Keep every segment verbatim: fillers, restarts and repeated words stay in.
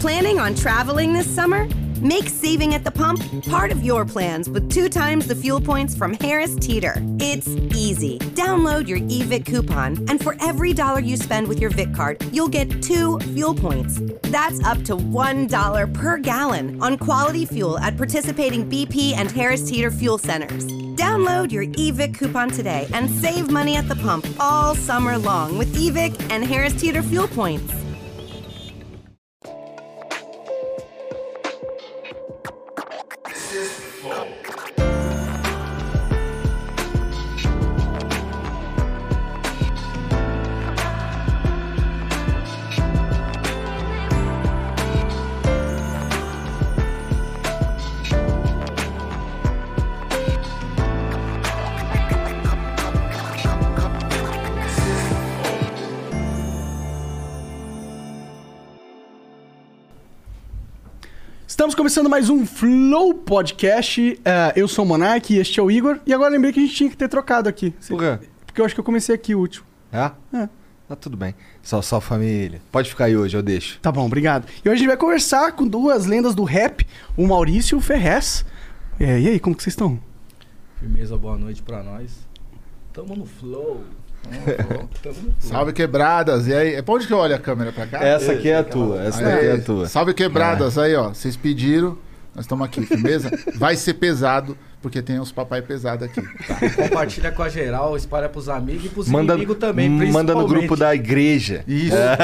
Planning on traveling this summer? Make saving at the pump part of your plans with two times the fuel points from Harris Teeter. It's easy. Download your E V I C coupon, and for every dollar you spend with your V I C card, you'll get two fuel points. That's up to one dollar per gallon on quality fuel at participating B P and Harris Teeter fuel centers. Download your E V I C coupon today and save money at the pump all summer long with E V I C and Harris Teeter fuel points. Estamos começando mais um Flow Podcast. Uh, eu sou o Monark e este é o Igor. E agora lembrei que a gente tinha que ter trocado aqui. Por quê? Porque eu acho que eu comecei aqui o último. É? É. Tá tudo bem. Só, só família. Pode ficar aí hoje, eu deixo. Tá bom, obrigado. E hoje a gente vai conversar com duas lendas do rap, o Maurício e o Ferrez. É, e aí, como que vocês estão? Firmeza, boa noite pra nós. Tamo no Flow. Salve Quebradas, e aí? Pra onde que eu olho a câmera? Pra cá? Essa aqui é a tua, essa daqui é a tua. Salve Quebradas, aí ó, vocês pediram, nós estamos aqui, firmeza? Vai ser pesado, porque tem uns papai pesado aqui. Tá, compartilha com a geral, espalha pros amigos e pros manda, inimigos também, manda no grupo da igreja. Isso. É.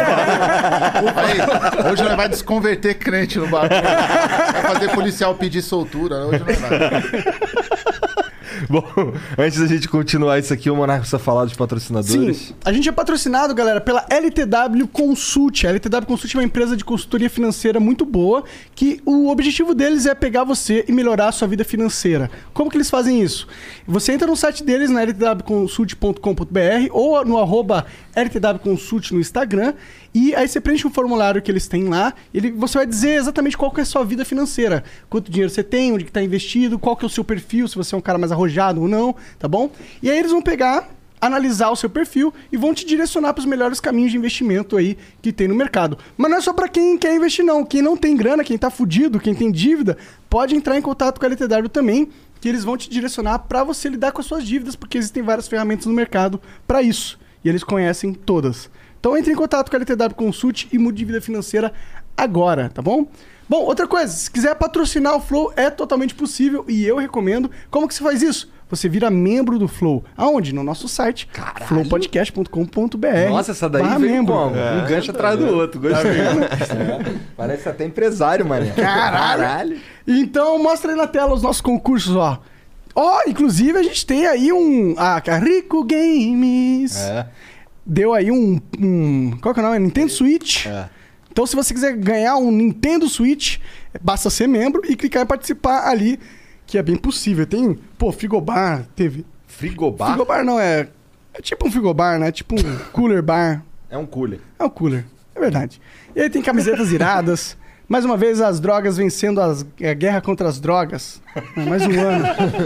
Aí, hoje nós vai desconverter crente no bagulho. Vai fazer policial pedir soltura, hoje nós vai. Bom, antes da gente continuar isso aqui, o Monark precisa falar dos patrocinadores. Sim, a gente é patrocinado, galera, pela L T W Consult. A L T W Consult é uma empresa de consultoria financeira muito boa, que o objetivo deles é pegar você e melhorar a sua vida financeira. Como que eles fazem isso? Você entra no site deles, na l t w consult ponto com ponto b r ou no arroba L T W Consult no Instagram, e aí você preenche um formulário que eles têm lá, e ele, você vai dizer exatamente qual que é a sua vida financeira. Quanto dinheiro você tem, onde que está investido, qual que é o seu perfil, se você é um cara mais arrojado ou não, tá bom? E aí eles vão pegar, analisar o seu perfil e vão te direcionar para os melhores caminhos de investimento aí que tem no mercado. Mas não é só para quem quer investir não. Quem não tem grana, quem tá fudido, quem tem dívida, pode entrar em contato com a L T W também, que eles vão te direcionar para você lidar com as suas dívidas, porque existem várias ferramentas no mercado para isso. E eles conhecem todas. Então entre em contato com a L T W Consult e mude de vida financeira agora, tá bom? Bom, outra coisa, se quiser patrocinar o Flow, é totalmente possível e eu recomendo. Como que você faz isso? Você vira membro do Flow. Aonde? No nosso site, flow podcast ponto com ponto b r. Nossa, essa daí veio membro. como? É, um gancho atrás do outro. Gostei. É. Parece até empresário, mané. Caralho. Caralho. Então, mostra aí na tela os nossos concursos, ó. Ó, inclusive a gente tem aí um... Ah, Rico Games. É. Deu aí um, um... Qual que é o nome? Nintendo Switch. É. Então, se você quiser ganhar um Nintendo Switch, basta ser membro e clicar em participar ali, que é bem possível. Tem, pô, frigobar, teve... Frigobar? Frigobar não, é... É tipo um frigobar, né? Tipo um cooler bar. É um cooler. É um cooler, é verdade. E aí tem camisetas iradas. Mais uma vez, as drogas vencendo as, a guerra contra as drogas. É, mais um ano.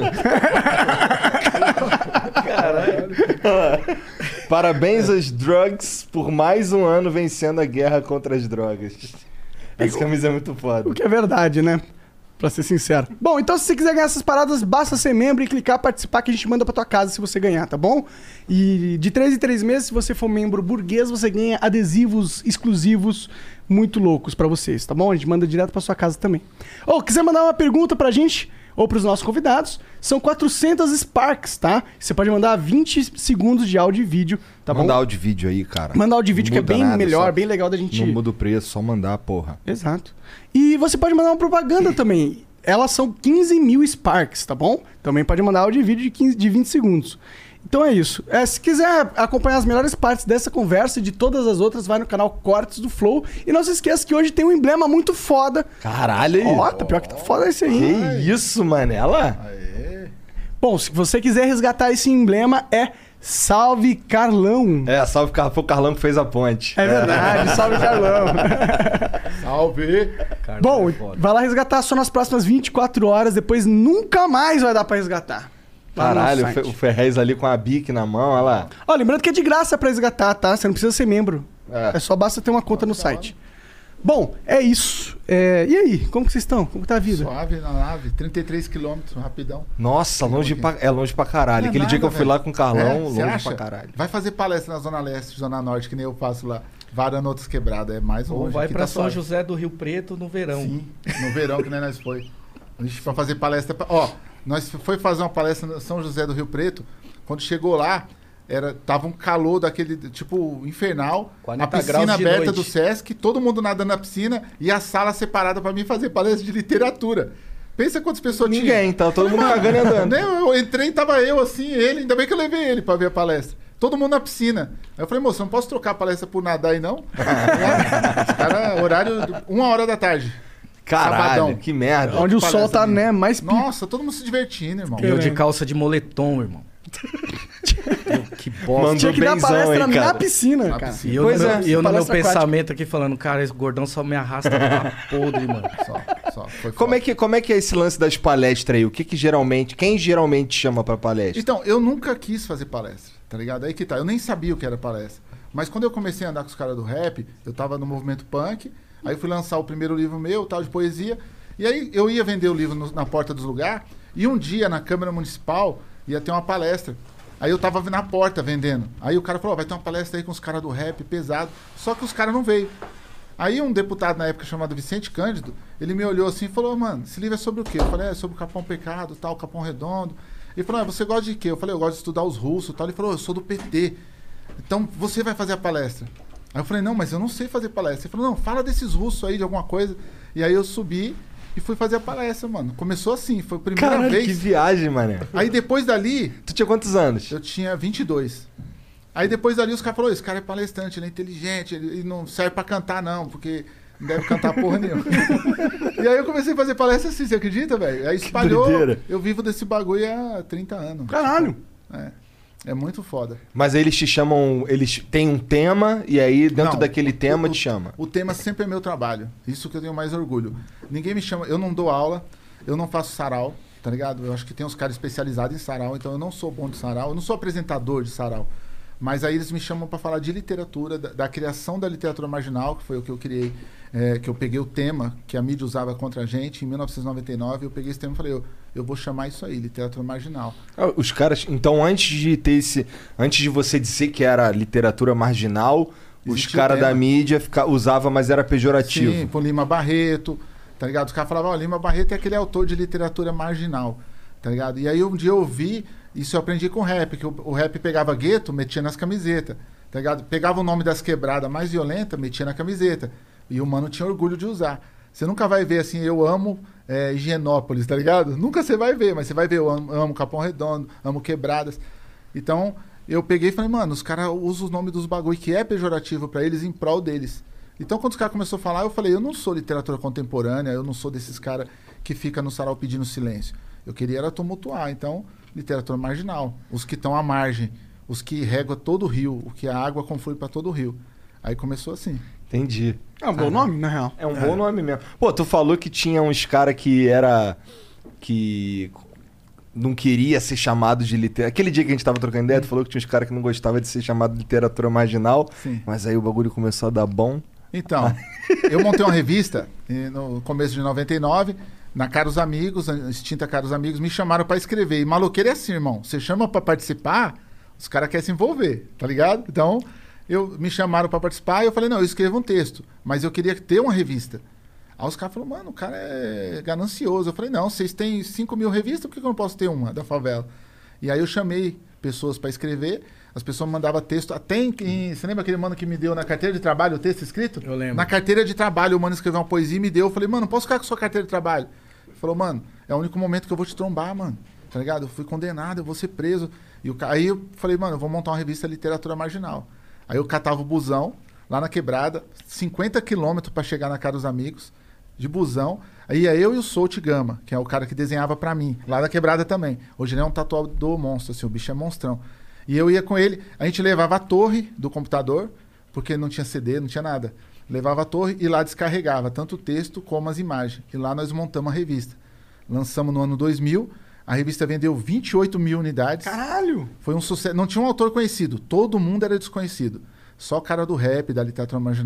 Caralho. Parabéns às drugs por mais um ano vencendo a guerra contra as drogas. Essa camisa é muito foda. O que é verdade, né? Pra ser sincero. Bom, então se você quiser ganhar essas paradas, basta ser membro e clicar participar que a gente manda pra tua casa se você ganhar, tá bom? E de três em três meses, se você for membro burguês, você ganha adesivos exclusivos muito loucos pra vocês, tá bom? A gente manda direto pra sua casa também. Ou quiser mandar uma pergunta pra gente ou pros nossos convidados, são quatrocentos Sparks, tá? Você pode mandar vinte segundos de áudio e vídeo, tá bom? Manda áudio e vídeo aí, cara. Manda áudio e vídeo que é bem nada, melhor, só... bem legal da gente... Não muda o preço, só mandar, porra. Exato. E você pode mandar uma propaganda também. Elas são quinze mil Sparks, tá bom? Também pode mandar áudio e vídeo de, quinze, de vinte segundos. Então é isso. É, se quiser acompanhar as melhores partes dessa conversa e de todas as outras, vai no canal Cortes do Flow. E não se esqueça que hoje tem um emblema muito foda. Caralho aí. Ó, tá pior que tá foda esse aí. Que isso, manela? Aê. Bom, se você quiser resgatar esse emblema, é Salve Carlão. É, salve Carlão. Foi o Carlão que fez a ponte. É verdade, é. Salve Carlão. Salve. Carlão Bom, é foda. vai lá resgatar só nas próximas vinte e quatro horas, depois nunca mais vai dar pra resgatar. Lá no Caralho, site. o Ferrez ali com a bique na mão, olha lá. Ó, lembrando que é de graça pra resgatar, tá? Você não precisa ser membro. É. É só basta ter uma conta no site. Bom, é isso. É, e aí, como que vocês estão? Como que tá a vida? Suave na nave, trinta e três quilômetros, rapidão. Nossa, longe um pra, é longe pra caralho. Não é Aquele dia nada, que eu fui velho. lá com o Carlão, É, longe cê acha? pra caralho. Vai fazer palestra na Zona Leste, Zona Norte, que nem eu faço lá. Varando outras quebradas, é mais Ou longe. vai Aqui pra tá São suave. José do Rio Preto no verão. Sim, no verão que nem nós foi. A gente foi fazer palestra. Pra... Ó, nós foi fazer uma palestra no São José do Rio Preto. Quando chegou lá, era, tava um calor daquele, tipo, infernal. A quarenta piscina graus de aberta noite. do Sesc, todo mundo nadando na piscina e a sala separada pra mim fazer palestra de literatura. Pensa quantas pessoas tinha. Ninguém, tá todo mundo cagando e andando. Nem eu, eu entrei e tava eu, assim, ele. Ainda bem que eu levei ele pra ver a palestra. Todo mundo na piscina. Aí eu falei, moço, eu não posso trocar a palestra por nadar aí, não? Os caras, horário, de uma hora da tarde. Caralho, Sabadão. que merda. Onde o palestra sol tá, ali. né, mais pico. Nossa, todo mundo se divertindo, irmão. E eu de calça de moletom, irmão. Eu, que bosta. Mandou Tinha que dar benzão, palestra hein, cara? na piscina, Na cara. piscina. E eu, Pois no meu, é, e eu no meu palestra aquática. pensamento aqui falando, cara, esse gordão só me arrasta pra podre, mano. Só, só. Foi Como foda. é, que, como é que é esse lance das palestras aí? O que que geralmente... Quem geralmente chama pra palestra? Então, eu nunca quis fazer palestra, tá ligado? Aí que tá. Eu nem sabia o que era palestra. Mas quando eu comecei a andar com os caras do rap, eu tava no movimento punk, aí eu fui lançar o primeiro livro meu, tal, de poesia, e aí eu ia vender o livro no- na porta dos lugares, e um dia na Câmara Municipal ia ter uma palestra. Aí eu tava na porta vendendo. Aí o cara falou, ó, vai ter uma palestra aí com os caras do rap pesado. Só que os caras não veio. Aí um deputado na época chamado Vicente Cândido, ele me olhou assim e falou, mano, esse livro é sobre o quê? Eu falei, é sobre o Capão Pecado, tal, Capão Redondo. Ele falou, ah, você gosta de quê? Eu falei, eu gosto de estudar os russos, tal. Ele falou, eu sou do P T. Então você vai fazer a palestra. Aí eu falei, não, mas eu não sei fazer palestra. Ele falou, não, fala desses russos aí, de alguma coisa. E aí eu subi e fui fazer a palestra, mano. Começou assim, foi a primeira Caralho, vez. que viagem, mané. Aí depois dali, Tu tinha quantos anos? eu tinha vinte e dois. Aí depois dali os caras falaram, esse cara é palestrante, ele é inteligente, ele, ele não serve pra cantar não, porque não deve cantar porra nenhuma. E aí eu comecei a fazer palestra assim, você acredita, velho? Aí espalhou, doideira. eu vivo desse bagulho há trinta anos. Caralho. É, é muito foda. Mas aí eles te chamam... Eles têm um tema e aí dentro Não, daquele o- tema o- te chama. O tema sempre é meu trabalho. Isso que eu tenho mais orgulho. Ninguém me chama, eu não dou aula, eu não faço sarau, tá ligado? Eu acho que tem uns caras especializados em sarau, então eu não sou bom de sarau, eu não sou apresentador de sarau. Mas aí eles me chamam para falar de literatura, da, da criação da literatura marginal, que foi o que eu criei, é, que eu peguei o tema que a mídia usava contra a gente em mil novecentos e noventa e nove, eu peguei esse tema e falei, eu, eu vou chamar isso aí, literatura marginal. Ah, Os caras... Então, antes de ter esse... Antes de você dizer que era literatura marginal, os Existia o caras da tema. mídia fica, usava, mas era pejorativo. Sim, por Lima Barreto, tá ligado? Os caras falavam, ó, Lima Barreto é aquele autor de literatura marginal, tá ligado? E aí um dia eu vi, isso eu aprendi com o rap, que o, o rap pegava gueto, metia nas camisetas, tá ligado? Pegava o nome das quebradas mais violentas, metia na camiseta. E o mano tinha orgulho de usar. Você nunca vai ver assim, eu amo é, Higienópolis, tá ligado? Nunca você vai ver, mas você vai ver, eu amo, amo Capão Redondo, amo Quebradas. Então, eu peguei e falei, mano, os caras usam os nomes dos bagulho que é pejorativo pra eles em prol deles. Então, quando os caras começaram a falar, eu falei, eu não sou literatura contemporânea, eu não sou desses caras que fica no sarau pedindo silêncio. Eu queria era tumultuar, então, literatura marginal. Os que estão à margem, os que regam todo o rio, o que a água conflui pra todo o rio. Aí começou assim. Entendi. É um bom nome, na real. É um bom nome mesmo. Pô, tu falou que tinha uns caras que era... Que não queria ser chamado de literatura... Aquele dia que a gente tava trocando ideia, tu falou que tinha uns caras que não gostavam de ser chamado de literatura marginal. Sim. Mas aí o bagulho começou a dar bom. Então, eu montei uma revista eh, no começo de noventa e nove, na Caros Amigos, a extinta Caros Amigos, me chamaram pra escrever. E maloqueiro é assim, irmão. Você chama pra participar, os caras querem se envolver, tá ligado? Então, eu, me chamaram pra participar e eu falei, não, eu escrevo um texto, mas eu queria ter uma revista. Aí os caras falaram, mano, o cara é ganancioso. Eu falei, não, vocês têm cinco mil revistas, por que eu não posso ter uma da favela? E aí eu chamei pessoas pra escrever, as pessoas mandavam texto, até em, em... Você lembra aquele mano que me deu na carteira de trabalho o texto escrito? Eu lembro. Na carteira de trabalho, o mano escreveu uma poesia e me deu. Eu falei, mano, posso ficar com sua carteira de trabalho? Ele falou, mano, é o único momento que eu vou te trombar, mano. Tá ligado? Eu fui condenado, eu vou ser preso. E o ca- aí eu falei, mano, eu vou montar uma revista Literatura Marginal. Aí eu catava o busão, lá na quebrada, cinquenta quilômetros pra chegar na casa dos amigos, de busão. Aí ia eu e o Soult Gama, que é o cara que desenhava pra mim, lá da quebrada também. Hoje ele é um tatuador monstro, assim, o bicho é monstrão. E eu ia com ele, a gente levava a torre do computador, porque não tinha C D, não tinha nada. Levava a torre e lá descarregava tanto o texto como as imagens. E lá nós montamos a revista. Lançamos no ano dois mil, a revista vendeu vinte e oito mil unidades. Caralho! Foi um sucesso. Não tinha um autor conhecido, todo mundo era desconhecido. Só cara do rap, da literatura marginal.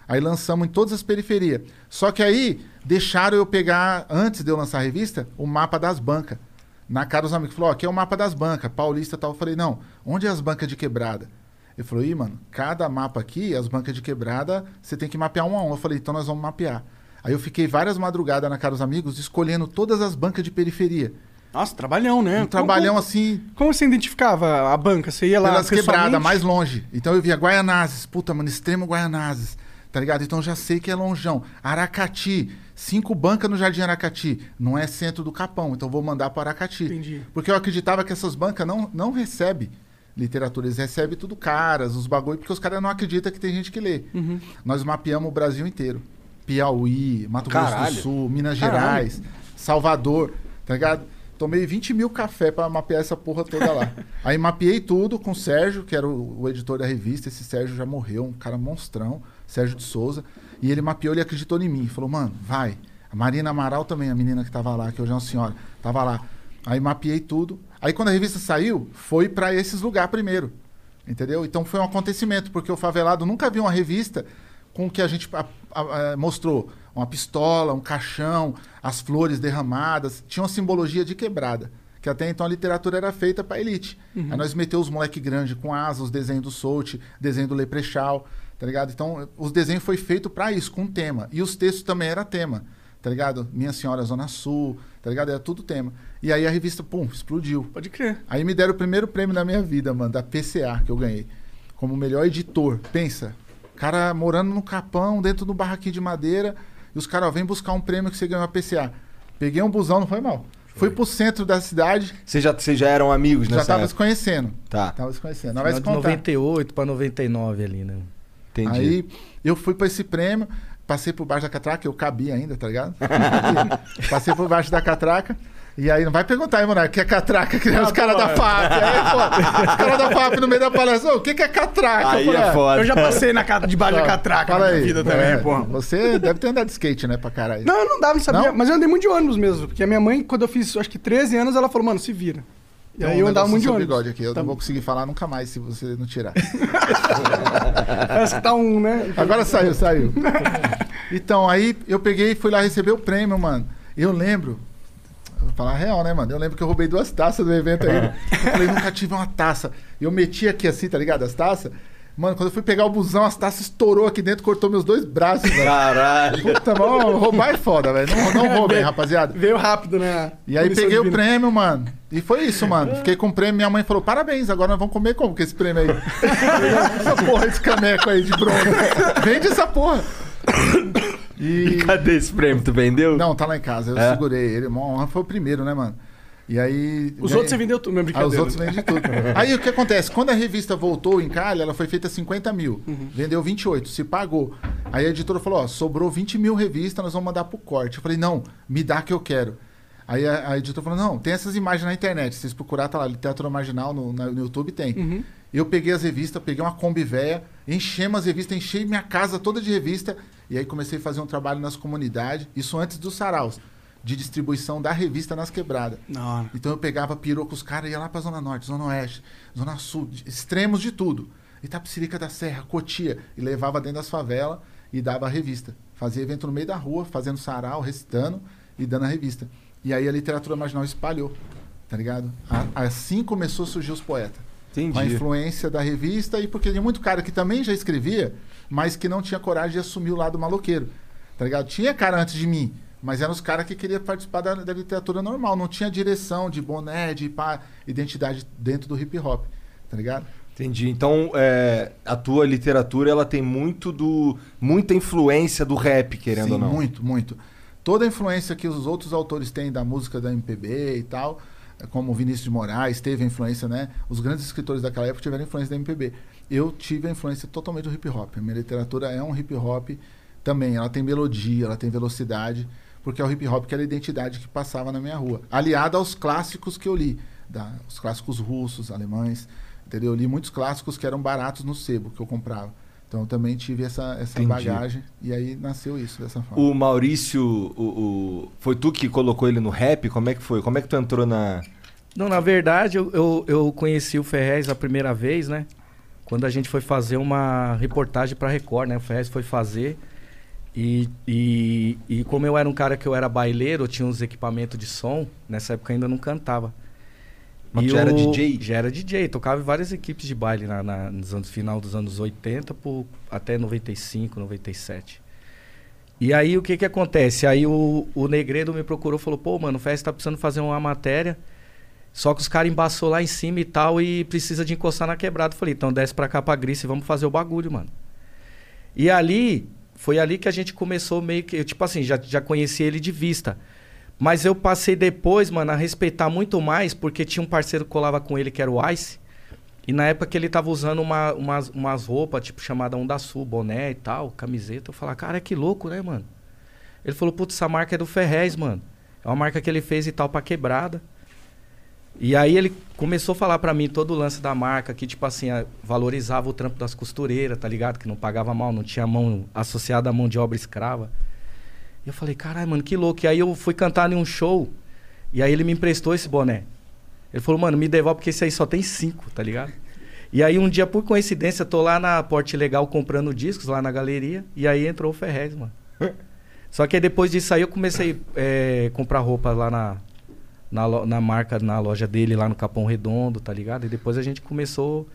Aí lançamos em todas as periferias. Só que aí deixaram eu pegar, antes de eu lançar a revista, o mapa das bancas. Na cara dos amigos. Falou, ó, aqui é o mapa das bancas, paulista e tal. Eu falei, não, onde é as bancas de quebrada? Ele falou, ih, mano, cada mapa aqui, as bancas de quebrada, você tem que mapear um a um. Eu falei, então nós vamos mapear. Aí eu fiquei várias madrugadas na cara dos amigos, escolhendo todas as bancas de periferia. Nossa, trabalhão, né? Um Como- trabalhão como, assim, Como você identificava a banca? Você ia lá pelas pessoalmente? quebradas, mais longe. Então eu via Guaianazes, puta, mano, extremo Guaianazes, tá ligado? Então eu já sei que é longeão. Aracati, cinco bancas no Jardim Aracati, não é centro do Capão, então eu vou mandar para Aracati. Entendi. Porque eu acreditava que essas bancas não, não recebem literatura, eles recebem tudo caras, os bagulho, porque os caras não acreditam que tem gente que lê. Uhum. Nós mapeamos o Brasil inteiro. Piauí, Mato Grosso Caralho. do Sul, Minas Caralho. Gerais, Salvador, tá ligado? Tomei vinte mil café pra mapear essa porra toda lá. Aí mapeei tudo com o Sérgio, que era o, o editor da revista. Esse Sérgio já morreu, um cara monstrão, Sérgio de Souza. E ele mapeou, ele acreditou em mim. Falou, mano, vai. A Marina Amaral também, a menina que tava lá, que hoje é uma senhora, tava lá. Aí mapeei tudo. Aí quando a revista saiu, foi pra esses lugares primeiro. Entendeu? Então foi um acontecimento, porque o Favelado nunca viu uma revista com o que a gente a, a, a, mostrou. Uma pistola, um caixão, as flores derramadas. Tinha uma simbologia de quebrada. Que até então a literatura era feita pra elite. Uhum. Aí nós meteu os moleque grande com asas, os desenhos do Soult, desenho do Leprechal, tá ligado? Então os desenhos foi feito pra isso, com tema. E os textos também era tema, tá ligado? Minha Senhora Zona Sul, tá ligado? Era tudo tema. E aí a revista, pum, explodiu. Pode crer. Aí me deram o primeiro prêmio da minha vida, mano, da P C A, que eu ganhei. Como melhor editor. Pensa, cara morando no Capão, dentro do barraquinho de madeira, e os caras, ó, vem buscar um prêmio que você ganhou a P C A. Peguei um busão, não foi mal. Fui pro centro da cidade, Vocês já, vocês já eram amigos já nessa tava se época? conhecendo. Tá, Tava se conhecendo. Não vai Final se de contar. noventa e oito pra noventa e nove ali, né? entendi. Aí eu fui pra esse prêmio, passei por baixo da catraca, eu cabia ainda, tá ligado? Passei por baixo da catraca. E aí, não vai perguntar aí, mano, que é catraca, que nem os caras da F A P. Aí, pô, os caras da F A P no meio da palestra, ô, o que, que é catraca? Aí Eu falei, é "Ah, foda. Eu já passei na ca- debaixo da Fala- catraca fala na minha aí. vida também, É, porra. Você deve ter andado de skate, né, pra caralho. Não, eu não dava, não sabia. Não? Mas eu andei muito de ônibus mesmo. Porque a minha mãe, quando eu fiz, acho que treze anos, ela falou, mano, se vira. E Tem aí um eu andava negócio muito de no seu ônibus. bigode aqui, eu Tá- não vou conseguir falar nunca mais se você não tirar. Parece que tá um, né? Agora saiu, saiu. Então, aí eu peguei e fui lá receber o prêmio, mano. Eu lembro, eu vou falar a real, né, mano? Eu lembro que eu roubei duas taças do evento aí. Eu falei, nunca tive uma taça. Eu meti aqui assim, tá ligado? As taças. Mano, quando eu fui pegar o busão, as taças estourou aqui dentro, cortou meus dois braços, velho. Caralho. Puta, mano, roubar é foda, velho. Não, não roubem, rapaziada. Veio rápido, né? E aí Punição peguei o divina. prêmio, mano. E foi isso, mano. Fiquei com o prêmio, minha mãe falou, parabéns, agora nós vamos comer como com esse prêmio aí? Essa porra, esse caneco aí de bronze. Vende essa porra. E... Cadê esse prêmio? Tu vendeu? Não, tá lá em casa, eu É? segurei ele. Uma honra, foi o primeiro, né, mano? E aí... Os ganhei- outros você vendeu tudo, minha Ah, brincadeira. os outros vendem tudo. Aí o que acontece? Quando a revista voltou em Cali, ela foi feita cinquenta mil. Uhum. Vendeu vinte e oito, se pagou. Aí a editora falou, ó, sobrou vinte mil revistas, nós vamos mandar pro corte. Eu falei, não, me dá que eu quero. Aí a, a editora falou, não, tem essas imagens na internet. Se vocês procurar, tá lá, Literatura Marginal no, na- no YouTube, tem. Uhum. Eu peguei as revistas, peguei uma Kombi véia, enchemos as revistas, enchei minha casa toda de revista. E aí comecei a fazer um trabalho nas comunidades, isso antes dos saraus, de distribuição da revista nas quebradas. Não. Então eu pegava pirou com os caras e ia lá pra Zona Norte, Zona Oeste, Zona Sul, de- extremos de tudo. Itapecerica da Serra, Cotia, e levava dentro das favelas e dava a revista. Fazia evento no meio da rua, fazendo sarau, recitando e dando a revista. E aí a literatura marginal espalhou, tá ligado? A- assim começou a surgir os poetas. Com a Entendi. influência da revista e porque tinha muito cara que também já escrevia, mas que não tinha coragem de assumir o lado maloqueiro, tá ligado? Tinha cara antes de mim, mas eram os caras que queriam participar da, da literatura normal, não tinha direção de boné, de pá, identidade dentro do hip hop, tá ligado? Entendi. Então, é, a tua literatura, ela tem muito do... muita influência do rap, querendo Sim, ou não. muito, muito. Toda a influência que os outros autores têm da música da M P B e tal, como o Vinícius de Moraes, teve a influência, né? Os grandes escritores daquela época tiveram influência da M P B. Eu tive a influência totalmente do hip hop. A minha literatura é um hip hop também. Ela tem melodia, ela tem velocidade, porque é o hip hop que era a identidade que passava na minha rua. Aliada aos clássicos que eu li, da, os clássicos russos, alemães, entendeu? Eu li muitos clássicos que eram baratos no sebo, que eu comprava. Então eu também tive essa, essa Entendi. bagagem e aí nasceu isso dessa forma. O Maurício, o, o- foi tu que colocou ele no rap? Como é que foi? Como é que tu entrou na... Não, na verdade, eu, eu, eu conheci o Ferrez a primeira vez, né? quando a gente foi fazer uma reportagem pra Record, né? O Ferrez foi fazer. E, e, e como eu era um cara que eu era baileiro, eu tinha uns equipamentos de som. Nessa época eu ainda não cantava. Mas e já era o- D J? Já era D J. Tocava em várias equipes de baile na, na, nos anos, final dos anos oitenta por, até noventa e cinco, noventa e sete. E aí o que que acontece? Aí o, o Negredo me procurou e falou, pô, mano, o Ferrez tá precisando fazer uma matéria, só que os caras embaçou lá em cima e tal e precisa de encostar na quebrada. Eu falei, então desce pra cá pra Grice e vamos fazer o bagulho, mano. E ali, foi ali que a gente começou meio que, eu, tipo assim, já, já conheci ele de vista. Mas eu passei depois, mano, a respeitar muito mais, porque tinha um parceiro que colava com ele, que era o Ice. E na época que ele tava usando uma, umas, umas roupas, tipo, chamada Onda Sul, boné e tal, camiseta. Eu falava, cara, que louco, né, mano? Ele falou, putz, essa marca é do Ferrez, mano. É uma marca que ele fez e tal pra quebrada. E aí ele começou a falar pra mim todo o lance da marca, que tipo assim, a- valorizava o trampo das costureiras, tá ligado? Que não pagava mal, não tinha mão associada à mão de obra escrava. E eu falei, caralho, mano, que louco. E aí eu fui cantar em um show, e aí ele me emprestou esse boné. Ele falou, mano, me devolve porque esse aí só tem cinco, tá ligado? E aí um dia, por coincidência, tô lá na Porte Legal comprando discos, lá na galeria, e aí entrou o Ferrez, mano. Só que aí depois disso aí eu comecei a comprar roupa lá na, na, lo- na marca, na loja dele, lá no Capão Redondo, tá ligado? E depois a gente começou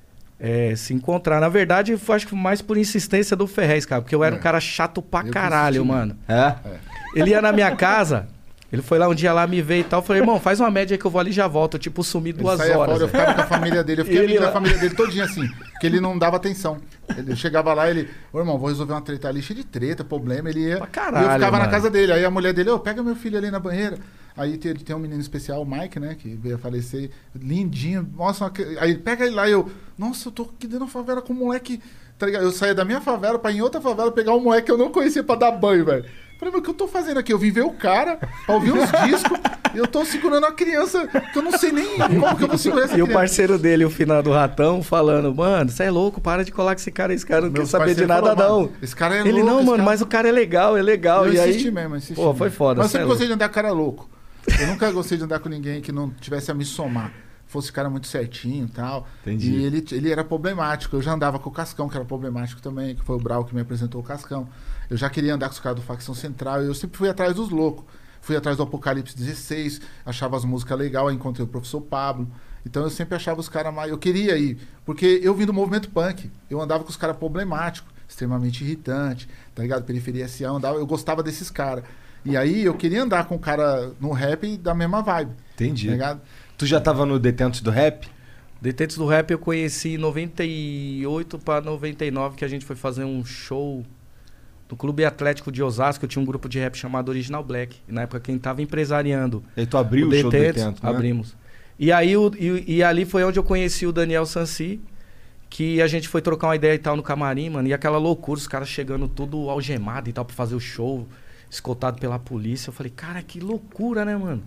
a se encontrar. Na verdade, eu acho que mais por insistência do Ferrez, cara, porque eu era É. um cara chato pra Eu que caralho, insisti. mano. É? Ele ia na minha casa, ele foi lá um dia lá me ver e tal. Eu falei, irmão, faz uma média que eu vou ali e já volto. Eu, tipo, sumi Ele duas saía horas. fora, eu ficava com a família dele, eu fiquei Ele amigo lá- da família dele todinho assim, porque ele não dava atenção. Ele chegava lá, ele, ô irmão, vou resolver uma treta ali, cheio de treta, problema, ele ia. Pra caralho, e eu ficava mano. na casa dele, aí a mulher dele, ô, pega meu filho ali na banheira. Aí tem, tem um menino especial, o Mike, né, que veio a falecer, lindinho, nossa, uma cri- aí pega ele lá e eu, nossa, eu tô aqui dentro da favela com um moleque, tá ligado? Eu saía da minha favela pra ir em outra favela pegar um moleque que eu não conhecia pra dar banho, velho. Falei, mas o que eu tô fazendo aqui? Eu vim ver o cara pra ouvir uns discos e eu tô segurando uma criança que eu não sei nem como que eu vou segurar essa E o criança. parceiro dele, o final do Ratão, falando, mano, você é louco, para de colar com esse cara, esse cara não Meus quer saber de parceiros nada, falaram, não. "Mano, esse cara é Ele, louco, não, esse mano, cara-" mas o cara é legal, é legal. Eu e aí, insisti mesmo, insisti pô, mesmo. foi foda. Mas cê eu é sempre louco. gostei de andar com cara louco. Eu nunca gostei de andar com ninguém que não tivesse a me somar. Fosse cara muito certinho e tal. Entendi. E ele, ele era problemático. Eu já andava com o Cascão, que era problemático também, que foi o Brau que me apresentou o Cascão. Eu já queria andar com os caras do Facção Central. E eu sempre fui atrás dos loucos. Fui atrás do Apocalipse dezesseis, achava as músicas legais, aí encontrei o professor Pablo. Então eu sempre achava os caras mais. Eu queria ir, porque eu vim do movimento punk. Eu andava com os caras problemáticos, extremamente irritante, tá ligado? Periferia S A, eu, andava, eu gostava desses caras. E aí eu queria andar com o cara no rap da mesma vibe. Entendi. Tá ligado? Tu já tava no Detentos do Rap? Detentos do Rap eu conheci em noventa e oito pra noventa e nove, que a gente foi fazer um show no Clube Atlético de Osasco. Eu tinha um grupo de rap chamado Original Black. E na época quem tava empresariando E aí tu abriu o, show do Detentos, né? abrimos. E aí o, e, e ali foi onde eu conheci o Daniel Sansi, que a gente foi trocar uma ideia e tal no camarim, mano. E aquela loucura, os caras chegando tudo algemado e tal pra fazer o show, escoltado pela polícia. Eu falei, cara, que loucura, né, mano?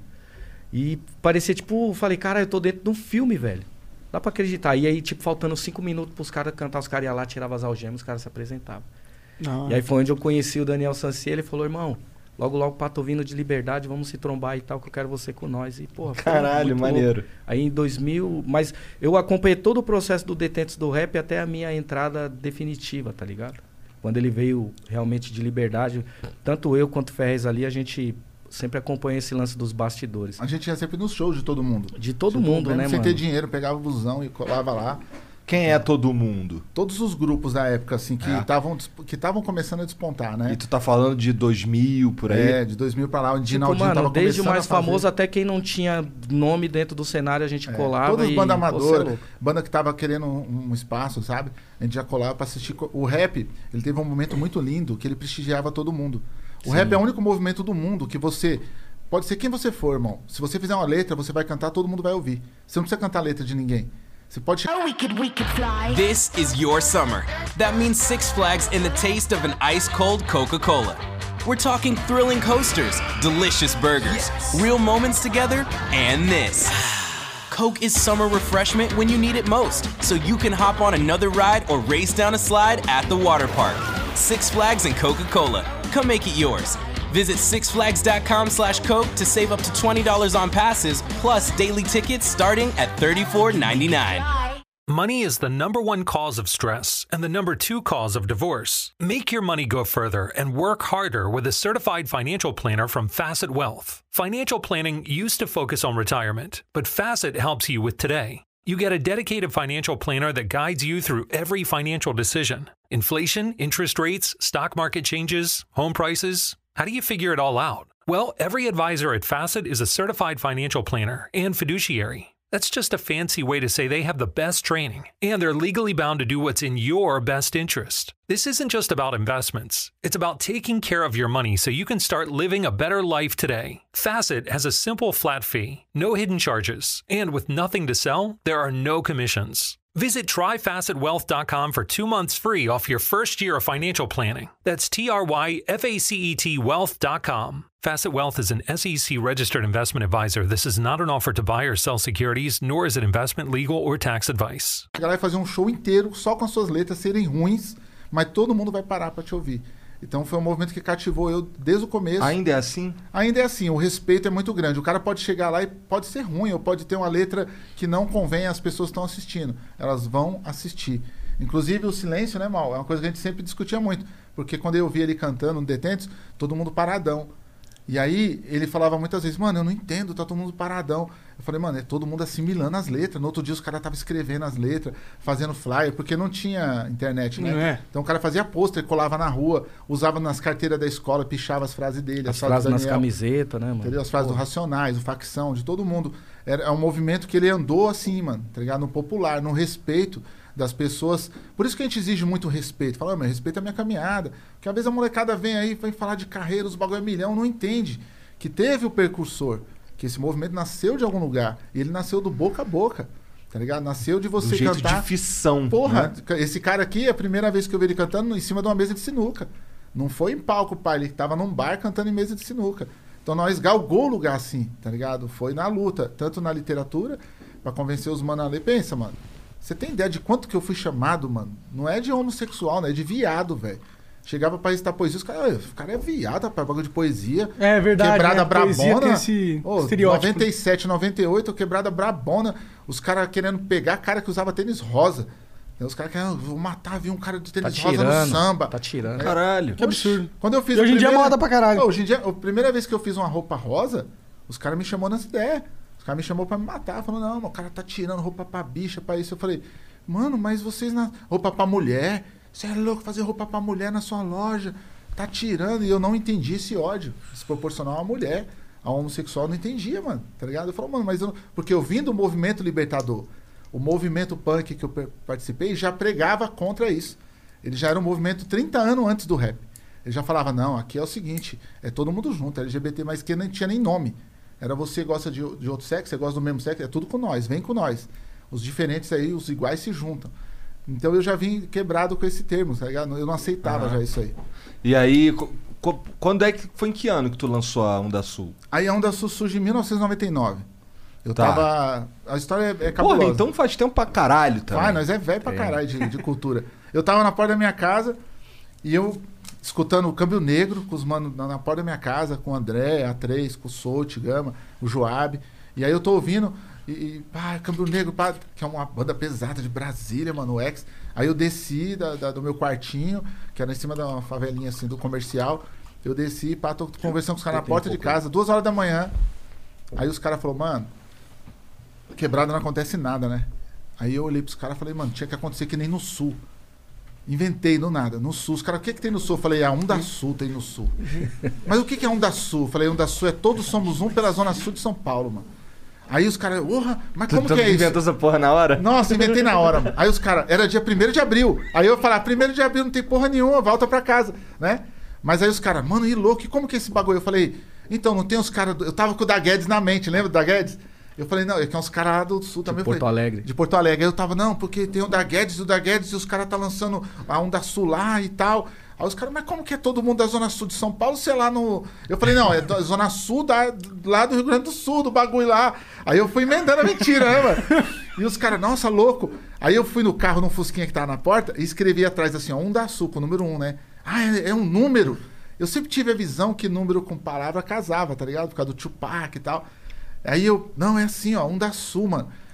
E parecia, tipo, eu falei, cara, eu tô dentro de um filme, velho. Dá pra acreditar. E aí, tipo, faltando cinco minutos pros caras cantar, os caras iam lá, tiravam as algemas, os caras se apresentavam. Não. E aí foi onde eu conheci o Daniel Sansi. Ele falou, irmão, logo, logo, pá, tô vindo de Liberdade, vamos se trombar e tal, que eu quero você com nós. E, porra, foi Caralho, muito maneiro. louco. Aí em dois mil... Mas eu acompanhei todo o processo do Detentos do Rap até a minha entrada definitiva, tá ligado? Quando ele veio realmente de Liberdade, tanto eu quanto o Ferrez ali, a gente sempre acompanha esse lance dos bastidores. A gente ia sempre nos shows de todo mundo. De todo Tipo, mundo, mesmo né, sem mano? ter dinheiro, pegava o busão e colava lá. Quem é todo mundo? Todos os grupos da época, assim, que É. estavam que estavam começando a despontar, né? E tu tá falando de dois mil, por aí? É, de dois mil pra lá, onde Tipo, Dinaldinho mano, tava desde o começando mais a fazer. famoso até quem não tinha nome dentro do cenário, a gente É, colava. todas as e, bandas pô, cê é amadoras, louco. banda que tava querendo um, um espaço, sabe? A gente já colava pra assistir. co- O rap, ele teve um momento muito lindo que ele prestigiava todo mundo. O Sim. rap é o único movimento do mundo que você. Pode ser quem você for, irmão. Se você fizer uma letra, você vai cantar, todo mundo vai ouvir. Você não precisa cantar a letra de ninguém. Você pode. Oh, we could, we could fly. This is your summer. That means Six Flags and the taste of an ice-cold Coca-Cola. We're talking thrilling coasters, delicious burgers, real moments together, and this. Coke is summer refreshment when you need it most, so you can hop on another ride or race down a slide at the water park. Six Flags and Coca-Cola. Come make it yours. Visit sixflags.com slash Coke to save up to twenty dollars on passes, plus daily tickets starting at thirty-four ninety-nine. Money is the number one cause of stress and the number two cause of divorce. Make your money go further and work harder with a certified financial planner from Facet Wealth. Financial planning used to focus on retirement, but Facet helps you with today. You get a dedicated financial planner that guides you through every financial decision. Inflation, interest rates, stock market changes, home prices. How do you figure it all out? Well, every advisor at Facet is a certified financial planner and fiduciary. That's just a fancy way to say they have the best training, and they're legally bound to do what's in your best interest. This isn't just about investments. It's about taking care of your money so you can start living a better life today. Facet has a simple flat fee, no hidden charges, and with nothing to sell, there are no commissions. Visit try facet wealth dot com for two months free off your first year of financial planning. That's T R Y F A C E T wealth dot com. Facet Wealth is an S E C-registered investment advisor. This is not an offer to buy or sell securities, nor is it investment, legal, or tax advice. A galera vai fazer um show inteiro só com as suas letras serem ruins, mas todo mundo vai parar para te ouvir. Então foi um movimento que cativou eu desde o começo. Ainda é assim? Ainda é assim, o respeito é muito grande. O cara pode chegar lá e pode ser ruim, ou pode ter uma letra que não convém às pessoas que estão assistindo. Elas vão assistir. Inclusive o silêncio, né, Mal? É uma coisa que a gente sempre discutia muito. Porque quando eu via ele cantando no Detentos, todo mundo paradão. E aí ele falava muitas vezes, mano, eu não entendo, tá todo mundo paradão. Eu falei, mano, é todo mundo assimilando as letras. No outro dia os caras estavam escrevendo as letras, fazendo flyer, porque não tinha internet, né? Não é. Então o cara fazia pôster, colava na rua, usava nas carteiras da escola, pichava as frases dele. As frases nas camisetas, né, mano? Entendeu? As frases Pô. do Racionais, do Facção, de todo mundo. Era, é um movimento que ele andou assim, mano, tá ligado? No popular, no respeito das pessoas. Por isso que a gente exige muito respeito. Fala, meu, respeita a minha caminhada. Porque às vezes a molecada vem aí, vem falar de carreira, os bagulho é milhão, não entende que teve o precursor, que esse movimento nasceu de algum lugar. E ele nasceu do boca a boca, tá ligado? Nasceu de você do jeito cantar. De ficção. Porra, né? Esse cara aqui é a primeira vez que eu vi ele cantando em cima de uma mesa de sinuca. Não foi em palco, pai. Ele tava num bar cantando em mesa de sinuca. Então nós galgou o lugar assim, tá ligado? Foi na luta, tanto na literatura, pra convencer os manos a ler. Pensa, mano. Você tem ideia de quanto que eu fui chamado, mano? Não é de homossexual, né? É de viado, velho. Chegava pra recitar poesia, os caras, o cara é viado, rapaz, bagulho de poesia. É verdade, Quebrada né? brabona. Tem esse oh, estereótipo. noventa e sete, noventa e oito, quebrada brabona. Os caras querendo pegar cara que usava tênis rosa. Os caras querendo, vou matar, vi um cara de tênis tá rosa tirando, no samba. Tá tirando. É, Caralho. Que absurdo. Quando eu fiz e hoje em primeira... dia é moda pra caralho. Oh, hoje em dia, a primeira vez que eu fiz uma roupa rosa, os caras me chamou nessa ideia. Os caras me chamou pra me matar. Falando, não, o cara tá tirando roupa pra bicha, pra isso. Eu falei, mano, mas vocês na roupa pra mulher, você é louco fazer roupa pra mulher na sua loja, tá tirando. E eu não entendi esse ódio desproporcional à mulher, a homossexual, não entendia, mano, tá ligado? Eu falo, mano, mas eu não... porque eu vim do movimento libertador, o movimento punk que eu participei já pregava contra isso. Ele já era um movimento trinta anos antes do rap. Ele já falava, não, aqui é o seguinte, é todo mundo junto, L G B T, mas que não tinha nem nome. Era você gosta de, de outro sexo, você gosta do mesmo sexo, é tudo com nós, vem com nós. Os diferentes aí, os iguais se juntam. Então eu já vim quebrado com esse termo, tá ligado? Eu não aceitava ah. já isso aí. E aí, quando é que foi em que ano que tu lançou a Onda Sul? Aí a Onda Sul surge em mil novecentos e noventa e nove. Eu tá. tava... A história é, é cabulosa. Porra, então faz tempo pra caralho também. Ah, nós é velho pra caralho de, de cultura. Eu tava na porta da minha casa e eu escutando o Câmbio Negro com os manos na, na porta da minha casa, com o André, a três, com o Soult, Gama, o Joab. E aí eu tô ouvindo... E, e pá, Câmbio Negro, pá, que é uma banda pesada de Brasília, mano, o X. Aí eu desci da, da, do meu quartinho, que era em cima da favelinha, assim, do comercial. Eu desci, pá, tô conversando com os caras na porta de casa, duas horas da manhã. Aí os caras falaram, mano, quebrada não acontece nada, né? Aí eu olhei pros caras e falei, mano, tinha que acontecer que nem no Sul. Inventei do nada, no Sul. Os caras, o que que tem no Sul? Eu falei, a Onda Sul tem no Sul. Mas o que que é Onda Sul? Eu falei, Onda Sul é todos somos um pela Zona Sul de São Paulo, mano. Aí os caras, porra, mas como tu, que tu é isso? inventou essa porra na hora? Nossa, inventei na hora, mano. Aí os caras, era dia primeiro de abril. Aí eu falei, primeiro de abril não tem porra nenhuma, volta pra casa, né? Mas aí os caras, mano, e louco, e como que é esse bagulho? Eu falei, então, não tem os caras... Eu tava com o da Guedes na mente, lembra do da Guedes? Eu falei, não, é que é uns caras lá do Sul também. De Porto falei, Alegre. De Porto Alegre. Aí eu tava, não, porque tem o da Guedes, o da Guedes, e os caras tá lançando a Onda Sul lá e tal. Aí os caras, mas como que é todo mundo da Zona Sul de São Paulo, sei lá, no... Eu falei, não, é da Zona Sul da, lá do Rio Grande do Sul, do bagulho lá. Aí eu fui emendando a mentira, né, mano? E os caras, nossa, louco. Aí eu fui no carro, no Fusquinha que tava na porta, e escrevi atrás assim, ó, Onda Sul, com o número um, né? Ah, é, é um número. Eu sempre tive a visão que número com palavra casava, tá ligado? Por causa do Tupac e tal. Aí eu, não, é assim, ó, Onda Sul, mano.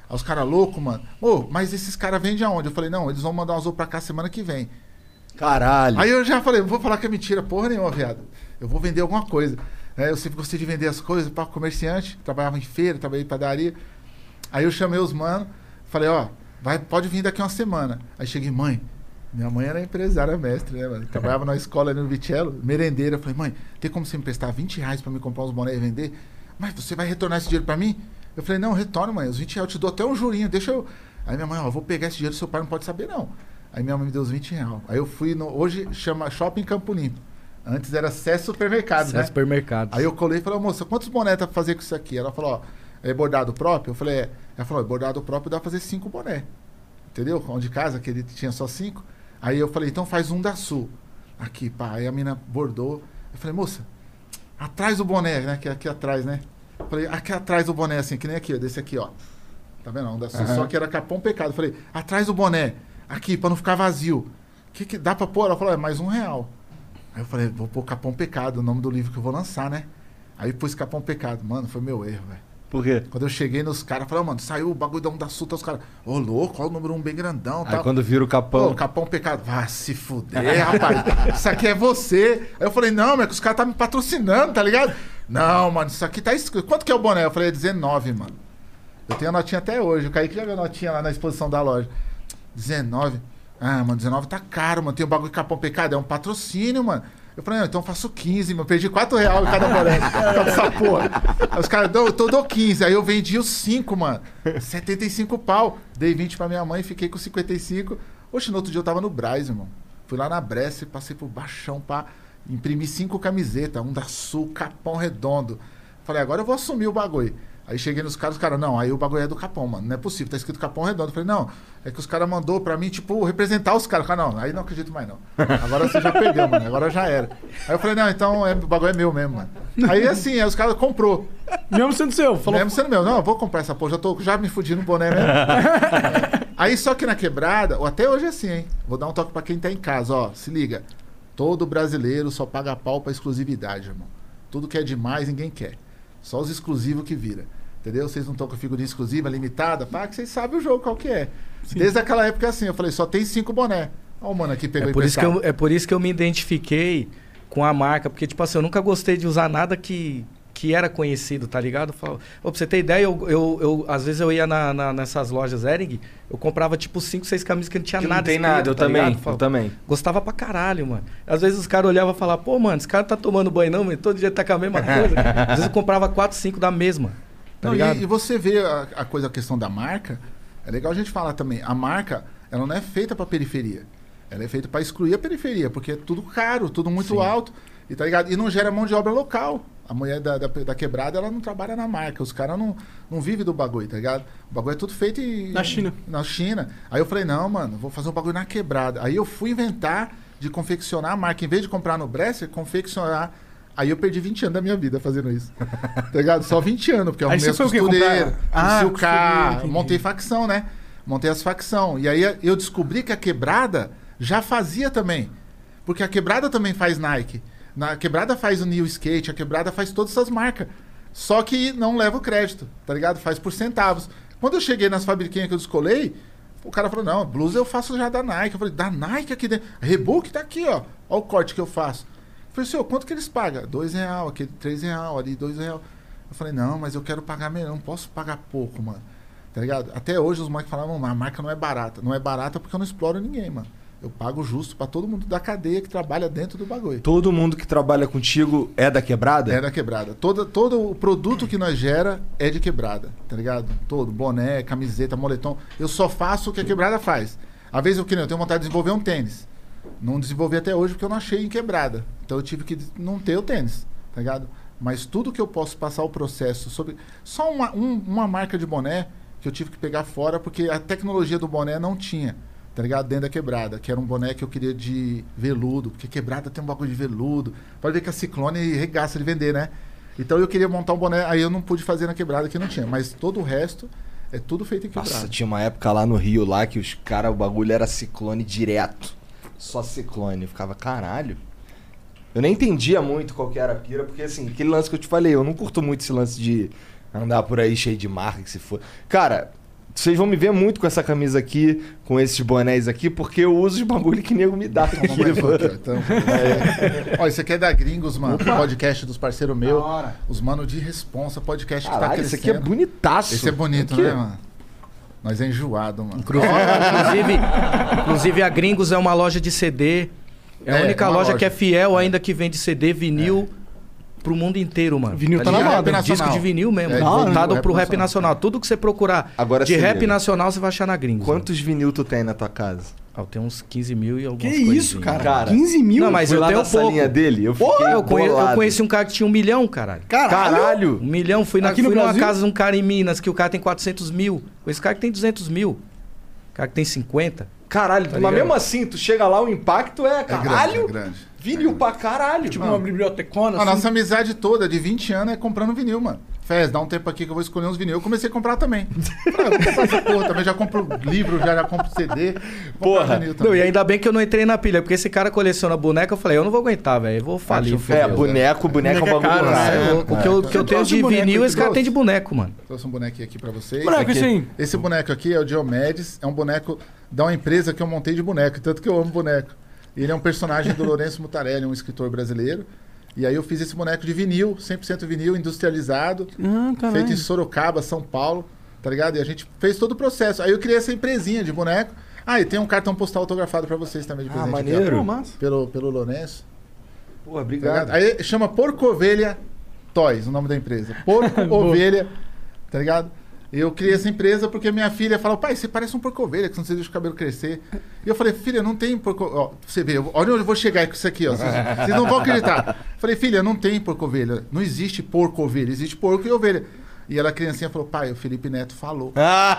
Aí os caras loucos, mano. Ô, mas esses caras vendem aonde? Eu falei, não, eles vão mandar um azul pra cá semana que vem. Caralho. Aí eu já falei, não vou falar que é mentira, porra nenhuma, viado. Eu vou vender alguma coisa. É, eu sempre gostei de vender as coisas para comerciante, trabalhava em feira, trabalhei em padaria. Aí eu chamei os manos, falei, ó, vai, pode vir daqui uma semana. Aí cheguei, mãe, minha mãe era empresária mestre, né, mano? Trabalhava na escola ali no Vitello, merendeira. Eu falei, mãe, tem como você me emprestar vinte reais para me comprar uns bonés e vender? Mas você vai retornar esse dinheiro para mim? Eu falei, não, retorno, mãe, os vinte reais eu te dou até um jurinho, deixa eu... Aí minha mãe, ó, eu vou pegar esse dinheiro, seu pai não pode saber, não. Aí minha mãe me deu os vinte reais. Aí eu fui, no, hoje chama Shopping Campo Limpo. Antes era Sé Supermercado, né? Sé Supermercado. Aí eu colei e falei, moça, quantos bonés dá pra fazer com isso aqui? Ela falou, ó, é bordado próprio? Eu falei, é. Ela falou, é bordado próprio dá pra fazer cinco bonés. Entendeu? Onde de casa, que ele tinha só cinco. Aí eu falei, então faz um da Sul. Aqui, pá. Aí a mina bordou. Eu falei, moça, atrás do boné, né? Que é aqui atrás, né? Eu falei, aqui atrás do boné, assim, que nem aqui, ó, desse aqui, ó. Tá vendo? Um da Sul. Uhum. Só que era Capão Pecado. Eu falei, atrás do boné, aqui, pra não ficar vazio. O que, que dá pra pôr? Ela falou, é mais um real. Aí eu falei, vou pôr Capão Pecado, o nome do livro que eu vou lançar, né? Aí pus Capão Pecado. Mano, foi meu erro, velho. Por quê? Quando eu cheguei nos caras, falei, oh, mano, saiu o bagulho da um da Sul, tá os caras, ô, oh, louco, olha o número um bem grandão. Aí tal. quando vira o Capão... Ô, Capão Pecado, vá se fuder, rapaz, isso aqui é você. Aí eu falei, não, mas que os caras tá me patrocinando, tá ligado? Não, mano, isso aqui tá escrito. Quanto que é o boné? Eu falei, dezenove, mano. Eu tenho a notinha até hoje, o Kaique já viu a notinha lá na exposição da loja. dezenove. Ah, mano, dezenove tá caro, mano, tem o bagulho de Capão Pecado, é um patrocínio, mano. Eu falei, não, então eu faço quinze, mano. Perdi quatro reais em cada boné. Essa porra. Aí os caras, eu dou quinze. Aí eu vendi os cinco, mano. setenta e cinco pau. Dei vinte pra minha mãe, fiquei com cinquenta e cinco. Oxe, no outro dia eu tava no Brás, irmão. Fui lá na Bresse, passei por baixão pra imprimir cinco camisetas. Um da Sul, Capão Redondo. Falei, agora eu vou assumir o bagulho. Aí cheguei nos caras, os caras, não, aí o bagulho é do Capão, mano. Não é possível, tá escrito Capão Redondo. Eu falei, não, é que os caras mandou pra mim, tipo, representar os caras. Não, aí não acredito mais, não. Agora você já perdeu, mano. Agora já era. Aí eu falei, não, então é, o bagulho é meu mesmo, mano. Aí assim, aí os caras comprou. Mesmo sendo seu, falou. Mesmo sendo meu. Não, eu vou comprar essa porra, já tô já me fudi no boné mesmo. Aí só que na quebrada, ou até hoje é assim, hein? Vou dar um toque pra quem tá em casa, ó. Se liga. Todo brasileiro só paga pau pra exclusividade, irmão. Tudo que é demais, ninguém quer. Só os exclusivos que vira. Entendeu? Vocês não estão com figurinha exclusiva, limitada, pá, que vocês sabem o jogo qual que é. Sim. Desde aquela época assim, eu falei, só tem cinco boné. Olha o mano aqui pegou é por isso que eu, É por isso que eu me identifiquei com a marca, porque, tipo assim, eu nunca gostei de usar nada que, que era conhecido, tá ligado? Falo, oh, pra você ter ideia, eu, eu, eu, às vezes eu ia na, na, nessas lojas Hering, eu comprava tipo cinco, seis camisas que não tinha que nada não tem escrito, nada, eu tá também, Falo, eu também. Gostava pra caralho, mano. Às vezes os caras olhavam e falavam, pô, mano, esse cara tá tomando banho não, mano, todo dia tá com a mesma coisa. Às vezes eu comprava quatro, cinco da mesma. Tá não, e, e você vê a, a coisa, a questão da marca, é legal a gente falar também, a marca, ela não é feita pra periferia, ela é feita pra excluir a periferia, porque é tudo caro, tudo muito Sim. alto, e, tá ligado? E não gera mão de obra local. A mulher da, da, da quebrada, ela não trabalha na marca, os caras não, não vivem do bagulho, tá ligado? O bagulho é tudo feito em, na China. Na China. Aí eu falei, não, mano, vou fazer um bagulho na quebrada. Aí eu fui inventar de confeccionar a marca, em vez de comprar no Bresser, confeccionar. Aí eu perdi vinte anos da minha vida fazendo isso. Tá ligado? Só vinte anos, porque eu arrumei as costureiras, ah, o carro, montei facção, né? Montei as facção. E aí eu descobri que a quebrada já fazia também. Porque a quebrada também faz Nike. Na quebrada faz o New Skate, a quebrada faz todas essas marcas. Só que não leva o crédito, tá ligado? Faz por centavos. Quando eu cheguei nas fabriquinhas que eu descolei, o cara falou, não, blusa eu faço já da Nike. Eu falei, da Nike aqui dentro? Rebook tá aqui, ó. Ó o corte que eu faço. Eu falei, senhor, quanto que eles pagam? Dois real, aquele três real, ali dois real. Eu falei, não, mas eu quero pagar melhor, não posso pagar pouco, mano. Tá ligado? Até hoje os moleques falavam, a marca não é barata. Não é barata porque eu não exploro ninguém, mano. Eu pago justo pra todo mundo da cadeia que trabalha dentro do bagulho. Todo mundo que trabalha contigo é da quebrada? É da quebrada. Todo, todo o produto que nós gera é de quebrada, tá ligado? Todo, boné, camiseta, moletom. Eu só faço o que a quebrada faz. Às vezes eu, eu tenho vontade de desenvolver um tênis. Não desenvolvi até hoje porque eu não achei em quebrada. Então eu tive que não ter o tênis, tá ligado? Mas tudo que eu posso passar o processo sobre... Só uma, um, uma marca de boné que eu tive que pegar fora porque a tecnologia do boné não tinha, tá ligado? Dentro da quebrada, que era um boné que eu queria de veludo, porque quebrada tem um bagulho de veludo. Pode ver que a Ciclone regaça de vender, né? Então eu queria montar um boné, aí eu não pude fazer na quebrada, que não tinha. Mas todo o resto é tudo feito em quebrada. Nossa, tinha uma época lá no Rio, lá, que os caras, o bagulho era Ciclone direto. Só Ciclone. Eu ficava, caralho. Eu nem entendia muito qual que era a pira, porque assim, aquele lance que eu te falei, eu não curto muito esse lance de andar por aí cheio de marca, que se for. Cara, Vocês vão me ver muito com essa camisa aqui, com esses bonés aqui, porque eu uso os bagulho que nego me dá. Aqui, Toma mais um aqui, ó. Então, é. Ó, isso aqui é da Gringos, mano. Opa. Podcast dos parceiros meus. Os mano de responsa, podcast que Caralho, tá crescendo. Esse aqui é bonitaço. Esse é bonito, aqui. né, mano? Nós é enjoado, mano. Inclusive, inclusive, a Gringos é uma loja de C D. É, é a única loja, loja que é fiel ainda que vende C D, vinil... É. Pro mundo inteiro, mano. Vinil tá na moda. Disco de vinil mesmo. É, voltado vinil, pro rap rap nacional. Tudo que você procurar Agora de se rap liga. nacional, você vai achar na Gringos. Quantos vinil tu tem na tua casa? Ah, eu tenho uns quinze mil e algumas Que coisinhas. isso, cara? Cara, quinze mil? Não, mas Fui eu lá tenho na salinha pouco. dele, eu fiquei Porra, eu, conhe- eu bolado. conheci um cara que tinha um milhão, caralho. Caralho! Caralho! Um milhão. Fui, na, Aqui no fui numa Brasil? casa de um cara em Minas que o cara tem quatrocentos mil. Esse cara que tem duzentos mil. O cara que tem cinquenta. Caralho, Tá mas ligado? mesmo assim, tu chega lá, o impacto é É caralho. grande, é grande. Vinil pra caralho. Tipo uma bibliotecona, A assim. nossa amizade toda de vinte anos é comprando vinil, mano. Fez, dá um tempo aqui que eu vou escolher uns vinil. Eu comecei a comprar também. Falei, ah, vou comprar essa porra também. Já compro livro, já, já compro C D. Vou Porra. comprar vinil Não, também. e ainda bem que eu não entrei na pilha, porque esse cara coleciona boneca, eu falei, eu não vou aguentar, velho. Eu vou falir. Acho É, fudeu. boneco, boneco é um Boneco é bagulho caro, raro. né? É louco. O que eu, que eu tenho trouxe de um boneco vinil, aqui, esse cara trouxe? tem de boneco, mano. Trouxe um bonequinho aqui pra vocês. Boneco, Aqui. assim. Esse boneco aqui é o Diomedes. É um boneco da uma empresa que eu montei de boneco. Tanto que eu amo boneco. Ele é um personagem do Lourenço Mutarelli, um escritor brasileiro. E aí eu fiz esse boneco de vinil, cem por cento vinil, industrializado. Ah, caralho. Feito em Sorocaba, São Paulo. Tá ligado? E a gente fez todo o processo. Aí eu criei essa empresinha de boneco. Ah, e tem um cartão postal autografado pra vocês também de Ah, presente. aqui, ó. maneiro. Pô, massa. Pelo, pelo Lourenço. Pô, Tá obrigado. ligado? Aí chama Porco Ovelha Toys, o nome da empresa. Porco Ovelha, tá ligado? Eu criei essa empresa porque minha filha falou, pai, você parece um porco ovelha, que você não deixa o cabelo crescer. E eu falei, filha, não tem porco... Ó, você vê, olha onde eu vou chegar com isso aqui, ó. Vocês, vocês não vão acreditar. Falei, filha, não tem porco ovelha. Não existe porco ovelha, existe porco e ovelha. E ela, criancinha, falou, pai, o Felipe Neto falou.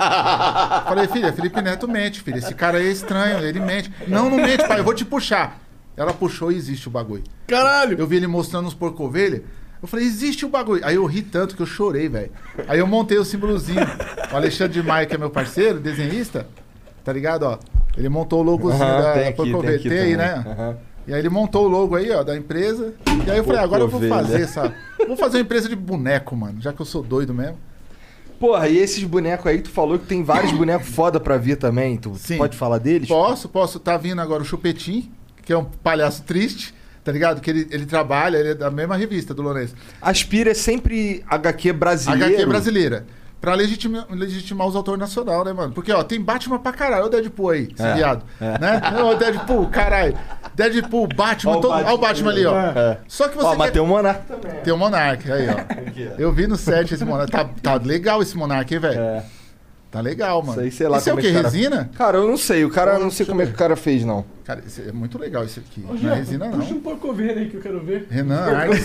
Falei, filha, Felipe Neto mente, filha. Esse cara aí é estranho, ele mente. Não, não mente, pai, eu vou te puxar. Ela puxou e existe o bagulho. Caralho! Eu vi ele mostrando os porco ovelha. Eu falei, existe o bagulho. Aí eu ri tanto que eu chorei, velho. Aí eu montei o símbolozinho. O Alexandre de Maia, que é meu parceiro, desenhista, tá ligado, ó? Ele montou o logozinho Aham, da tem aqui, porco tem ovelha. aqui Tem aí, também. né? Aham. E aí ele montou o logo aí, ó, da empresa. E aí eu falei, Porco agora eu vou ovelha. fazer essa... Vou fazer uma empresa de boneco, mano. Já que eu sou doido mesmo. Porra, e esses bonecos aí, tu falou que tem vários bonecos foda pra vir também. Tu, tu Sim. pode falar deles? Posso, posso. Tá vindo agora o Chupetim, que é um palhaço triste, tá ligado? Que ele, ele trabalha, ele é da mesma revista do Lourenço. Aspira é sempre H Q brasileiro. H Q brasileira. Pra legitimar, legitimar os autores nacional, né, mano? Porque, ó, tem Batman pra caralho. Olha o Deadpool aí, esse É, viado. Né? Ó, o Deadpool, caralho. Deadpool, Batman, Ó o todo... Batman. Olha o Batman ali, ó. É. Só que você Ó, mas quer... tem o Monark também. Tem o Monark, aí, ó. Eu vi no set esse Monark. Tá, tá legal esse Monark, hein, velho? É. Tá legal, mano. Isso aí, sei lá Esse é o como quê? que cara- Resina? Cara, eu não sei. O cara, Pô, eu não sei deixa como eu é que ver. o cara fez, não. Cara, esse é muito legal esse aqui. Ô, Não Jean, é resina, não. Puxa um porco ovelha aí que eu quero ver. Renan Arnes.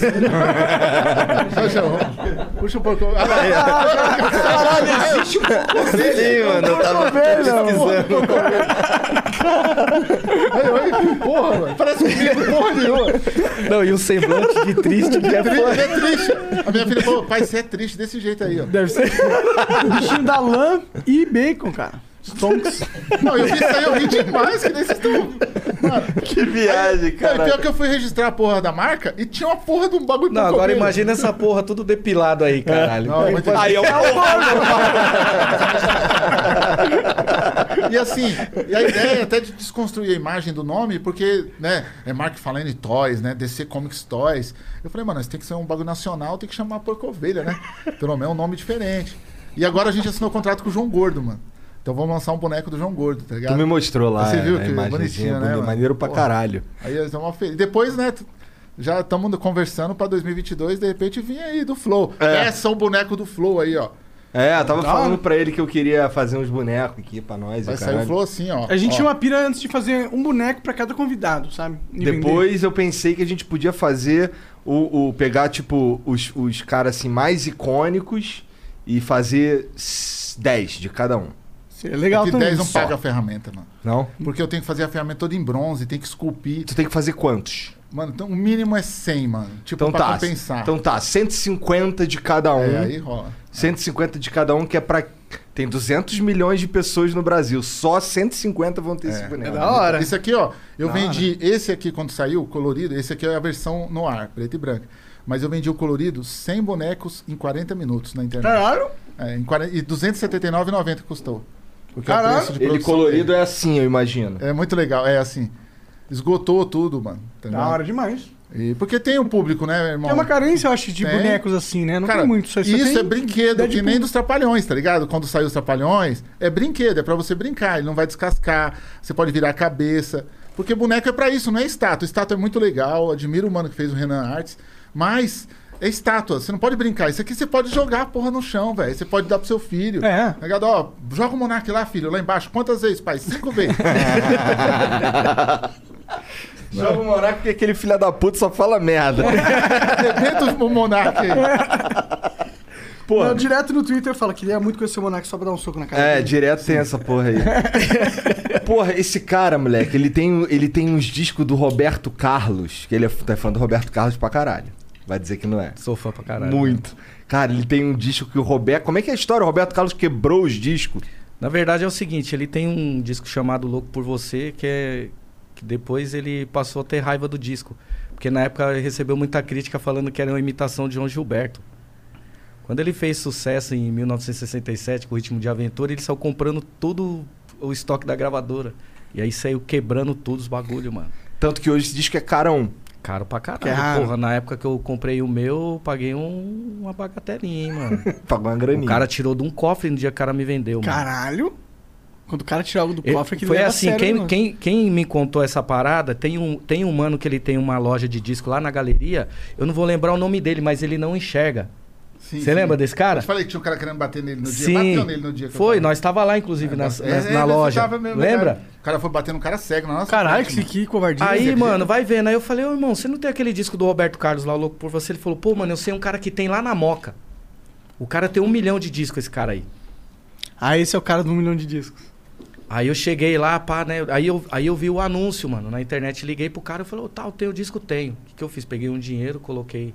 Puxa, puxa um pouco. Ah, lá, Caralho, existe um Sim, mano, eu tava pesquisando. Oi, oi, porra, mano. Parece um filho, porra nenhuma. Não, e um semblante de triste que é Tri- foda. Ele é triste. A minha filha falou, pai, você é triste desse jeito aí, ó. Deve ser o bichinho da lã e bacon, cara. Stonks. Não, eu vi isso aí, eu ri demais, que nem vocês estão... Mano, Que viagem, cara, cara. pior que eu fui registrar a porra da marca e tinha uma porra de um bagulho Não, pra agora comer. imagina essa porra tudo depilado aí, caralho. Não, muito Aí é o E assim, e a ideia é até de desconstruir a imagem do nome, porque, né, é Mark Falane Toys, né, D C Comics Toys. Eu falei, mano, isso tem que ser um bagulho nacional, tem que chamar Porco Ovelha, né? Pelo menos um nome diferente. E agora a gente assinou contrato com o João Gordo, mano. Então vamos lançar um boneco do João Gordo, tá ligado? Tu me mostrou lá. Você viu a que imagenzinha, bonitinho, né, bonito, mano? Maneiro pra Porra. caralho. Aí eles estão felizes. Depois, né, t- já estamos conversando pra dois mil e vinte e dois, de repente vinha aí do Flow. É. Peça um boneco do Flow aí, ó. É, eu tava Dá falando uma- pra ele que eu queria fazer uns bonecos aqui pra nós. Vai e sair o caralho. Flow assim, ó. A gente ó. tinha uma pira antes de fazer um boneco pra cada convidado, sabe? E vender. Depois eu pensei que a gente podia fazer o, o pegar, tipo, os, os caras assim, mais icônicos e fazer dez de cada um. Seria legal que também. dez não Só. paga a ferramenta, mano. Não? Porque eu tenho que fazer a ferramenta toda em bronze, tem que esculpir. Tu tem que fazer quantos? Mano, então o mínimo é cem, mano. Tipo, Então pra tá. compensar. Então tá, cento e cinquenta de cada um. É, aí rola. cento e cinquenta de cada um, que é pra. Tem duzentos milhões de pessoas no Brasil. Só cento e cinquenta vão ter esse É boneco. da hora. Esse aqui, ó, eu Da vendi esse aqui quando saiu, colorido, esse aqui é a versão no ar, preto e branco. Mas eu vendi o colorido cem bonecos em quarenta minutos na internet. Caralho! É, em quarenta, e duzentos e setenta e nove reais e noventa centavos custou. Porque Caralho! é o preço de Ele produção colorido dele. é assim, eu imagino. É muito legal, é assim. Esgotou tudo, mano. Entendeu? Da hora demais. E porque tem um público, né, irmão? Tem uma carência, eu acho, de Tem. bonecos assim, né? Não Cara, tem muito. Só isso tem é brinquedo, que Deadpool. nem dos Trapalhões, tá ligado? Quando saiu os Trapalhões, é brinquedo, é pra você brincar, ele não vai descascar, você pode virar a cabeça. Porque boneco é pra isso, não é estátua. Estátua é muito legal, admiro o mano que fez o Renan Arts, mas é estátua, você não pode brincar. Isso aqui você pode jogar a porra no chão, velho. Você pode dar pro seu filho. É. Tá ligado? Ó, joga o Monark lá, filho, lá embaixo. Quantas vezes, pai? Cinco vezes. Joga o Monark porque aquele filho da puta só fala merda. Arrebenta o Monark aí. Porra. Não, direto no Twitter fala que queria muito conhecer o Monark só pra dar um soco na cara É, dele. direto tem essa porra aí. Porra, esse cara, moleque, ele tem, ele tem uns discos do Roberto Carlos, que ele é tá fã do Roberto Carlos pra caralho. Vai dizer que não é. Sou fã pra caralho. Muito. Cara, ele tem um disco que o Roberto... Como é que é a história? O Roberto Carlos quebrou os discos. Na verdade é o seguinte, ele tem um disco chamado Louco por Você, que é que depois ele passou a ter raiva do disco. Porque na época ele recebeu muita crítica falando que era uma imitação de João Gilberto. Quando ele fez sucesso em mil novecentos e sessenta e sete com o Ritmo de Aventura, ele saiu comprando todo o estoque da gravadora. E aí saiu quebrando todos os bagulho, mano. Tanto que hoje esse disco é carão. Caro pra caralho. Que é raro. Porra, na época que eu comprei o meu, eu paguei um- uma bagatelinha, hein, mano. Pagou uma graninha. O cara tirou de um cofre no dia que o cara me vendeu, mano. Caralho! Quando o cara tira algo do Ele- cofre, que Foi leva a assim, sério, quem, mano. quem, quem me contou essa parada, tem um, tem um mano que ele tem uma loja de disco lá na galeria, eu não vou lembrar o nome dele, mas ele não enxerga. Sim, Você sim. lembra desse cara? Eu te falei que tinha um cara querendo bater nele no dia. Sim. Bateu nele no dia que eu Foi, tava. nós tava lá, inclusive, É, nas- é, nas- é, na você loja. tava mesmo, Lembra? cara. O cara foi batendo um cara cego na nossa Caralho, frente, que, mano. que covardia. Aí, Zé. mano, vai vendo. Aí eu falei, ô irmão, você não tem aquele disco do Roberto Carlos lá, o Louco por Você? Ele falou, pô, mano, eu sei um cara que tem lá na Moca. O cara tem um milhão de discos, esse cara aí. Ah, esse é o cara do um milhão de discos. Aí eu cheguei lá, pá, né? Aí eu, aí eu vi o anúncio, mano, na internet. Liguei pro cara e falei, ô, tal, tem o disco? Tenho. O que, que eu fiz? Peguei um dinheiro, coloquei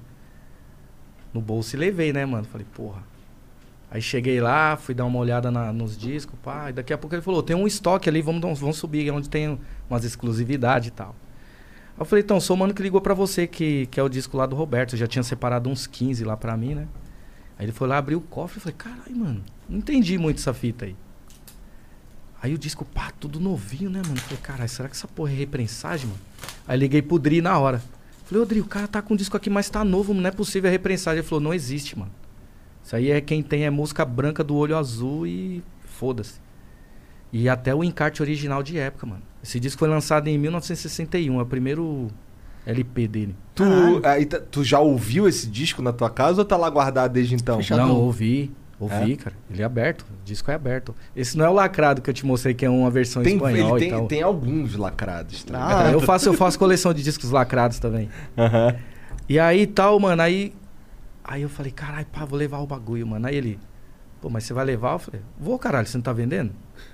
no bolso e levei, né, mano? Falei, porra. Aí cheguei lá, fui dar uma olhada na- nos discos, pá. E daqui a pouco ele falou, tem um estoque ali, vamos, dar uns- vamos subir, onde tem umas exclusividades e tal. Aí eu falei, então, sou o mano que ligou pra você, que, que é o disco lá do Roberto. Eu já tinha separado uns quinze lá pra mim, né? Aí ele foi lá, abriu o cofre e falei, caralho, mano, não entendi muito essa fita aí. Aí o disco, pá, tudo novinho, né, mano? Falei, caralho, será que essa porra é reprensagem, mano? Aí liguei pro Dri na hora. Falei, ô Dri, o cara tá com o disco aqui, mas tá novo, não é possível a reprensagem. Ele falou, não existe, mano. Isso aí é quem tem é música branca do olho azul e foda-se. E até o encarte original de época, mano. Esse disco foi lançado em mil novecentos e sessenta e um, é o primeiro L P dele. Tu, aí, tá- tu já ouviu esse disco na tua casa ou tá lá guardado desde então? Fechado. Não, ouvi. Ouvi, cara. Ele é aberto. O disco é aberto. Esse não é o lacrado que eu te mostrei, que é uma versão Tem, espanhol ele e tem, tal. tem alguns lacrados. Tá Ah, É, eu faço, eu faço coleção de discos lacrados também. Aham. E aí tal, mano, aí. Aí eu falei, caralho, pá, vou levar o bagulho, mano. Aí ele, pô, mas você vai levar? Eu falei, vou, caralho, você não tá vendendo?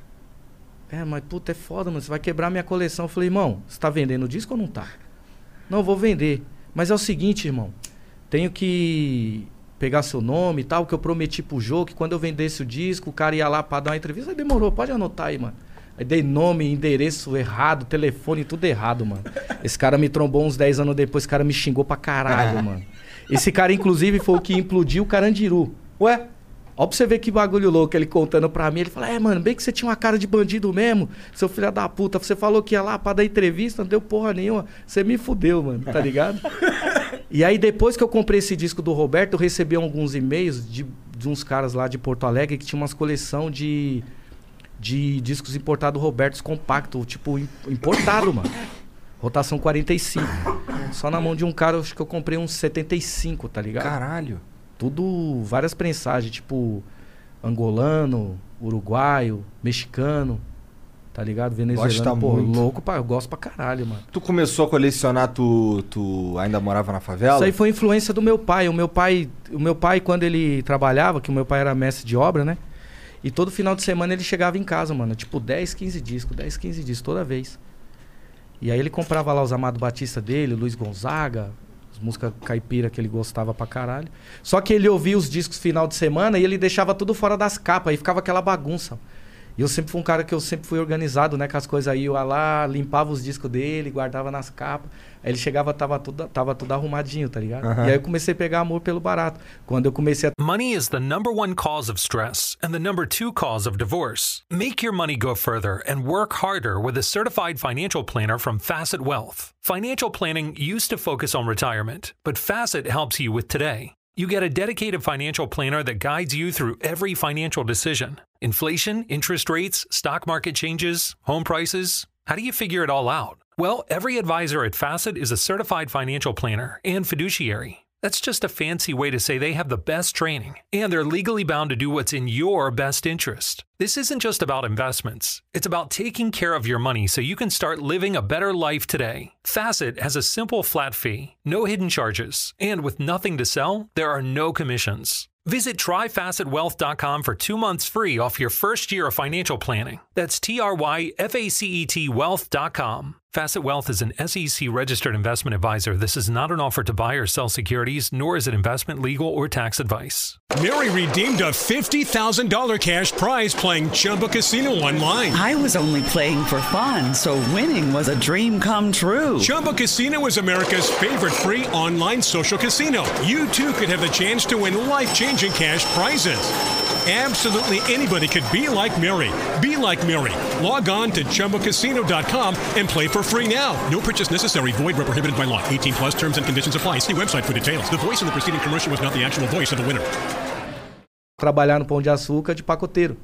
É, mas puta, é foda, mano, você vai quebrar minha coleção. Eu falei, irmão, você tá vendendo o disco ou não tá? Não, vou vender. Mas é o seguinte, irmão, tenho que pegar seu nome e tal, que eu prometi pro jogo que quando eu vendesse o disco, o cara ia lá pra dar uma entrevista. Aí demorou, pode anotar aí, mano. Aí dei nome, endereço errado, telefone, tudo errado, mano. Esse cara me trombou uns dez anos depois, esse cara me xingou pra caralho, mano. Esse cara, inclusive, foi o que implodiu o Carandiru. Ué? Ó pra você ver que bagulho louco, ele contando pra mim. Ele falou, é, mano, bem que você tinha uma cara de bandido mesmo, seu filho da puta. Você falou que ia lá pra dar entrevista, não deu porra nenhuma. Você me fudeu, mano, tá ligado? E aí, depois que eu comprei esse disco do Roberto, eu recebi alguns e-mails de, de uns caras lá de Porto Alegre que tinham umas coleção de, de discos importados Robertos compacto, tipo, im- importado, mano. Rotação quarenta e cinco. Só na mão de um cara, eu acho que eu comprei uns setenta e cinco, tá ligado? Caralho. Tudo, várias prensagens, tipo angolano, uruguaio, mexicano, tá ligado? Venezuelano, Gosta pô, muito. louco, pra, eu gosto pra caralho, mano. Tu começou a colecionar, tu, tu ainda morava na favela? Isso aí foi influência do meu pai. O meu pai, o meu pai quando ele trabalhava, que o meu pai era mestre de obra, né? E todo final de semana ele chegava em casa, mano, tipo dez, quinze discos, dez, quinze discos toda vez. E aí ele comprava lá os Amado Batista dele, Luiz Gonzaga, as músicas caipira que ele gostava pra caralho. Só que ele ouvia os discos final de semana e ele deixava tudo fora das capas, aí ficava aquela bagunça. E eu sempre fui um cara que eu sempre fui organizado, né? Com as coisas aí, eu ia lá, limpava os discos dele, guardava nas capas. Aí ele chegava, tava tudo, tava tudo arrumadinho, tá ligado? Uhum. E aí eu comecei a pegar amor pelo barato. Quando eu comecei a... Money is the number one cause of stress and the number two cause of divorce. Make your money go further and work harder with a certified financial planner from Facet Wealth. Financial planning used to focus on retirement, but Facet helps you with today. You get a dedicated financial planner that guides you through every financial decision. Inflation, interest rates, stock market changes, home prices. How do you figure it all out? Well, every advisor at Facet is a certified financial planner and fiduciary. That's just a fancy way to say they have the best training, and they're legally bound to do what's in your best interest. This isn't just about investments. It's about taking care of your money so you can start living a better life today. Facet has a simple flat fee, no hidden charges, and with nothing to sell, there are no commissions. Visit try facet wealth dot com for two months free off your first year of financial planning. That's T R Y F A C E T wealth dot com. Facet Wealth is an S E C registered investment advisor. This is not an offer to buy or sell securities, nor is it investment, legal, or tax advice. Mary redeemed a fifty thousand dollars cash prize playing Chumba Casino online. I was only playing for fun, so winning was a dream come true. Chumba Casino is America's favorite free online social casino. You too could have the chance to win life-changing cash prizes. Absolutely anybody could be like Mary. Be like Mary. Log on to chumba casino dot com and play for free now. No purchase necessary. Void where prohibited by law. eighteen plus terms and conditions apply. See website for details. The voice in the preceding commercial was not the actual voice of the winner. Trabalhar no Pão de Açúcar de pacoteiro.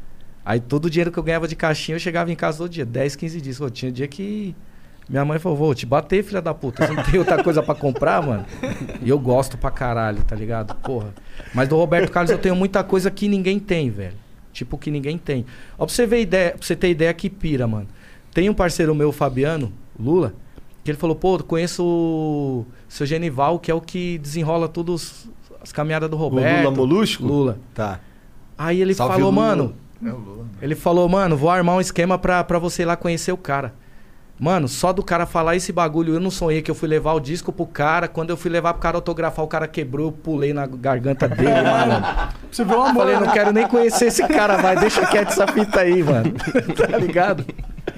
Aí todo o dinheiro que eu ganhava de caixinha, eu chegava em casa todo dia. dez, quinze dias. Pô, tinha dia que minha mãe falou, vou te bater, filha da puta. Você não tem outra coisa pra comprar, mano? E eu gosto pra caralho, tá ligado? Porra. Mas do Roberto Carlos eu tenho muita coisa que ninguém tem, velho. Tipo, que ninguém tem. Ó, pra você ver ideia, pra você ter ideia que pira, mano. Tem um parceiro meu, o Fabiano, Lula, que ele falou, pô, conheço o seu Genival, que é o que desenrola todas as caminhadas do Roberto. O Lula Molusco? Lula. Tá. Aí ele Salve, falou, Lula. mano... É o Lula. Ele falou, mano, vou armar um esquema pra, pra você ir lá conhecer o cara. Mano, só do cara falar esse bagulho, eu não sonhei que eu fui levar o disco pro cara. Quando eu fui levar pro cara autografar, o cara quebrou, eu pulei na garganta dele, mano. Você viu o amor. Falei, não quero nem conhecer esse cara, vai, deixa quieto essa fita aí, mano. Tá ligado?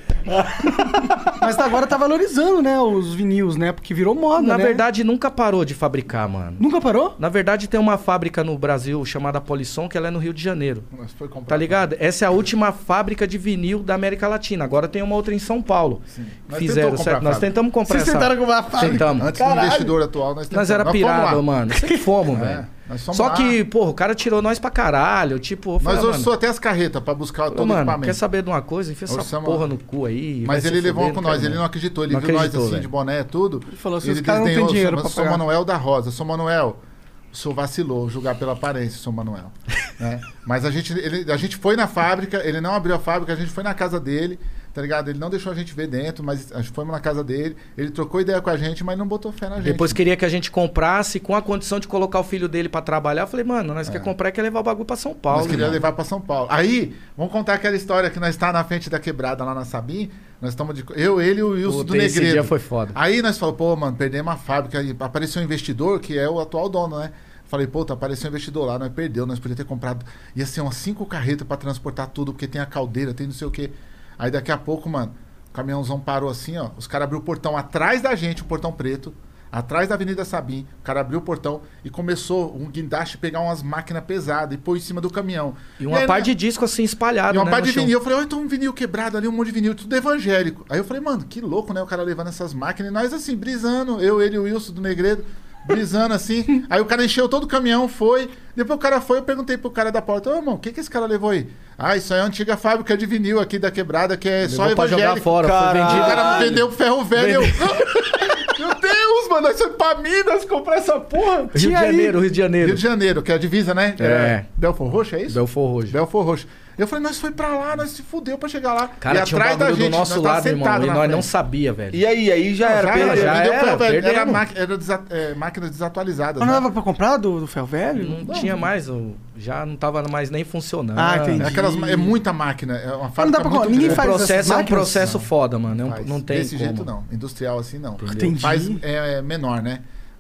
Mas agora tá valorizando, né, os vinis, né? Porque virou moda, Na né? verdade, nunca parou de fabricar, mano. Nunca parou? Na verdade, tem uma fábrica no Brasil chamada Polisson, que ela é no Rio de Janeiro. Mas foi comprar. Tá ligado? Essa é a última fábrica de vinil da América Latina. Agora tem uma outra em São Paulo. Sim. Nós Fizeram, tentou certo? comprar a Nós fábrica. tentamos comprar Vocês essa... tentaram comprar a fábrica? Tentamos. Antes do investidor atual, nós Nós era fomos pirado, lá. mano. Sempre fomos, É, velho. nós fomos Só lá. que, porra, o cara tirou nós pra caralho. Tipo, eu Nós falei, mano, orçou até as carretas pra buscar todo ô, o mano, equipamento. quer saber de uma coisa? Enfia essa Orçamos- porra no cu aí. Mas vai ele se levou fuder, com não nós, quero ele não. não acreditou. Ele Não viu nós acreditou, assim, velho. de boné, tudo. Ele falou assim, ele os caras não têm desdenhou, dinheiro São- pra São pagar. Manuel da Rosa. São Manuel, o senhor vacilou, julgar pela aparência, São Manuel. Né? Mas a gente, ele, a gente foi na fábrica, ele não abriu a fábrica, a gente foi na casa dele, tá ligado? Ele não deixou a gente ver dentro, mas a gente foi na casa dele, ele trocou ideia com a gente, mas não botou fé na gente. Depois queria que a gente comprasse com a condição de colocar o filho dele pra trabalhar. Eu falei, mano, nós quer comprar e quer levar o bagulho pra São Paulo. Nós queríamos irmão. levar pra São Paulo. Aí, vamos contar aquela história que nós está na frente da quebrada lá na Sabim. Nós estamos de. Eu, ele e o Wilson Puta, do esse Negredo. dia foi foda. Aí nós falamos, pô, mano, perdemos a fábrica. Aí apareceu um investidor, que é o atual dono, né? Falei, pô, tá, apareceu um investidor lá, nós perdeu, nós podíamos ter comprado. Ia ser umas cinco carretas pra transportar tudo, porque tem a caldeira, tem não sei o quê. Aí daqui a pouco, mano, o caminhãozão parou assim, ó. Os caras abriu o portão atrás da gente, o portão preto. Atrás da Avenida Sabim, o cara abriu o portão e começou um guindaste a pegar umas máquinas pesadas e pôr em cima do caminhão. E uma aí, par né, de disco assim espalhado, e uma né, par no de chão. vinil. Eu falei, olha, tem um vinil quebrado ali, um monte de vinil, tudo evangélico. Aí eu falei, mano, que louco, né? O cara levando essas máquinas. E nós assim, brisando, eu, ele e o Wilson do Negredo, brisando assim. Aí o cara encheu todo o caminhão, foi. Depois o cara foi, eu perguntei pro cara da porta, ô, irmão, o que que esse cara levou aí? Ah, isso aí é uma antiga fábrica de vinil aqui da quebrada, que é só Levou pra evangélico. jogar fora, Caralho. foi O vendido. cara vendeu pro ferro velho. Eu... Meu Deus, mano, nós fomos pra Minas comprar essa porra. Rio de Tinha aí- Janeiro, Rio de Janeiro. Rio de Janeiro, que é a divisa, né? É. Belfort Roxo, é isso? Belfort Roxo. Belfort Roxo. Eu falei, nós foi pra lá, nós se fudeu pra chegar lá. Cara, e tinha um atrás da bagulho gente, do nosso nós tava lado, irmão, sentado e na nós não frente. sabia, velho. E aí, aí já Não, era, já perdeu. era, já vendeu era, ferro velho. Era, perdemos. maqui- era desa- é, máquinas desatualizadas. Mas não né? dava pra comprar do, do ferro velho? Não, tinha mais, o- já não tava mais nem funcionando. Ah, entendi. É, aquelas, ma- é muita máquina. É uma Mas não fábrica dá pra muito co- ninguém grande. O faz essas processo é um máquinas? processo foda, mano. Não, Faz. não tem Desse como. jeito não. Industrial assim não. entendeu? Entendi. Faz é, é menor, né?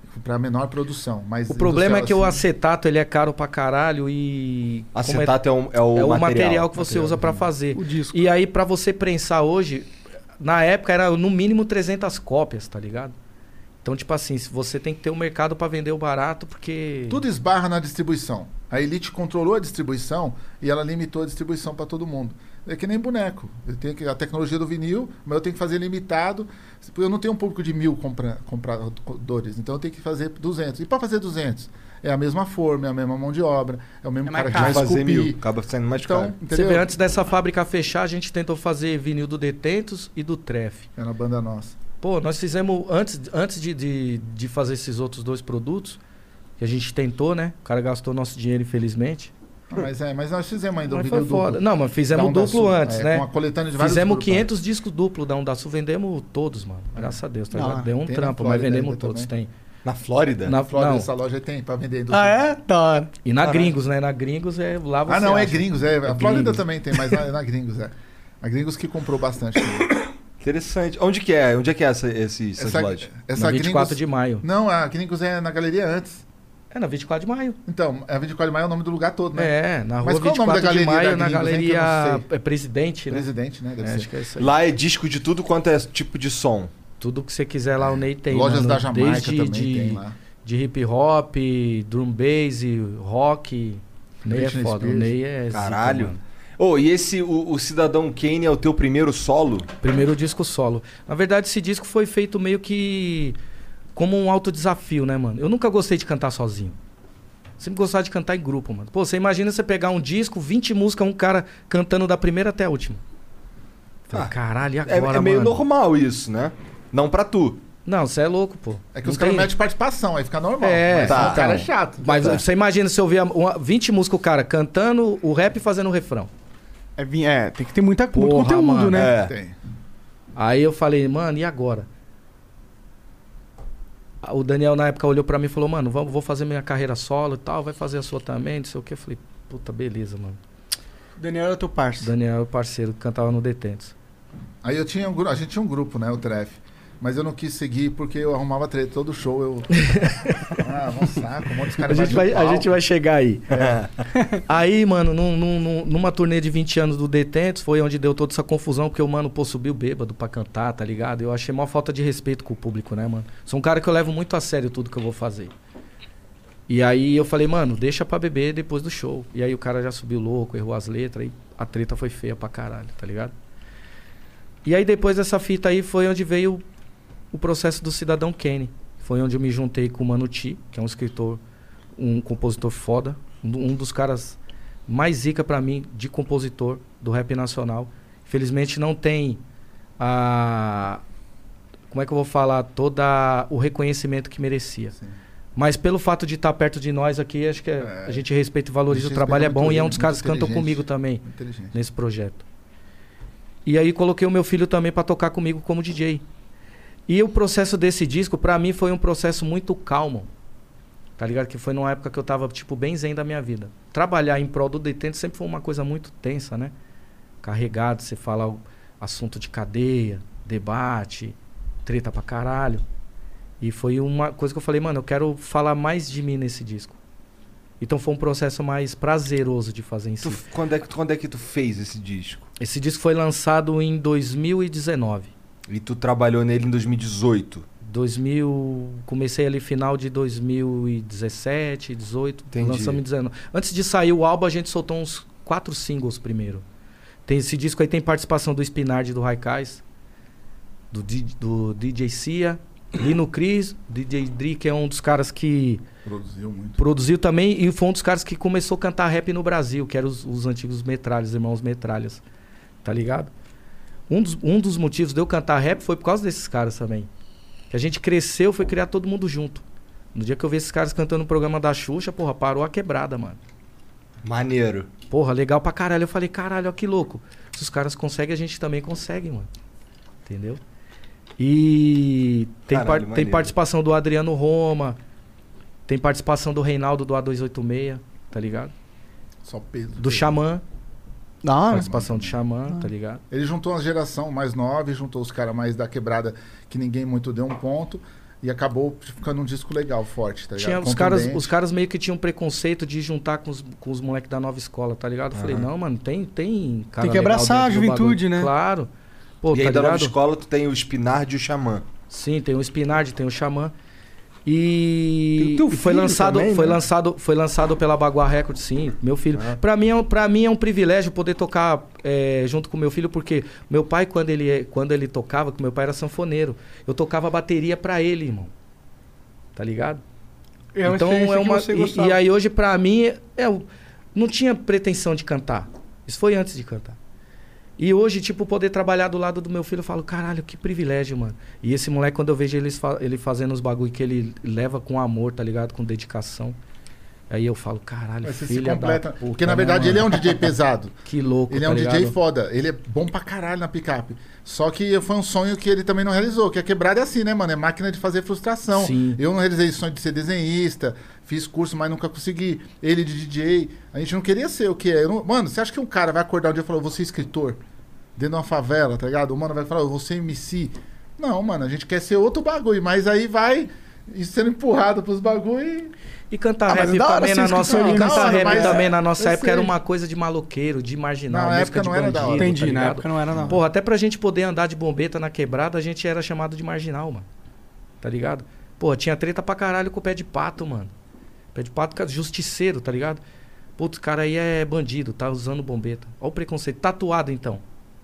Pra menor produção. Mas O problema é que o assim, acetato ele é caro pra caralho e... como Acetato é, um- é o é o material. material que você Material, usa pra né? fazer. O disco. E aí, pra você prensar hoje, na época era no mínimo trezentas cópias, tá ligado? Então, tipo assim, se você tem que ter um mercado pra vender o barato, porque... Tudo esbarra na distribuição. A Elite controlou a distribuição e ela limitou a distribuição para todo mundo. É que nem boneco. Eu tenho que, a tecnologia do vinil, mas eu tenho que fazer limitado. Porque eu não tenho um público de mil compra, compradores. Então eu tenho que fazer duzentos. E para fazer duzentos, é a mesma forma, é a mesma mão de obra, é o mesmo É cara mais que vai caro. Fazer esculpir. mil, acaba sendo mais Então, caro. Você entendeu? vê, antes dessa fábrica fechar, a gente tentou fazer vinil do Detentos e do Tref. É na banda nossa. Pô, nós fizemos, antes, antes de, de, de fazer esses outros dois produtos, que a gente tentou, né? O cara gastou nosso dinheiro, infelizmente. Ah, mas, é, mas nós fizemos ainda um Mas vídeo foi foda. duplo. Não, mas fizemos Da Onda duplo Sul, antes, é, né? com a coletânea de vários Fizemos grupos, quinhentos discos duplos da Onda Sul, vendemos todos, mano. Graças a Deus, tá Ah, ligado? Deu um tem na trampo, mas Flórida vendemos ainda todos, também. tem. Na Flórida? Na, Na Flórida, não, essa loja tem pra vender. Ah, é? Da hora. e na Caralho. Gringos, né? Na Gringos é lá você Ah, não, é acha. Gringos. É, a É Flórida Gringos. também tem, mas na, na Gringos, é. A Gringos que comprou bastante. Interessante. Onde que é? Onde é que é essa, esse, essas Essa, lojas? essa Na vinte e quatro Gringos- de maio. Não, a Gringos é na galeria antes. É, na vinte e quatro de maio. Então, a vinte e quatro de maio é o nome do lugar todo, né? É, na rua Mas qual vinte o e nome da quatro de galeria maio, da na Gringos, hein, que eu galeria não sei. é Presidente, né? Presidente, né? Deve É, ser. acho que é isso aí. Lá é disco de tudo quanto é tipo de som. Tudo que você quiser lá, o Ney tem. Lojas mano, da Jamaica desde também de, tem lá. de hip hop, drum bass, rock. Ney é Britney foda. O Spears. Ney é zica, Caralho. mano. Ô, e esse, o, o Cidadão Kane é o teu primeiro solo? Primeiro disco solo. Na verdade, esse disco foi feito meio que como um autodesafio, né, mano? Eu nunca gostei de cantar sozinho. Sempre gostava de cantar em grupo, mano. Pô, você imagina você pegar um disco, vinte músicas, um cara cantando da primeira até a última. Falei, Ah, caralho, e É, agora, é meio mano? normal isso, né? Não pra tu. Não, você é louco, pô. É que Não os caras tem- metem participação, aí fica normal. É, mas tá. o cara é chato. Mas Tá. você imagina se eu ouvir uma- vinte músicas, o cara cantando o rap e fazendo o refrão. É, vim- é, tem que ter muita, muito Porra, conteúdo, mano. né? É. Tem. Aí eu falei, mano, e agora? O Daniel na época olhou pra mim e falou, mano, vamos, vou fazer minha carreira solo e tal, vai fazer a sua também, não sei o que. Eu falei, puta, beleza, mano. O Daniel era teu parceiro. Daniel é o parceiro que cantava no Detentos. Aí eu tinha um, gru- a gente tinha um grupo, né? O Tref. Mas eu não quis seguir porque eu arrumava treta. Todo show eu. ah, vamos saco, um monte de A caras gente, vai, a gente vai chegar aí. É. Aí, mano, num, num- num- numa turnê de vinte anos do Detentos, foi onde deu toda essa confusão, porque o mano, pô, subiu bêbado pra cantar, tá ligado? Eu achei maior falta de respeito com o público, né, mano? Sou um cara que eu levo muito a sério tudo que eu vou fazer. E aí eu falei, mano, deixa pra beber depois do show. E aí o cara já subiu louco, errou as letras, e a treta foi feia pra caralho, tá ligado? E aí depois dessa fita aí foi onde veio o processo do Cidadão Kane. Foi onde eu me juntei com o Mano Ti, que é um escritor, um compositor foda, um, um dos caras mais zica pra mim de compositor do rap nacional. Infelizmente não tem a... Como é que eu vou falar? Todo o reconhecimento que merecia. Sim. Mas pelo fato de estar perto de nós aqui, acho que é- É. a gente respeita e valoriza A gente o trabalho, é respeita bom. muito E é um ele, dos muito caras que cantam inteligente. comigo também Inteligente. nesse projeto. E aí coloquei o meu filho também pra tocar comigo como D J. E o processo desse disco, pra mim, foi um processo muito calmo. Tá ligado? Que foi numa época que eu tava, tipo, bem zen da minha vida. Trabalhar em prol do detento sempre foi uma coisa muito tensa, né? Carregado, você fala o assunto de cadeia, debate, treta pra caralho. E foi uma coisa que eu falei, mano, eu quero falar mais de mim nesse disco. Então foi um processo mais prazeroso de fazer em si. Tu, quando, é que, quando é que tu fez esse disco? Esse disco foi lançado em dois mil e dezenove. E tu trabalhou nele em dois mil e dezoito. dois mil, comecei ali final de dois mil e dezessete, dezoito, Entendi. lançamos em dezenove. Antes de sair o álbum, a gente soltou uns quatro singles primeiro. Tem esse disco aí, tem participação do Spinard do Raikais, do, D- do D J Cia, Lino Cris, D J Dri, que é um dos caras que Produziu muito. produziu também e foi um dos caras que começou a cantar rap no Brasil, que eram os, os antigos Metralhas, irmãos Metralhas, tá ligado? Um dos, um dos motivos de eu cantar rap foi por causa desses caras também. Que a gente cresceu, foi criar todo mundo junto. No dia que eu vi esses caras cantando no programa da Xuxa, porra, parou a quebrada, mano. Maneiro. Porra, legal pra caralho. Eu falei, caralho, ó que louco. Se os caras conseguem, a gente também consegue, mano. Entendeu? E tem, Caralho, par- tem maneiro. participação do Adriano Roma, tem participação do Reinaldo do A duzentos e oitenta e seis, tá ligado? Só peso. Do Xamã, Ah, participação do Xamã, tá ligado? Ele juntou uma geração mais nova e juntou os caras mais da quebrada que ninguém muito deu um ponto. E acabou ficando um disco legal, forte, tá ligado? Tinha, os, caras, os caras meio que tinham preconceito de juntar com os, com os moleques da nova escola, tá ligado? Eu falei, não, mano, tem, tem cara Tem que abraçar a juventude, né? Claro. Pô, E aí tá da nova ligado? escola tu tem o Spinard e o Xamã. Sim, tem o Spinard, tem o Xamã. E, Tem o teu e foi filho lançado, também, foi né? lançado, foi lançado pela Bagua Records, sim, meu filho. Ah. Pra mim, é um- pra mim é um privilégio poder tocar é, junto com meu filho, porque meu pai quando ele quando ele tocava, que meu pai era sanfoneiro, eu tocava bateria pra ele, irmão. Tá ligado? É uma então experiência é que uma você e, gostava. e aí hoje pra mim é o- não tinha pretensão de cantar. Isso foi antes de cantar. E hoje, tipo, poder trabalhar do lado do meu filho, eu falo, caralho, que privilégio, mano. E esse moleque, quando eu vejo ele, fa- ele fazendo os bagulho que ele leva com amor, tá ligado? Com dedicação. Aí eu falo, caralho, Mas você se filha completa. da puta, Porque na né, verdade mano? ele é um D J pesado. Que louco, Ele é tá um D J ligado? foda. Ele é bom pra caralho na picape. Só que foi um sonho que ele também não realizou. Que a quebrada é assim, né, mano? É máquina de fazer frustração. Sim. Eu não realizei sonho de ser desenhista. Fiz curso, mas nunca consegui. Ele de D J. A gente não queria ser o que é. Eu não- Mano, você acha que um cara vai acordar um dia e falar, eu vou ser escritor? Dentro de uma favela, tá ligado? O mano vai falar, eu vou ser M C. Não, mano, a gente quer ser outro bagulho. Mas aí vai sendo empurrado pros bagulho e... E cantar Ah, mas rap da hora também ser na nossa, escritor, e da cantar hora, rap mas- também na nossa eu época era sei. uma coisa de maloqueiro, de marginal, Na música época de não era da bandido, hora. Entendi, tá na ligado? época não era não. Porra, até pra gente poder andar de bombeta na quebrada, a gente era chamado de marginal, mano. Tá ligado? Porra, tinha treta pra caralho com o pé de pato, mano. Pé de pato, cara, justiceiro, tá ligado? Putz, o cara aí é bandido, tá usando bombeta. Olha o preconceito. Tatuado, então.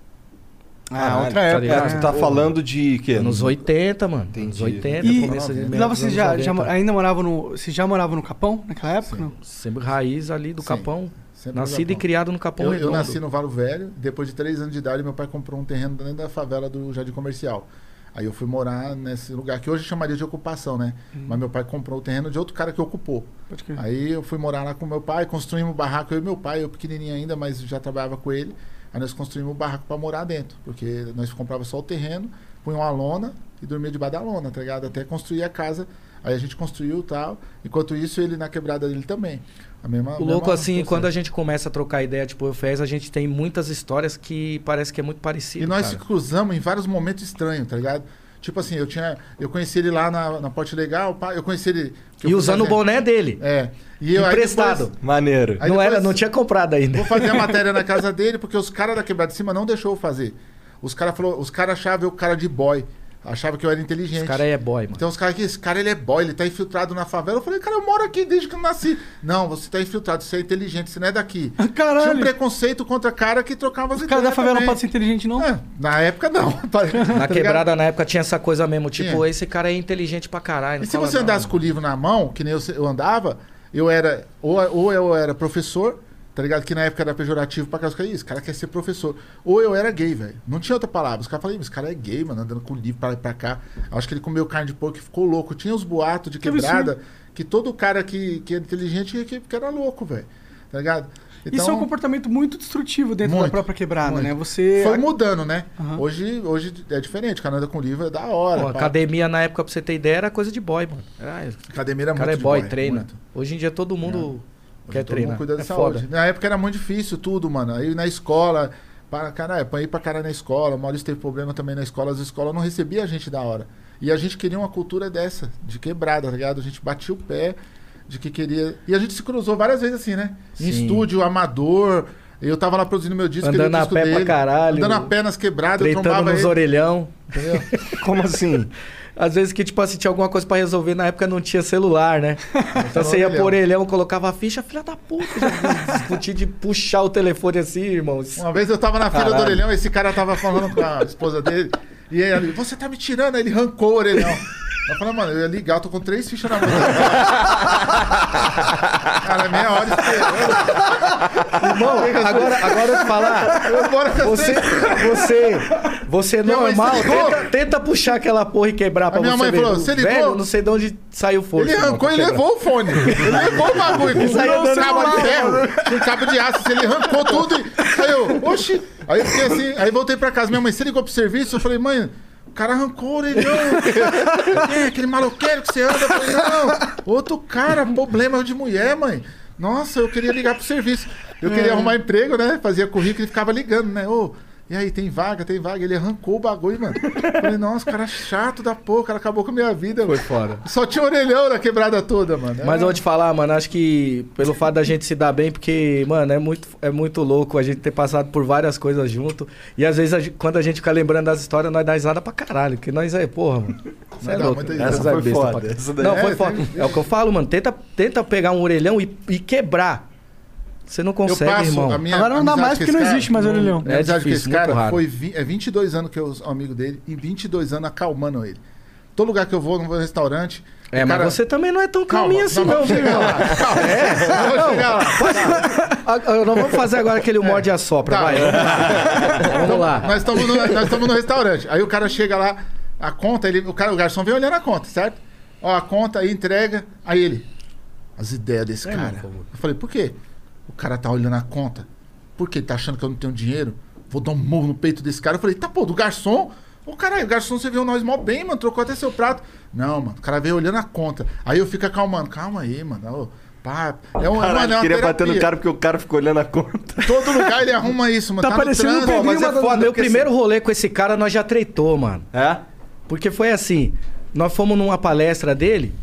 Ah, outra tá época. ligado? É, tu tá falando de quê? Anos oitenta, mano. Entendi. Anos oitenta, E começo de lá vocês anos já, já noventa. ainda moravam no. Vocês já moravam no Capão naquela época? Não? Sempre raiz ali do Sim, Capão. sempre no Nascido e Capão. criado no Capão Eu, Redondo. eu nasci no Valo Velho, depois de três anos de idade, meu pai comprou um terreno dentro da favela do Jardim Comercial. Aí eu fui morar nesse lugar, que hoje chamaria de ocupação, né? Mas meu pai comprou o terreno de outro cara que ocupou. Pode crer. Aí eu fui morar lá com meu pai, construímos um barraco, eu e meu pai, eu pequenininho ainda, mas já trabalhava com ele. Aí nós construímos um barraco pra morar dentro, porque nós comprava só o terreno, punha uma lona e dormia debaixo da lona, tá ligado? Até construir a casa. Aí a gente construiu e tal. Enquanto isso, ele na quebrada dele também. A mesma, O louco, assim, quando a gente começa a trocar ideia, tipo, eu Fez, a gente tem muitas histórias que parece que é muito parecido, E nós cara. se cruzamos em vários momentos estranhos, tá ligado? Tipo assim, eu tinha. Eu conheci ele lá na, na Porte Legal, pá, eu conheci ele. que eu E fui usando o fazer- boné dele. É. E eu, aí Emprestado. depois- Maneiro. Aí não, depois- era, não tinha comprado ainda. Vou fazer a matéria na casa dele, porque os caras da quebrada de cima não deixou eu fazer. Os caras falou, os caras achavam eu cara de boy. Achavam que eu era inteligente. Esse cara aí é boy, mano. Então os caras aqui, esse cara ele é boy, ele tá infiltrado na favela. Eu falei, cara, eu moro aqui desde que eu nasci. Não, você tá infiltrado, você é inteligente, você não é daqui. Caralho. Tinha um preconceito contra cara que trocava as Os caras da ideias favela não também. podem ser inteligentes, não? É, na época não. Na quebrada, na época, tinha essa coisa mesmo. Tipo, Tinha. esse cara é inteligente pra caralho. E não se fala você nada, andasse mano. com o livro na mão, que nem eu, eu andava, eu era. Ou, ou eu era professor, tá ligado? Que na época era pejorativo pra casa. Esse cara quer ser professor. Ou eu era gay, velho. Não tinha outra palavra. Os caras falaram, esse cara é gay, mano, andando com o livro pra lá e pra cá. Acho que ele comeu carne de porco e ficou louco. Tinha os boatos de Que quebrada, absurdo. que todo cara que, que é inteligente que, que era louco, velho. Tá ligado? Isso é um comportamento muito destrutivo dentro da Muito, própria quebrada, muito. né? Você. Foi mudando, né? Aham. Hoje, hoje é diferente. O cara anda com livro é da hora. Pô, pá. academia, na época, pra você ter ideia, era coisa de boy, mano. Era, Academia era o cara muito é de boy, boy, treina. muito. Hoje em dia todo mundo Hoje quer todo treinar. mundo cuida da É saúde. foda. Na época era muito difícil tudo, mano. Aí na escola, para caralho, pra ir pra caralho na escola, o Maurício teve problema também na escola, as escolas não recebiam a gente da hora. E a gente queria uma cultura dessa, de quebrada, tá ligado? A gente batia o pé de que queria. E a gente se cruzou várias vezes assim, né? Em Sim. estúdio, amador. Eu tava lá produzindo meu disco, Andando ele o a disco pé pra dele, caralho. Andando a pé nas quebradas, eu Treitando trombava nos ele. orelhão. Entendeu? Como assim? Às vezes que, tipo assim, tinha alguma coisa pra resolver, na época não tinha celular, né? Então você ia pro orelhão, colocava a ficha, filha da puta. Já discutir de puxar o telefone assim, irmão. Uma vez eu tava na fila Caralho. do orelhão, esse cara tava falando com a esposa dele, e aí ele, você tá me tirando? Aí ele arrancou o orelhão. Eu falei, mano, eu ia ligar, eu tô com três fichas na mão. Cara, é meia hora esperando. Irmão, agora, agora eu te falar. Eu bora com Você, vocês. você, você Minha mãe normal, ligou. tenta, tenta puxar aquela porra e quebrar pra A minha você mãe ver. falou, "Você ligou?" Velho, não sei de onde saiu força. Ele irmão, arrancou pra e quebrar. levou o fone. Ele levou o bagulho. Com saiu um dando cabo de mal. ferro, com cabo de aço. Ele arrancou tudo e saiu. Oxi. Aí eu fiquei assim, aí voltei pra casa. Minha mãe, você ligou pro serviço? Eu falei, mãe, o cara arrancou o orelhão. É, aquele maloqueiro que você anda. Eu falei, não. Outro cara, problema de mulher, mãe. Nossa, eu queria ligar pro serviço. Eu queria arrumar emprego, né? Fazia currículo e ficava ligando, né? Ô, E aí, tem vaga, tem vaga. Ele arrancou o bagulho, mano. Falei, nossa, cara chato da porra, o cara acabou com a minha vida. Foi mano. foda. Só tinha orelhão na quebrada toda, mano. Mas é... eu vou te falar, mano, acho que pelo fato da gente se dar bem, porque, mano, é muito, é muito louco a gente ter passado por várias coisas junto. E às vezes, a gente, quando a gente fica lembrando das histórias, nós dá risada pra caralho. Porque nós é, porra, mano. Você é louco. Essa foi foda. Essa daí... Não, foi É, foda. tem- É o que eu falo, mano. Tenta, tenta pegar um orelhão e, e quebrar. Você não Eu consegue, passo irmão. a minha Agora não dá amizade mais com porque esse não cara, existe mais orelhão. Minha É amizade com difícil, esse cara muito raro. foi vi- é vinte e dois anos que eu sou amigo dele e vinte e dois anos acalmando ele. Todo lugar que eu vou, não vou no restaurante. É, o mas cara- você também não é tão Calma, calminho assim, não, não, vamos chegar viu? lá. Calma. É, vamos chegar lá. Ah, Nós vamos fazer agora aquele morde a sopra, Tá. vai. Vamos lá. Nós estamos no, nós estamos no restaurante. Aí o cara chega lá, a conta, ele, o, cara, o garçom vem olhando a conta, certo? Ó, a conta aí entrega. Aí ele. As ideias desse É, cara. mano, por favor. Eu falei, por quê? O cara tá olhando a conta. Por quê? Tá achando que eu não tenho dinheiro? Vou dar um murro no peito desse cara. Eu falei, tá, pô, do garçom? Ô, caralho, o garçom você viu nós mó bem, mano. Trocou até seu prato. Não, mano, o cara veio olhando a conta. Aí eu fico acalmando. Calma aí, mano. Ô, pá. É um, Caralho, mano, é uma queria bater no terapia. cara porque o cara ficou olhando a conta. Todo lugar ele arruma isso, mano. Tá no parecendo um trânsito. Pedrinho, mas é mas foda. Meu porque primeiro rolê com esse cara, nós já treitou, mano. É? Porque foi assim, nós fomos numa palestra dele,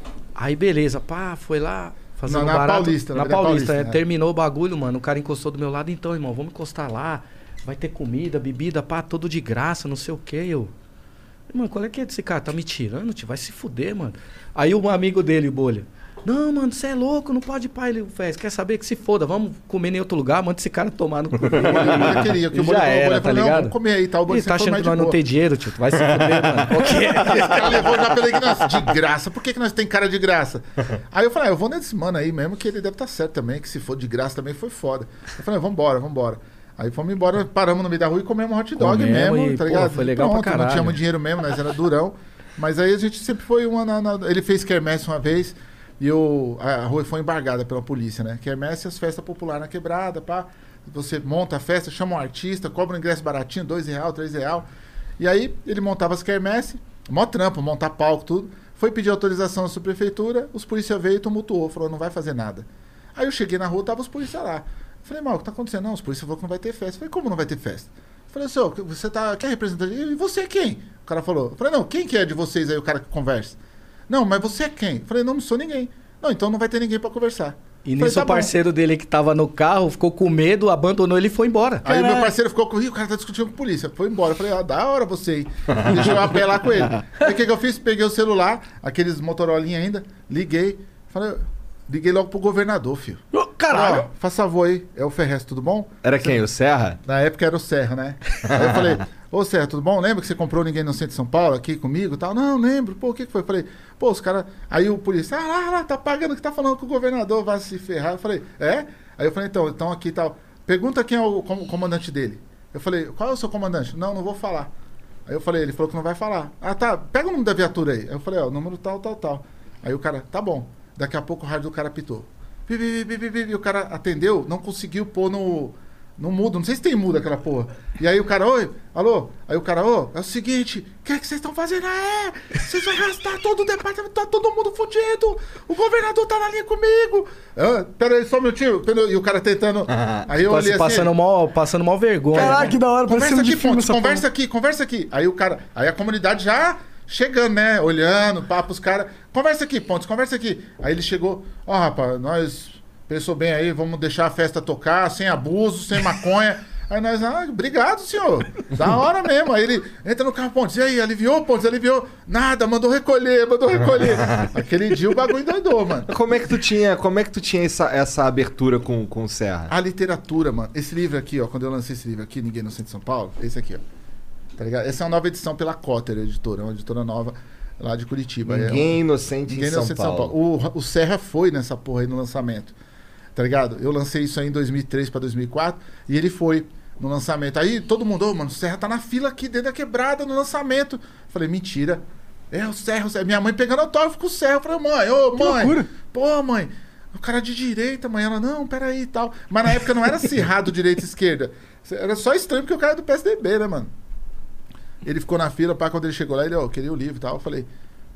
aí beleza, pá, foi lá, fazendo Na- na barato. Paulista, na na Avenida Paulista, Paulista, é, é. terminou o bagulho, mano, o cara encostou do meu lado, então, irmão, vamos encostar lá, vai ter comida, bebida, pá, tudo de graça, não sei o que, eu... Mano, qual é que é desse cara? Tá me tirando, tio? Vai se fuder, mano. Aí um amigo dele, Bolha, não, mano, você é louco, não pode ir pra ele, Fez. Quer saber que se foda, vamos comer em outro lugar, manda esse cara tomar no cu. Eu queria, que o E Bolha já falou, o era, Bolha tá falou, não, ligado? vamos comer aí, tá? O Bolha Ele tá sempre foi achando mais que nós de não boa. tem dinheiro, tio, tu vai se fuder, mano. Qual que é? Esse cara levou já pela ignorância. De graça. Por que, que nós tem cara de graça? Aí eu falei, ah, eu vou nesse mano aí mesmo, que ele deve estar certo também, que se for de graça também foi foda. Eu falei, vambora, vambora. Aí fomos embora, paramos no meio da rua e comemos um hot dog Comemos mesmo, e, tá pô, ligado? foi legal pra Pronto, caralho. não tínhamos dinheiro mesmo, nós era durão. Mas aí a gente sempre foi uma na, na- ele fez quermesse uma vez e eu, a rua foi embargada pela polícia, né? Quermesse e as festas populares na quebrada, pá. Você monta a festa, chama um artista, cobra um ingresso baratinho, dois real, três real. E aí ele montava as quermesse, mó trampo, montar palco, tudo. Foi pedir autorização na subprefeitura, os policiais veio e tumultuou, falou, não vai fazer nada. Aí eu cheguei na rua, tava os policiais lá. Falei, mal, o que tá acontecendo? Não, os policiais falaram que não vai ter festa. Falei, como não vai ter festa? Falei, senhor, você tá, quer representante? E você é quem? O cara falou. Falei, não, quem que é de vocês aí, o cara que conversa? Não, mas você é quem? Falei, não, não sou ninguém. Não, então não vai ter ninguém pra conversar. E Falei, nisso tá o bom. parceiro dele que tava no carro ficou com medo, abandonou ele e foi embora. Aí o meu parceiro ficou comigo, o cara tá discutindo com a polícia. Foi embora. Eu falei, ah, da hora você aí. Deixa eu apelar com ele. Aí o que, que eu fiz? Peguei o celular, aqueles Motorolinha ainda, liguei. Falei, liguei logo pro governador, filho. Ô, caralho! Ó, faz favor aí, é o Ferrez, tudo bom? Era quem? O Serra? Na época era o Serra, né? Aí eu falei, ô Serra, tudo bom? Lembra que você comprou Ninguém no Centro de São Paulo aqui comigo e tal? Não, lembro. Pô, o que que foi? Eu falei, pô, os caras... Aí o polícia, ah, lá, lá, tá pagando, que tá falando com o governador, vai se ferrar. Eu falei, é? Aí eu falei, então, então aqui tal. Pergunta quem é o com- comandante dele. Eu falei, qual é o seu comandante? Não, não vou falar. Aí eu falei, ele falou que não vai falar. Ah, tá, pega o número da viatura aí. Aí eu falei, ó, o número tal, tal, tal. Aí o cara, tá bom. Daqui a pouco o rádio do cara apitou. Pi, pi, pi, pi, pi, pi. O cara atendeu, não conseguiu pôr no, no mudo. Não sei se tem mudo aquela porra. E aí o cara, oi, alô? Aí o cara, ô, é o seguinte, o que é que vocês estão fazendo? É, vocês vão gastar todo o departamento, tá todo mundo fudido. O governador tá na linha comigo. Ah, pera aí, só um minutinho. Pera aí. E o cara tentando... Aí eu olhei assim... passando, mal, passando mal vergonha. Caralho, né? que da hora, Conversa parecendo aqui, de filme Pontes, essa conversa porra. aqui, conversa aqui. Aí o cara, aí a comunidade já chegando, né? Olhando, papo, os caras. Conversa aqui, Pontes, conversa aqui. Aí ele chegou, ó, rapaz, nós pensou bem aí, vamos deixar a festa tocar, sem abuso, sem maconha. Aí nós, ah, obrigado, senhor. Da hora mesmo. Aí ele entra no carro, Pontes, e aí, aliviou, Pontes, aliviou? Nada, mandou recolher, mandou recolher. Aquele dia o bagulho doidou, mano. Como é que tu tinha, como é que tu tinha essa, essa abertura com, com o Serra? A literatura, mano. Esse livro aqui, ó, quando eu lancei esse livro aqui, Ninguém no Centro de São Paulo, esse aqui, ó. Tá ligado? Essa é uma nova edição pela Cotter, editora, uma editora nova lá de Curitiba. Ninguém é um... inocente Ninguém em São, inocente em São Paulo. Paulo. O, o Serra foi nessa porra aí no lançamento. Tá ligado? Eu lancei isso aí em dois mil e três pra dois mil e quatro e ele foi no lançamento. Aí todo mundo, ô, mano, o Serra tá na fila aqui dentro da quebrada no lançamento. Falei, mentira. É o Serra, o Serra. Minha mãe pegando autógrafo com o Serra. Eu falei, mãe, ô, Que mãe. loucura. Pô, mãe. O cara de direita, mãe. Ela, não, peraí e tal. Mas na época não era acirrado direita e esquerda. Era só estranho porque o cara é do P S D B, né, mano? Ele ficou na fila, pá, quando ele chegou lá, ele, ó, queria o livro e tal. Eu falei,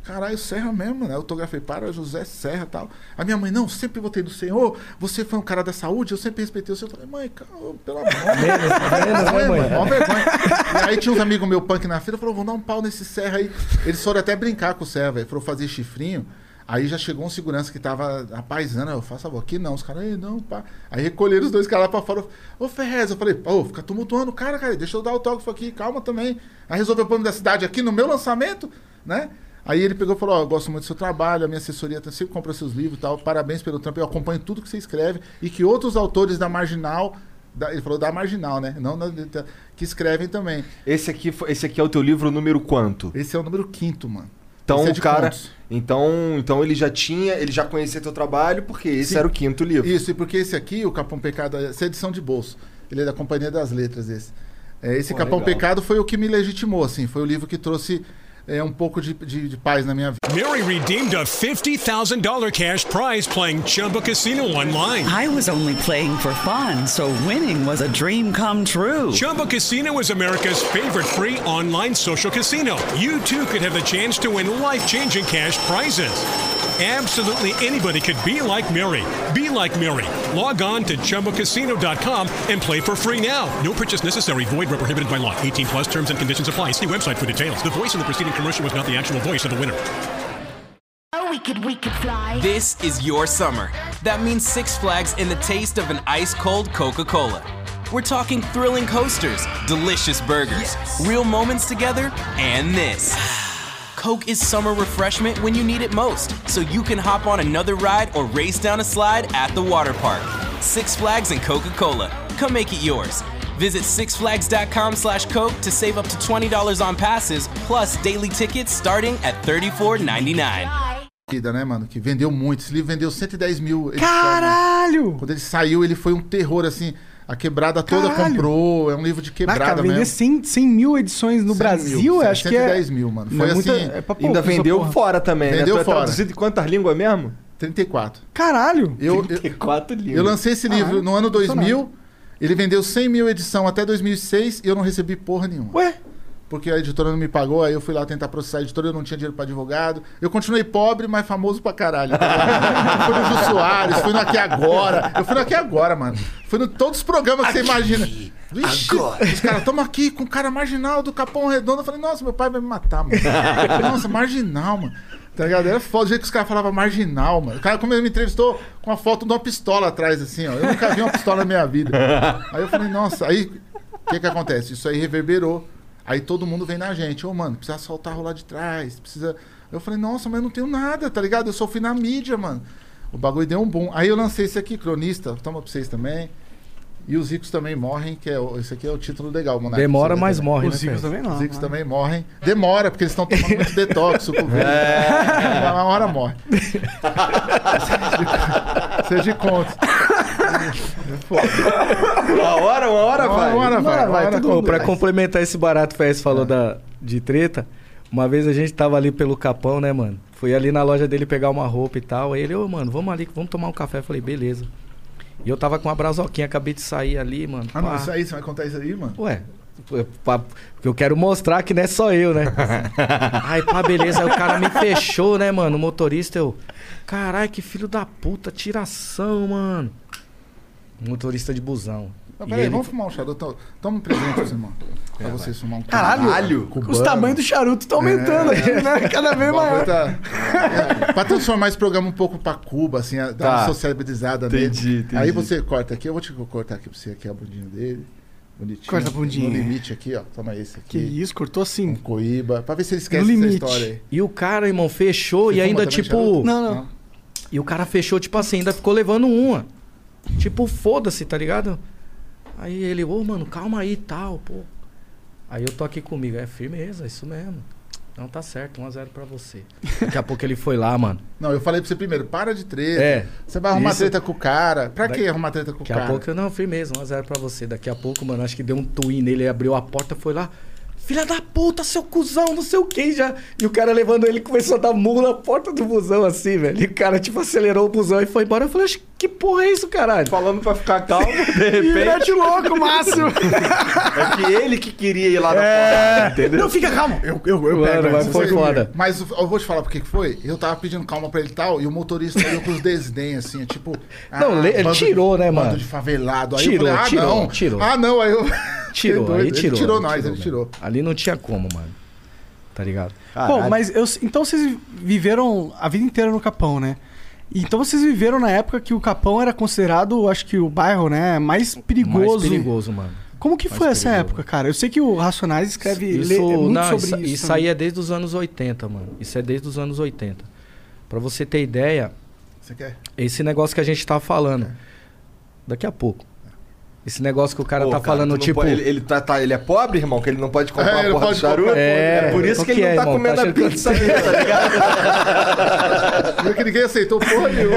Caralho, Serra mesmo, né? Eu autografei para José Serra e tal. A minha mãe, não, sempre votei no Senhor. Você foi um cara da saúde, eu sempre respeitei o Senhor. Eu falei, mãe, calma, pelo amor de Deus. Mãe, mãe, mó vergonha. E aí tinha uns amigos meus punk na feira, falou, vou dar um pau nesse Serra aí. Eles foram até brincar com o Serra, velho. Foram fazer chifrinho. Aí já chegou um segurança que tava apaisando. Eu faço favor, aqui não. Os caras, aí não, pá. Aí recolheram os dois caras lá pra fora. Ô, Ferrez, eu falei, ô, fica tumultuando o cara, cara. Deixa eu dar autógrafo aqui, calma também. Aí resolveu o plano da cidade aqui no meu lançamento, né? Aí ele pegou e falou, ó, oh, eu gosto muito do seu trabalho, a minha assessoria sempre compra seus livros e tal, parabéns pelo trampo, eu acompanho tudo que você escreve e que outros autores da Marginal, da, ele falou da Marginal, né? Não da, da, que escrevem também. Esse aqui, esse aqui é o teu livro número quanto? Esse é o número quinto, mano. Então é o cara, contos. então, então ele já tinha, ele já conhecia teu trabalho porque esse Sim. era o quinto livro. Isso, e porque esse aqui, o Capão Pecado, essa é edição de bolso. Ele é da Companhia das Letras, esse. É, esse Pô, Capão legal. Pecado foi o que me legitimou, assim, foi o livro que trouxe é um pouco de, de, de paz na minha vida. Mary redeemed a fifty thousand dollars cash prize playing Chumba Casino online. I was only playing for fun, so winning was a dream come true. Chumba Casino is America's favorite free online social casino. You too could have the chance to win life-changing cash prizes. Absolutely anybody could be like Mary. Be like Mary. Log on to chumba casino dot com and play for free now. No purchase necessary. Void where prohibited by law. eighteen plus terms and conditions apply. See website for details. The voice in the preceding commercial was not the actual voice of the winner. Oh, we could, we could fly. This is your summer. That means Six Flags and the taste of an ice-cold Coca-Cola. We're talking thrilling coasters, delicious burgers, yes. real moments together, and this. Coke is summer refreshment when you need it most, so you can hop on another ride or race down a slide at the water park. Six Flags and Coca-Cola. Come make it yours. Visit sixflags.com slash Coke to save up to twenty dollars on passes, plus daily tickets starting at thirty-four ninety-nine. Né, mano? Que vendeu muito. Esse livro vendeu cento e dez mil. Caralho! Quando ele saiu, ele foi um terror, assim. A quebrada toda Caralho. comprou. É um livro de quebrada Mas, cara, mesmo. cem, cem mil edições no Brasil, mil, acho que é... cento e dez mil, mano. Foi é assim... Muita, é pra pouco, ainda vendeu porra. fora também, vendeu né? Fora. Traduzido em quantas línguas mesmo? trinta e quatro. Caralho! Eu, trinta e quatro eu, línguas. Eu lancei esse livro Caralho. no ano dois mil. Ele vendeu cem mil edição até dois mil e seis e eu não recebi porra nenhuma. Ué? Porque a editora não me pagou, aí eu fui lá tentar processar a editora, eu não tinha dinheiro pra advogado. Eu continuei pobre, mas famoso pra caralho. Tá eu fui no Jô Soares, fui no Aqui Agora. Eu fui no Aqui Agora, mano. Fui no todos os programas que Aqui, você imagina. Vixe, agora. Os caras, tamo aqui com o cara Marginal do Capão Redondo. Eu falei, nossa, meu pai vai me matar, mano. Nossa, Marginal, mano. Tá ligado? Era foda, o jeito que os caras falavam Marginal, mano. O cara, como ele me entrevistou com uma foto de uma pistola atrás, assim, ó. Eu nunca vi uma pistola na minha vida. Aí eu falei, nossa, aí o que que acontece? Isso aí reverberou. Aí todo mundo vem na gente, ô oh, mano, precisa soltar rolar de trás, precisa... Eu falei, nossa, mas eu não tenho nada, tá ligado? Eu só fui na mídia, mano. O bagulho deu um boom. Aí eu lancei esse aqui, Cronista, toma pra vocês também. E os ricos também morrem, que é esse aqui é o título legal, Monarca. Demora, mas morre, os né? Os ricos também não. Os ricos também morrem. Demora, porque eles estão tomando muito detox, o governo. É. Uma hora morre. Seja de conta. Uma hora, uma hora uma vai. Uma hora vai. Uma hora Pô, pra complementar esse barato, Fez falou é. da, de treta. Uma vez a gente tava ali pelo Capão, né, mano? Fui ali na loja dele pegar uma roupa e tal. Aí ele, ô, oh, mano, vamos ali, vamos tomar um café. Eu falei, beleza. E eu tava com uma brazoquinha, acabei de sair ali, mano. Ah, não, isso aí, você vai contar isso aí, mano? Ué, porque eu quero mostrar que não é só eu, né? Aí, pá, beleza. Aí o cara me fechou, né, mano? O motorista, eu... Caralho, que filho da puta, tiração, mano. Motorista de busão. Ah, peraí, ele... vamos fumar um charuto. Toma um presente, irmão. Pra é, vocês fumar um caralho. Caralho. Os tamanhos do charuto estão aumentando é, aqui, né? Cada vez maior. Tá... É, pra transformar esse programa um pouco pra Cuba, assim, dar tá. uma sociabilizada nele. Entendi, entendi. Aí você corta aqui, eu vou te cortar aqui pra você, aqui a bundinha dele. Bonitinho. Corta a bundinha. No limite aqui, ó. Toma esse aqui. Que isso, cortou assim. Um coíba. Pra ver se ele esquece essa história aí. E o cara, irmão, fechou você e ainda tipo... Charuto? Não, não, não. E o cara fechou, tipo assim, ainda ficou levando uma. Tipo, foda-se, tá ligado? Aí ele, ô, oh, mano, calma aí e tal, pô. Aí eu tô aqui comigo, é firmeza, isso mesmo. Não, tá certo, um a zero pra você. Daqui a pouco ele foi lá, mano. Não, eu falei pra você primeiro, para de treta. É. Você vai arrumar isso. treta com o cara. Pra da... que arrumar treta com o cara? Daqui a pouco, eu, não, firmeza, um a zero pra você. Daqui a pouco, mano, acho que deu um twin nele, ele abriu a porta, foi lá. filha da puta, seu cuzão, não sei o que já. E o cara levando ele, começou a dar murro na porta do busão, assim, velho. E o cara, tipo, acelerou o busão e foi embora. Eu falei, que porra é isso, caralho? Falando pra ficar calmo, de repente... Mete louco, Márcio! É que ele que queria ir lá na É... porta, entendeu? Não, fica calmo. Eu, eu, eu Mano, pego. mas foi foda. Mas eu vou te falar por que que foi. Eu tava pedindo calma pra ele e tal, e o motorista olhou com os desdém, assim, tipo... Não, ah, ele bando tirou, de, né, bando mano? de favelado. Aí Tirou, eu falei, ah, tirou, não. tirou. Ah, não, aí eu... Tirou, Doido. aí Ele tirou. tirou aí nós, ele velho. tirou. Ali não tinha como, mano. Tá ligado? Pô, mas eu, então vocês viveram a vida inteira no Capão, né? Então vocês viveram na época que o Capão era considerado, acho que o bairro, né, mais perigoso. Mais perigoso, mano. Como que Mais foi essa perigoso. época, cara? Eu sei que o Racionais escreve Isso, lê, muito não, sobre isso, isso. isso também. aí é desde os anos oitenta, mano. Isso é desde os anos oitenta. Pra você ter ideia, Você quer? esse negócio que a gente tá falando, daqui a pouco. Esse negócio que o cara Pô, tá cara, falando, tu não tipo... pode- ele, ele, tá, tá- ele é pobre, irmão? Que ele não pode comprar É, uma ele porra pode de charuto? comprar- É, por isso qual que ele que não é, tá irmão? comendo Tá a achando que- pizza ali, tá ligado? Viu que ninguém aceitou porra nenhuma.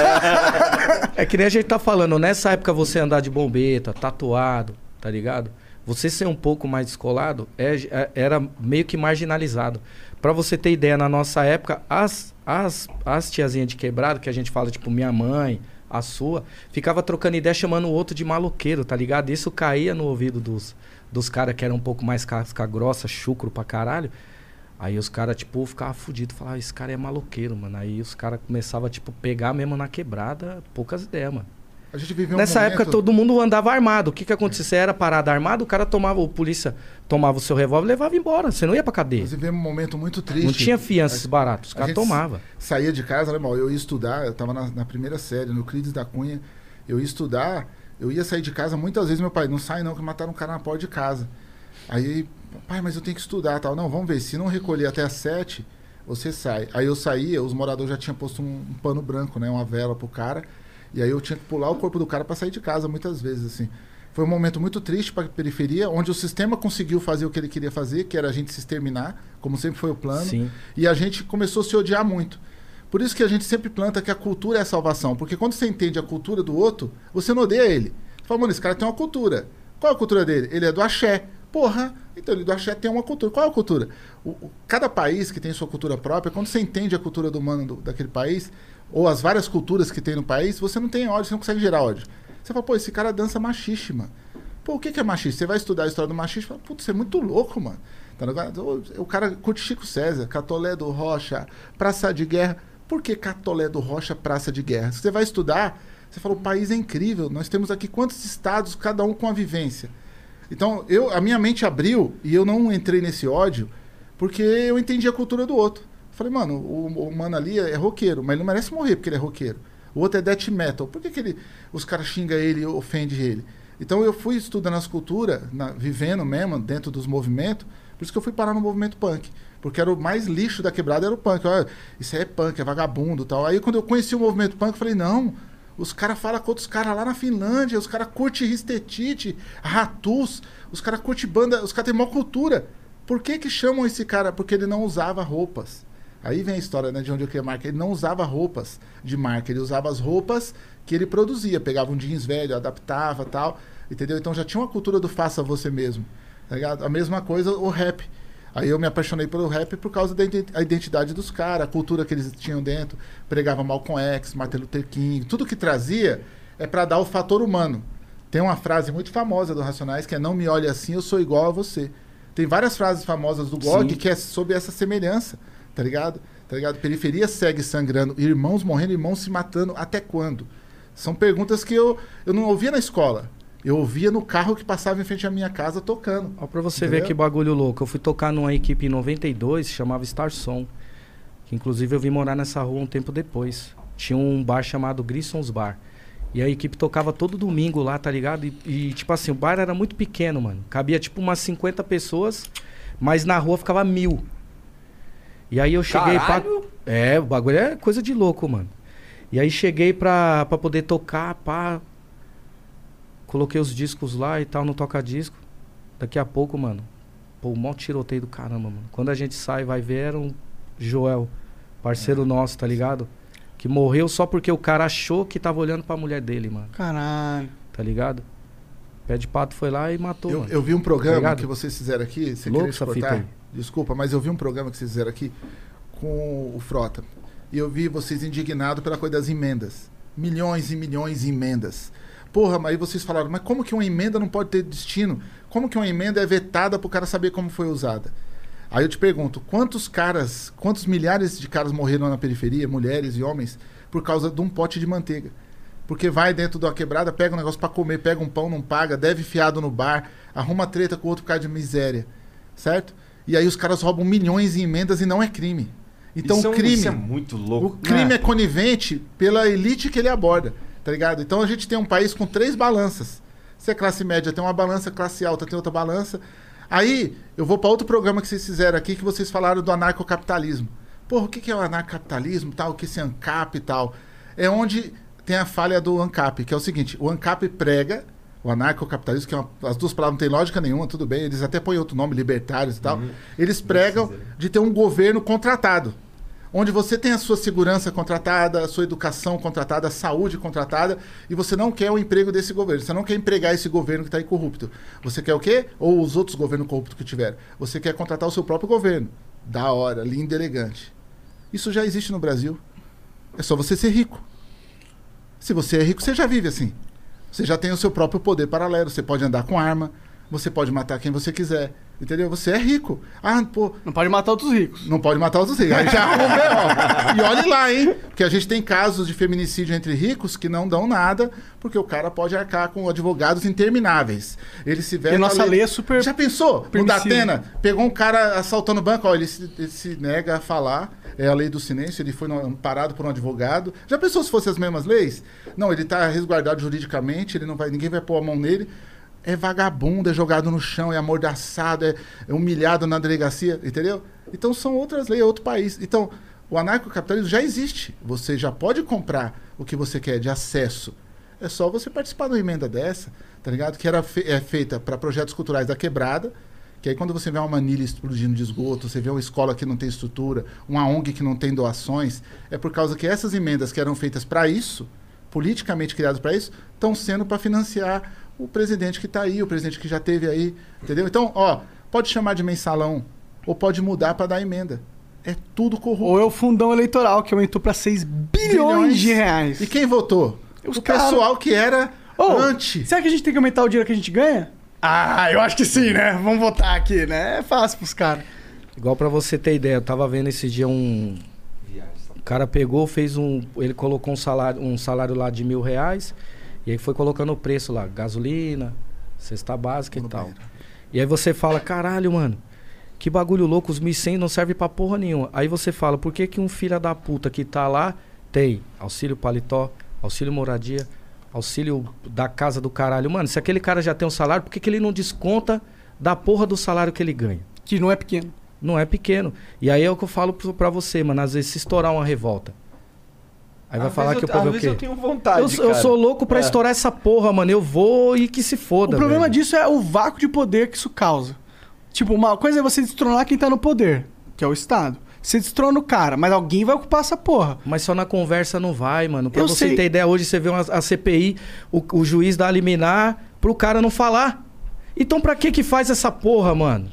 É que nem a gente tá falando, nessa época você andar de bombeta, tatuado, tá ligado? Você ser um pouco mais descolado é, é- era meio que marginalizado. Pra você ter ideia, na nossa época, as, as, as tiazinhas de quebrado, que a gente fala, tipo, minha mãe, a sua, ficava trocando ideia chamando o outro de maloqueiro, tá ligado? Isso caía no ouvido dos, dos caras que eram um pouco mais casca grossa, chucro pra caralho. Aí os caras, tipo, ficavam fudidos, falavam, esse cara é maloqueiro, mano. Aí os caras começavam, tipo, pegar mesmo na quebrada, poucas ideias, mano. A gente viveu um Nessa momento... época todo mundo andava armado. O que que acontecia? Você era parada armado, o cara tomava, o polícia tomava o seu revólver e levava embora. Você não ia pra cadeia. Nós vivemos um momento muito triste. Não tinha fianças A- baratos, os a caras gente tomavam. Saía de casa, né, irmão? Eu ia estudar, eu tava na, na primeira série, no Euclides da Cunha. Eu ia estudar, eu ia sair de casa, muitas vezes meu pai, não sai não, que mataram um cara na porta de casa. Aí, pai, mas eu tenho que estudar tal. Não, vamos ver, se não recolher até as sete, você sai. Aí eu saía, os moradores já tinham posto um, um pano branco, né, uma vela pro cara. E aí eu tinha que pular o corpo do cara para sair de casa, muitas vezes, assim. Foi um momento muito triste para a periferia, onde o sistema conseguiu fazer o que ele queria fazer, que era a gente se exterminar, como sempre foi o plano. Sim. E a gente começou a se odiar muito. Por isso que a gente sempre planta que a cultura é a salvação. Porque quando você entende a cultura do outro, você não odeia ele. Você fala, mano, esse cara tem uma cultura. Qual é a cultura dele? Ele é do axé. Porra, então ele do axé tem uma cultura. Qual é a cultura? O, o, cada país que tem sua cultura própria, quando você entende a cultura do humano do, daquele país, ou as várias culturas que tem no país, você não tem ódio, você não consegue gerar ódio. Você fala, pô, esse cara dança machixe, mano. Pô, o que que é machixe? Você vai estudar a história do machixe e fala, putz, você é muito louco, mano. Tá ligado? O, o cara curte Chico César, Catolé do Rocha, Praça de Guerra. Por que Catolé do Rocha, Praça de Guerra? Se você vai estudar, você fala, o país é incrível. Nós temos aqui quantos estados, cada um com a vivência. Então, eu, a minha mente abriu e eu não entrei nesse ódio porque eu entendi a cultura do outro. Falei, mano, o, o mano ali é roqueiro, mas ele não merece morrer porque ele é roqueiro. O outro é death metal. Por que, que ele, os caras xingam ele e ofendem ele? Então eu fui estudando as culturas, na, vivendo mesmo dentro dos movimentos, por isso que eu fui parar no movimento punk. Porque era o mais lixo da quebrada, era o punk. Olha, isso aí é punk, é vagabundo e tal. Aí quando eu conheci o movimento punk, eu falei, não, os caras falam com outros caras lá na Finlândia, os caras curtem Ristetite, Ratus, os caras curtem banda, os caras têm maior cultura. Por que que chamam esse cara? Porque ele não usava roupas. Aí vem a história, né, de onde eu criei a marca. Ele não usava roupas de marca, ele usava as roupas que ele produzia. Pegava um jeans velho, adaptava e tal, entendeu? Então já tinha uma cultura do faça você mesmo, tá ligado? A mesma coisa o rap. Aí eu me apaixonei pelo rap por causa da identidade dos caras, a cultura que eles tinham dentro. Pregava Malcolm X, Martin Luther King, tudo que trazia é para dar o fator humano. Tem uma frase muito famosa do Racionais que é não me olhe assim, eu sou igual a você. Tem várias frases famosas do G O G que é sobre essa semelhança. Tá ligado? Tá ligado? Periferia segue sangrando, irmãos morrendo, irmãos se matando, até quando? São perguntas que eu, eu não ouvia na escola. Eu ouvia no carro que passava em frente à minha casa tocando. Ó, pra você Entendeu? ver que bagulho louco. Eu fui tocar numa equipe em noventa e dois, chamava Star Som. Que inclusive eu vim morar nessa rua um tempo depois. Tinha um bar chamado Grissons Bar. E a equipe tocava todo domingo lá, tá ligado? E, e tipo assim, o bar era muito pequeno, mano. Cabia tipo umas cinquenta pessoas, mas na rua ficava mil. E aí eu cheguei Caralho! pra... É, o bagulho é coisa de louco, mano. E aí cheguei pra, pra poder tocar, pá. Coloquei os discos lá e tal no toca-disco. Daqui a pouco, mano, pô, o maior tiroteio do caramba, mano. Quando a gente sai, vai ver, era um Joel, parceiro nosso, tá ligado? Que morreu só porque o cara achou que tava olhando pra mulher dele, mano. Caralho. Tá ligado? Pé de pato foi lá e matou, Eu, mano. eu vi um programa Obrigado. que vocês fizeram aqui. Você Louco queria te essa fita cortar? aí. Desculpa, mas eu vi um programa que vocês fizeram aqui com o Frota. E eu vi vocês indignados pela coisa das emendas. Milhões e milhões de emendas. Porra, mas aí vocês falaram, mas como que uma emenda não pode ter destino? Como que uma emenda é vetada pro cara saber como foi usada? Aí eu te pergunto, quantos caras, quantos milhares de caras morreram na periferia, mulheres e homens, por causa de um pote de manteiga? Porque vai dentro da quebrada, pega um negócio pra comer, pega um pão, não paga, deve fiado no bar, arruma treta com o outro por causa de miséria, certo? E aí os caras roubam milhões em emendas e não é crime. Então isso o crime... Isso é muito louco. O crime né? é conivente pela elite que ele aborda, tá ligado? Então a gente tem um país com três balanças. Se é classe média, tem uma balança, classe alta tem outra balança. Aí eu vou para outro programa que vocês fizeram aqui, que vocês falaram do anarcocapitalismo. Porra, o que que é o anarcocapitalismo, tal, o que esse ANCAP e tal? É onde tem a falha do ANCAP, que é o seguinte, o ANCAP prega, o anarcocapitalismo, que é uma, as duas palavras não tem lógica nenhuma, tudo bem, eles até põem outro nome, libertários e tal, uhum. Eles pregam de ter um governo contratado, onde você tem a sua segurança contratada, a sua educação contratada, a saúde contratada, e você não quer o emprego desse governo. Você não quer empregar esse governo que está aí corrupto. Você quer o quê? Ou os outros governos corruptos que tiveram. Você quer contratar o seu próprio governo. Da hora, lindo e elegante. Isso já existe no Brasil. É só você ser rico. Se você é rico, você já vive assim. Você já tem o seu próprio poder paralelo. Você pode andar com arma, você pode matar quem você quiser. Entendeu? Você é rico. Ah, pô. Não pode matar outros ricos. Não pode matar outros ricos. Aí já arrumou, ó. E olhe lá, hein? Porque a gente tem casos de feminicídio entre ricos que não dão nada, porque o cara pode arcar com advogados intermináveis. Ele se vê. E nossa lei é super. Já pensou? O permissivo. Datena pegou um cara assaltando o banco, ó, ele se, ele se nega a falar. É a lei do silêncio, ele foi amparado por um advogado. Já pensou se fossem as mesmas leis? Não, ele tá resguardado juridicamente, ele não vai, ninguém vai pôr a mão nele. É vagabundo, é jogado no chão, é amordaçado, é, é humilhado na delegacia, entendeu? Então são outras leis, é outro país. Então, o anarcocapitalismo já existe. Você já pode comprar o que você quer de acesso. É só você participar de uma emenda dessa, tá ligado? Que era fe é feita para projetos culturais da quebrada, que aí quando você vê uma manilha explodindo de esgoto, você vê uma escola que não tem estrutura, uma ONG que não tem doações, é por causa que essas emendas que eram feitas para isso, politicamente criadas para isso, estão sendo para financiar o presidente que está aí, o presidente que já teve aí, entendeu? Então, ó, pode chamar de mensalão, ou pode mudar para dar emenda. É tudo corrupto. Ou é o fundão eleitoral, que aumentou para seis bilhões de reais. E quem votou? Os o cara... pessoal que era oh, anti. Será que a gente tem que aumentar o dinheiro que a gente ganha? Ah, eu acho que sim, né? Vamos votar aqui, né? É fácil pros caras. Igual pra você ter ideia, eu tava vendo esse dia um... O cara pegou, fez um... Ele colocou um salário, um salário lá de mil reais... E aí foi colocando o preço lá, gasolina, cesta básica e tal. E aí você fala, caralho, mano, que bagulho louco, os mil e cem não serve pra porra nenhuma. Aí você fala, por que que um filho da puta que tá lá tem auxílio paletó, auxílio moradia, auxílio da casa do caralho? Mano, se aquele cara já tem um salário, por que que ele não desconta da porra do salário que ele ganha? Que não é pequeno. Não é pequeno. E aí é o que eu falo pra você, mano, às vezes se estourar uma revolta. Aí vai às falar que o povo é o quê? Eu tenho vontade, eu, eu sou louco pra é. estourar essa porra, mano. Eu vou e que se foda. O problema velho. disso é o vácuo de poder que isso causa. Tipo, uma coisa é você destronar quem tá no poder, que é o Estado. Você destrona o cara, mas alguém vai ocupar essa porra. Mas só na conversa não vai, mano. Pra Eu você sei. ter ideia, hoje você vê uma, a C P I, o, o juiz dá a liminar pro cara não falar. Então pra que que faz essa porra, mano?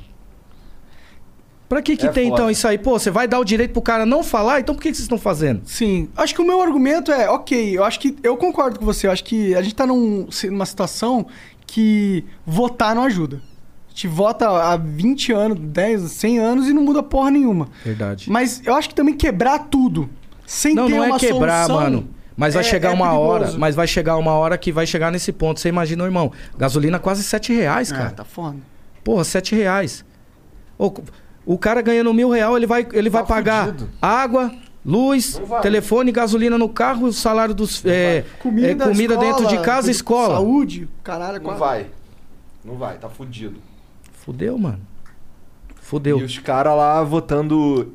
Pra que que É tem foda. então isso aí? Pô, você vai dar o direito pro cara não falar? Então por que que vocês estão fazendo? Sim. Acho que o meu argumento é, ok, eu acho que... Eu concordo com você. Eu acho que a gente tá num, numa situação que votar não ajuda. A gente vota há vinte anos, dez, cem anos e não muda porra nenhuma. Verdade. Mas eu acho que também quebrar tudo, sem Não, ter não uma é quebrar, solução, mano. Mas vai é- chegar é uma perigoso. hora, mas vai chegar uma hora que vai chegar nesse ponto. Você imagina, irmão, gasolina quase sete reais, É, cara. tá foda. Porra, sete reais. O, o cara ganhando mil real, ele vai, ele vai Tá pagar fudido. água, luz, Não vai. telefone, gasolina no carro, o salário dos... É, Comida, é, comida escola, dentro de casa, escola. Saúde, caralho. é Não quase- vai. Não vai, tá fudido. Fudeu, mano. Fudeu. E os caras lá votando...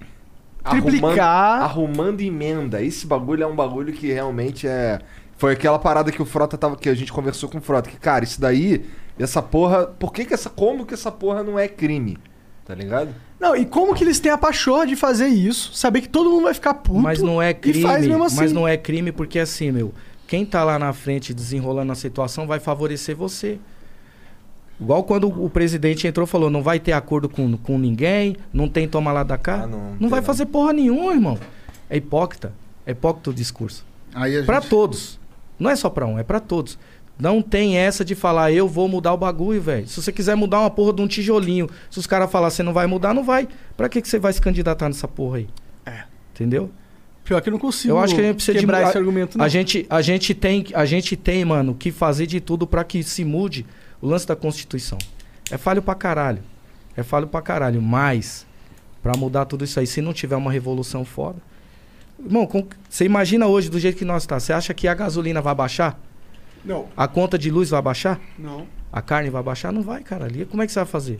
Triplicar. Arrumando, arrumando emenda. Esse bagulho é um bagulho que realmente é... Foi aquela parada que o Frota tava... Que a gente conversou com o Frota. Que, cara, isso daí... Essa porra... Por que que essa... Como que essa porra não é crime? Tá ligado? Não, e como que eles têm a pachorra de fazer isso? Saber que todo mundo vai ficar puto Mas não é crime. e faz mesmo assim. Mas não é crime porque assim, meu... quem tá lá na frente desenrolando a situação vai favorecer você. Igual quando o presidente entrou e falou, não vai ter acordo com, com ninguém, não tem toma lá da cá. Ah, não não vai não. fazer porra nenhuma, irmão. É hipócrita. É hipócrita o discurso. Aí pra gente... todos. Não é só pra um, é pra todos. Não tem essa de falar, eu vou mudar o bagulho, velho. Se você quiser mudar uma porra de um tijolinho, se os caras falar você não vai mudar, não vai. Pra que, que você vai se candidatar nessa porra aí? É. Entendeu? Pior que eu não consigo eu acho que a gente precisa quebrar de... esse argumento, não. A gente, a, gente tem, a gente tem, mano, que fazer de tudo pra que se mude o lance da Constituição. É falho pra caralho. É falho pra caralho. Mas, pra mudar tudo isso aí, se não tiver uma revolução foda... Irmão, com... você imagina hoje do jeito que nós tá. Você acha que a gasolina vai baixar? Não. A conta de luz vai baixar? Não. A carne vai baixar? Não vai, cara. Ali, como é que você vai fazer?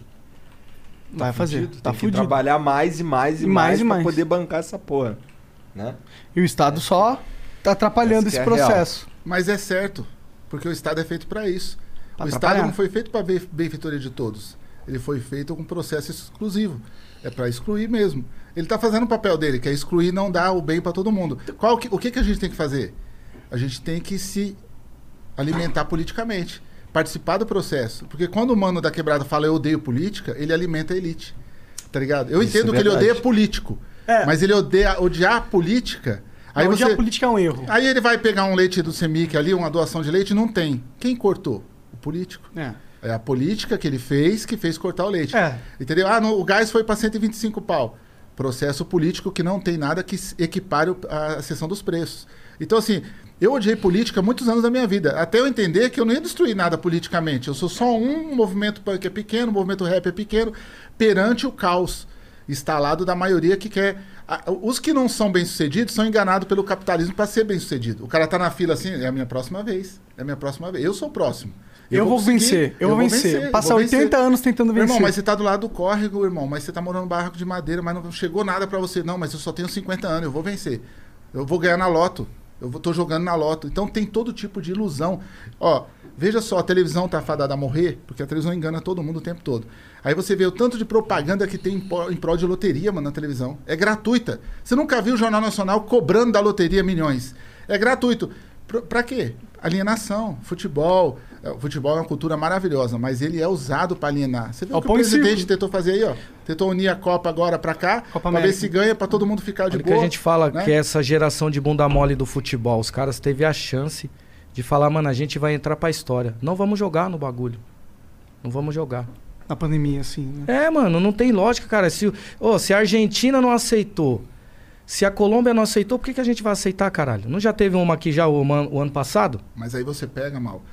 Vai tá fazer. Fudido. Tá Tem fudido. que trabalhar mais e mais e, e mais, mais, e pra mais. poder bancar essa porra. Né? E o Estado é. só tá atrapalhando esse é processo. Real. Mas é certo, porque o Estado é feito para isso. Pra o atrapalhar. Estado não foi feito para benfeitoria de todos. Ele foi feito com um processo exclusivo. É para excluir mesmo. Ele tá fazendo o papel dele, que é excluir e não dar o bem para todo mundo. Qual que, o que, que a gente tem que fazer? A gente tem que se alimentar politicamente. Participar do processo. Porque quando o mano da quebrada fala eu odeio política, ele alimenta a elite. Tá ligado? Eu Isso entendo é que ele odeia político. É. Mas ele odeia, odiar a política... Aí não, você, odiar a política é um erro. Aí ele vai pegar um leite do Semic ali, uma doação de leite, não tem. Quem cortou? O político. É. É a política que ele fez que fez cortar o leite. É. Entendeu? Ah, no, o gás foi para cento e vinte e cinco pau. Processo político que não tem nada que equipare a seção dos preços. Então, assim, eu odiei política muitos anos da minha vida. Até eu entender que eu não ia destruir nada politicamente. Eu sou só um movimento que é pequeno, o movimento rap é pequeno, perante o caos instalado da maioria que quer... Os que não são bem-sucedidos são enganados pelo capitalismo para ser bem-sucedido. O cara tá na fila assim, é a minha próxima vez. É a minha próxima vez. Eu sou o próximo. Eu, eu vou, vou vencer. Eu, eu vou vencer. vencer. Passar oitenta anos tentando vencer. Irmão, mas você tá do lado do córrego, irmão. Mas você tá morando no barraco de madeira, mas não chegou nada para você. Não, mas eu só tenho cinquenta anos. Eu vou vencer. Eu vou ganhar na loto. Eu vou, tô jogando na loto. Então tem todo tipo de ilusão. Ó, veja só, a televisão tá fadada a morrer, porque a televisão engana todo mundo o tempo todo. Aí você vê o tanto de propaganda que tem em prol de loteria, mano, na televisão. É gratuita. Você nunca viu o Jornal Nacional cobrando da loteria milhões. É gratuito. Pra, pra quê? Alienação, futebol. O futebol é uma cultura maravilhosa, mas ele é usado para alienar. Você viu o que o presidente tentou fazer aí, ó? Tentou unir a Copa agora para cá, para ver se ganha, para todo mundo ficar de Olha boa. Que a gente fala né? que essa geração de bunda mole do futebol, os caras teve a chance de falar, mano, a gente vai entrar pra história. Não vamos jogar no bagulho. Não vamos jogar. Na pandemia, assim, né? É, mano, não tem lógica, cara. Se, oh, se a Argentina não aceitou, se a Colômbia não aceitou, por que, que a gente vai aceitar, caralho? Não já teve uma aqui já o, o ano passado? Mas aí você pega, Mal,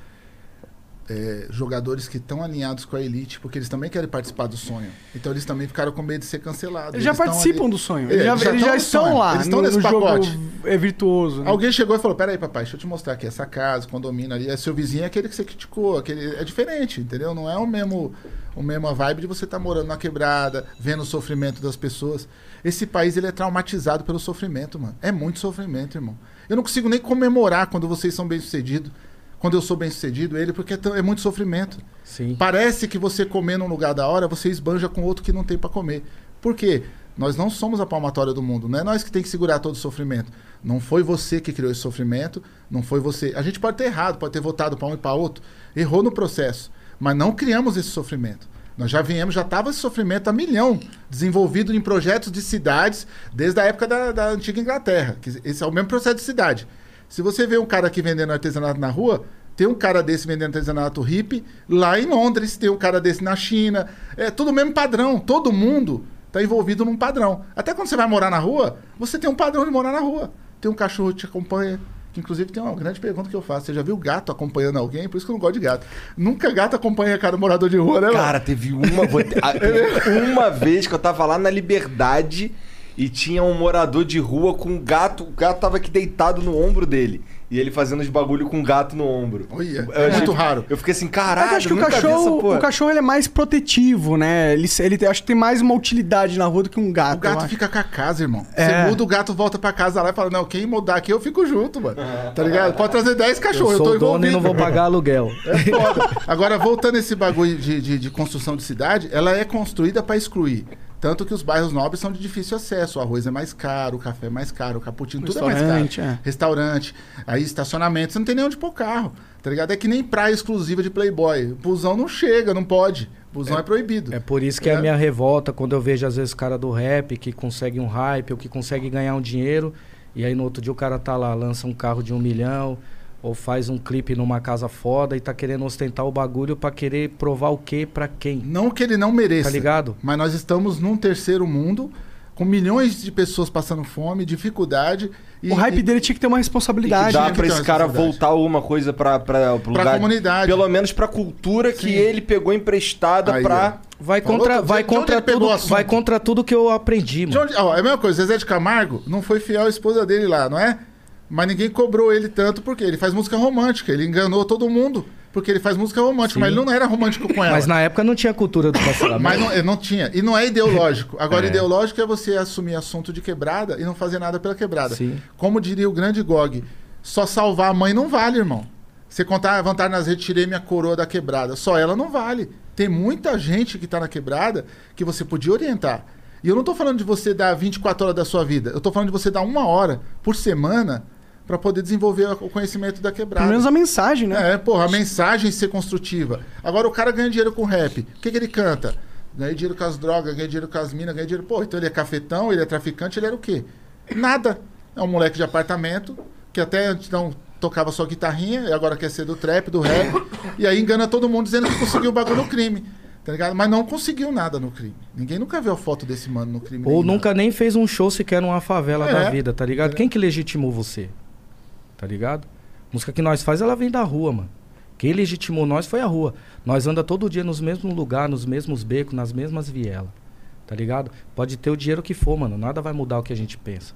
é, jogadores que estão alinhados com a elite, porque eles também querem participar do sonho. Então eles também ficaram com medo de ser cancelados. Eles já eles participam ali... do sonho. É, eles já, eles já, eles já estão sonho. lá. Eles estão no, nesse no pacote. Jogo é virtuoso. Né? Alguém chegou e falou, peraí, papai, deixa eu te mostrar aqui essa casa, condomínio ali. É seu vizinho, é aquele que você criticou. Aquele... É diferente, entendeu? Não é o mesmo, o mesmo vibe de você estar tá morando na quebrada, vendo o sofrimento das pessoas. Esse país, ele é traumatizado pelo sofrimento, mano. É muito sofrimento, irmão. Eu não consigo nem comemorar quando vocês são bem-sucedidos. Quando eu sou bem-sucedido, ele, porque é, é muito sofrimento. Sim. Parece que você comer num lugar da hora, você esbanja com outro que não tem para comer. Por quê? Nós não somos a palmatória do mundo. Não é nós que tem que segurar todo o sofrimento. Não foi você que criou esse sofrimento, não foi você. A gente pode ter errado, pode ter votado para um e para outro. Errou no processo. Mas não criamos esse sofrimento. Nós já viemos, já estava esse sofrimento há milhão, desenvolvido em projetos de cidades desde a época da, da antiga Inglaterra. Que esse é o mesmo processo de cidade. Se você vê um cara aqui vendendo artesanato na rua, tem um cara desse vendendo artesanato hippie lá em Londres, tem um cara desse na China. É tudo o mesmo padrão. Todo mundo está envolvido num padrão. Até quando você vai morar na rua, você tem um padrão de morar na rua. Tem um cachorro que te acompanha. Que inclusive tem uma grande pergunta que eu faço. Você já viu gato acompanhando alguém? Por isso que eu não gosto de gato. Nunca gato acompanha cada morador de rua, né? Cara, mano? teve uma... Vou te- ah, teve uma vez que eu tava lá na Liberdade... E tinha um morador de rua com um gato. O gato tava aqui deitado no ombro dele. E ele fazendo os bagulho com um gato no ombro. Olha, é muito raro. Eu fiquei assim, caralho, eu acho que o cachorro, o cachorro ele é mais protetivo, né? Ele, ele acho que tem mais uma utilidade na rua do que um gato. O gato fica com a casa, irmão. É. Você muda, o gato volta pra casa lá e fala, não, quem mudar aqui eu fico junto, mano. Tá ligado? Pode trazer dez cachorros, eu, eu tô envolvido. Eu dono e não vou pagar aluguel. É foda. Agora, voltando esse bagulho de, de, de construção de cidade, ela é construída pra excluir. Tanto que os bairros nobres são de difícil acesso. O arroz é mais caro, o café é mais caro, o cappuccino, tudo é mais caro. É. Restaurante, aí estacionamento, você não tem nem onde pôr carro, tá ligado? É que nem praia exclusiva de Playboy. Busão não chega, não pode. Busão é, é proibido. É por isso que é a minha revolta quando eu vejo às vezes cara do rap que consegue um hype ou que consegue ganhar um dinheiro e aí no outro dia o cara tá lá, lança um carro de um milhão ou faz um clipe numa casa foda e tá querendo ostentar o bagulho pra querer provar o quê pra quem? Não que ele não mereça. Tá ligado? Mas nós estamos num terceiro mundo com milhões de pessoas passando fome, dificuldade. E, o hype e... dele tinha que ter uma responsabilidade. Dá né? pra esse cara voltar alguma coisa pra, pra, pro pra lugar, comunidade. Pelo menos pra cultura Sim. que ele pegou emprestada Aí, pra... Vai Falou contra, tudo. vai, De onde contra ele pegou o tudo, assunto? vai contra tudo que eu aprendi, De mano. onde... ó, é a mesma coisa, Zezé de Camargo não foi fiel à esposa dele lá, não é? Mas ninguém cobrou ele tanto porque ele faz música romântica. Ele enganou todo mundo porque ele faz música romântica. Sim. Mas ele não era romântico com ela. Mas na época não tinha cultura do cancelamento. Mas não, não tinha. E não é ideológico. Agora, É. ideológico é você assumir assunto de quebrada e não fazer nada pela quebrada. Sim. Como diria o grande Gog, só salvar a mãe não vale, irmão. Você contar a vantagem nas redes, tirei minha coroa da quebrada. Só ela não vale. Tem muita gente que tá na quebrada que você podia orientar. E eu não tô falando de você dar vinte e quatro horas da sua vida. Eu tô falando de você dar uma hora por semana para poder desenvolver o conhecimento da quebrada. Pelo menos a mensagem, né? É, porra, a mensagem ser construtiva. Agora o cara ganha dinheiro com rap. O que, que ele canta? Ganha dinheiro com as drogas, ganha dinheiro com as minas, ganha dinheiro... Pô, então ele é cafetão, ele é traficante, ele era o quê? Nada. É um moleque de apartamento que até antes não tocava só guitarrinha e agora quer ser do trap, do rap. E aí engana todo mundo dizendo que conseguiu o bagulho no crime. Tá ligado? Mas não conseguiu nada no crime. Ninguém nunca viu a foto desse mano no crime. Ou nem nunca nada. nem fez um show sequer numa favela É. da vida, tá ligado? Quem que legitimou você? Tá ligado? A música que nós faz, ela vem da rua, mano. Quem legitimou nós foi a rua. Nós anda todo dia nos mesmos lugares, nos mesmos becos, nas mesmas vielas. Tá ligado? Pode ter o dinheiro que for, mano. Nada vai mudar o que a gente pensa.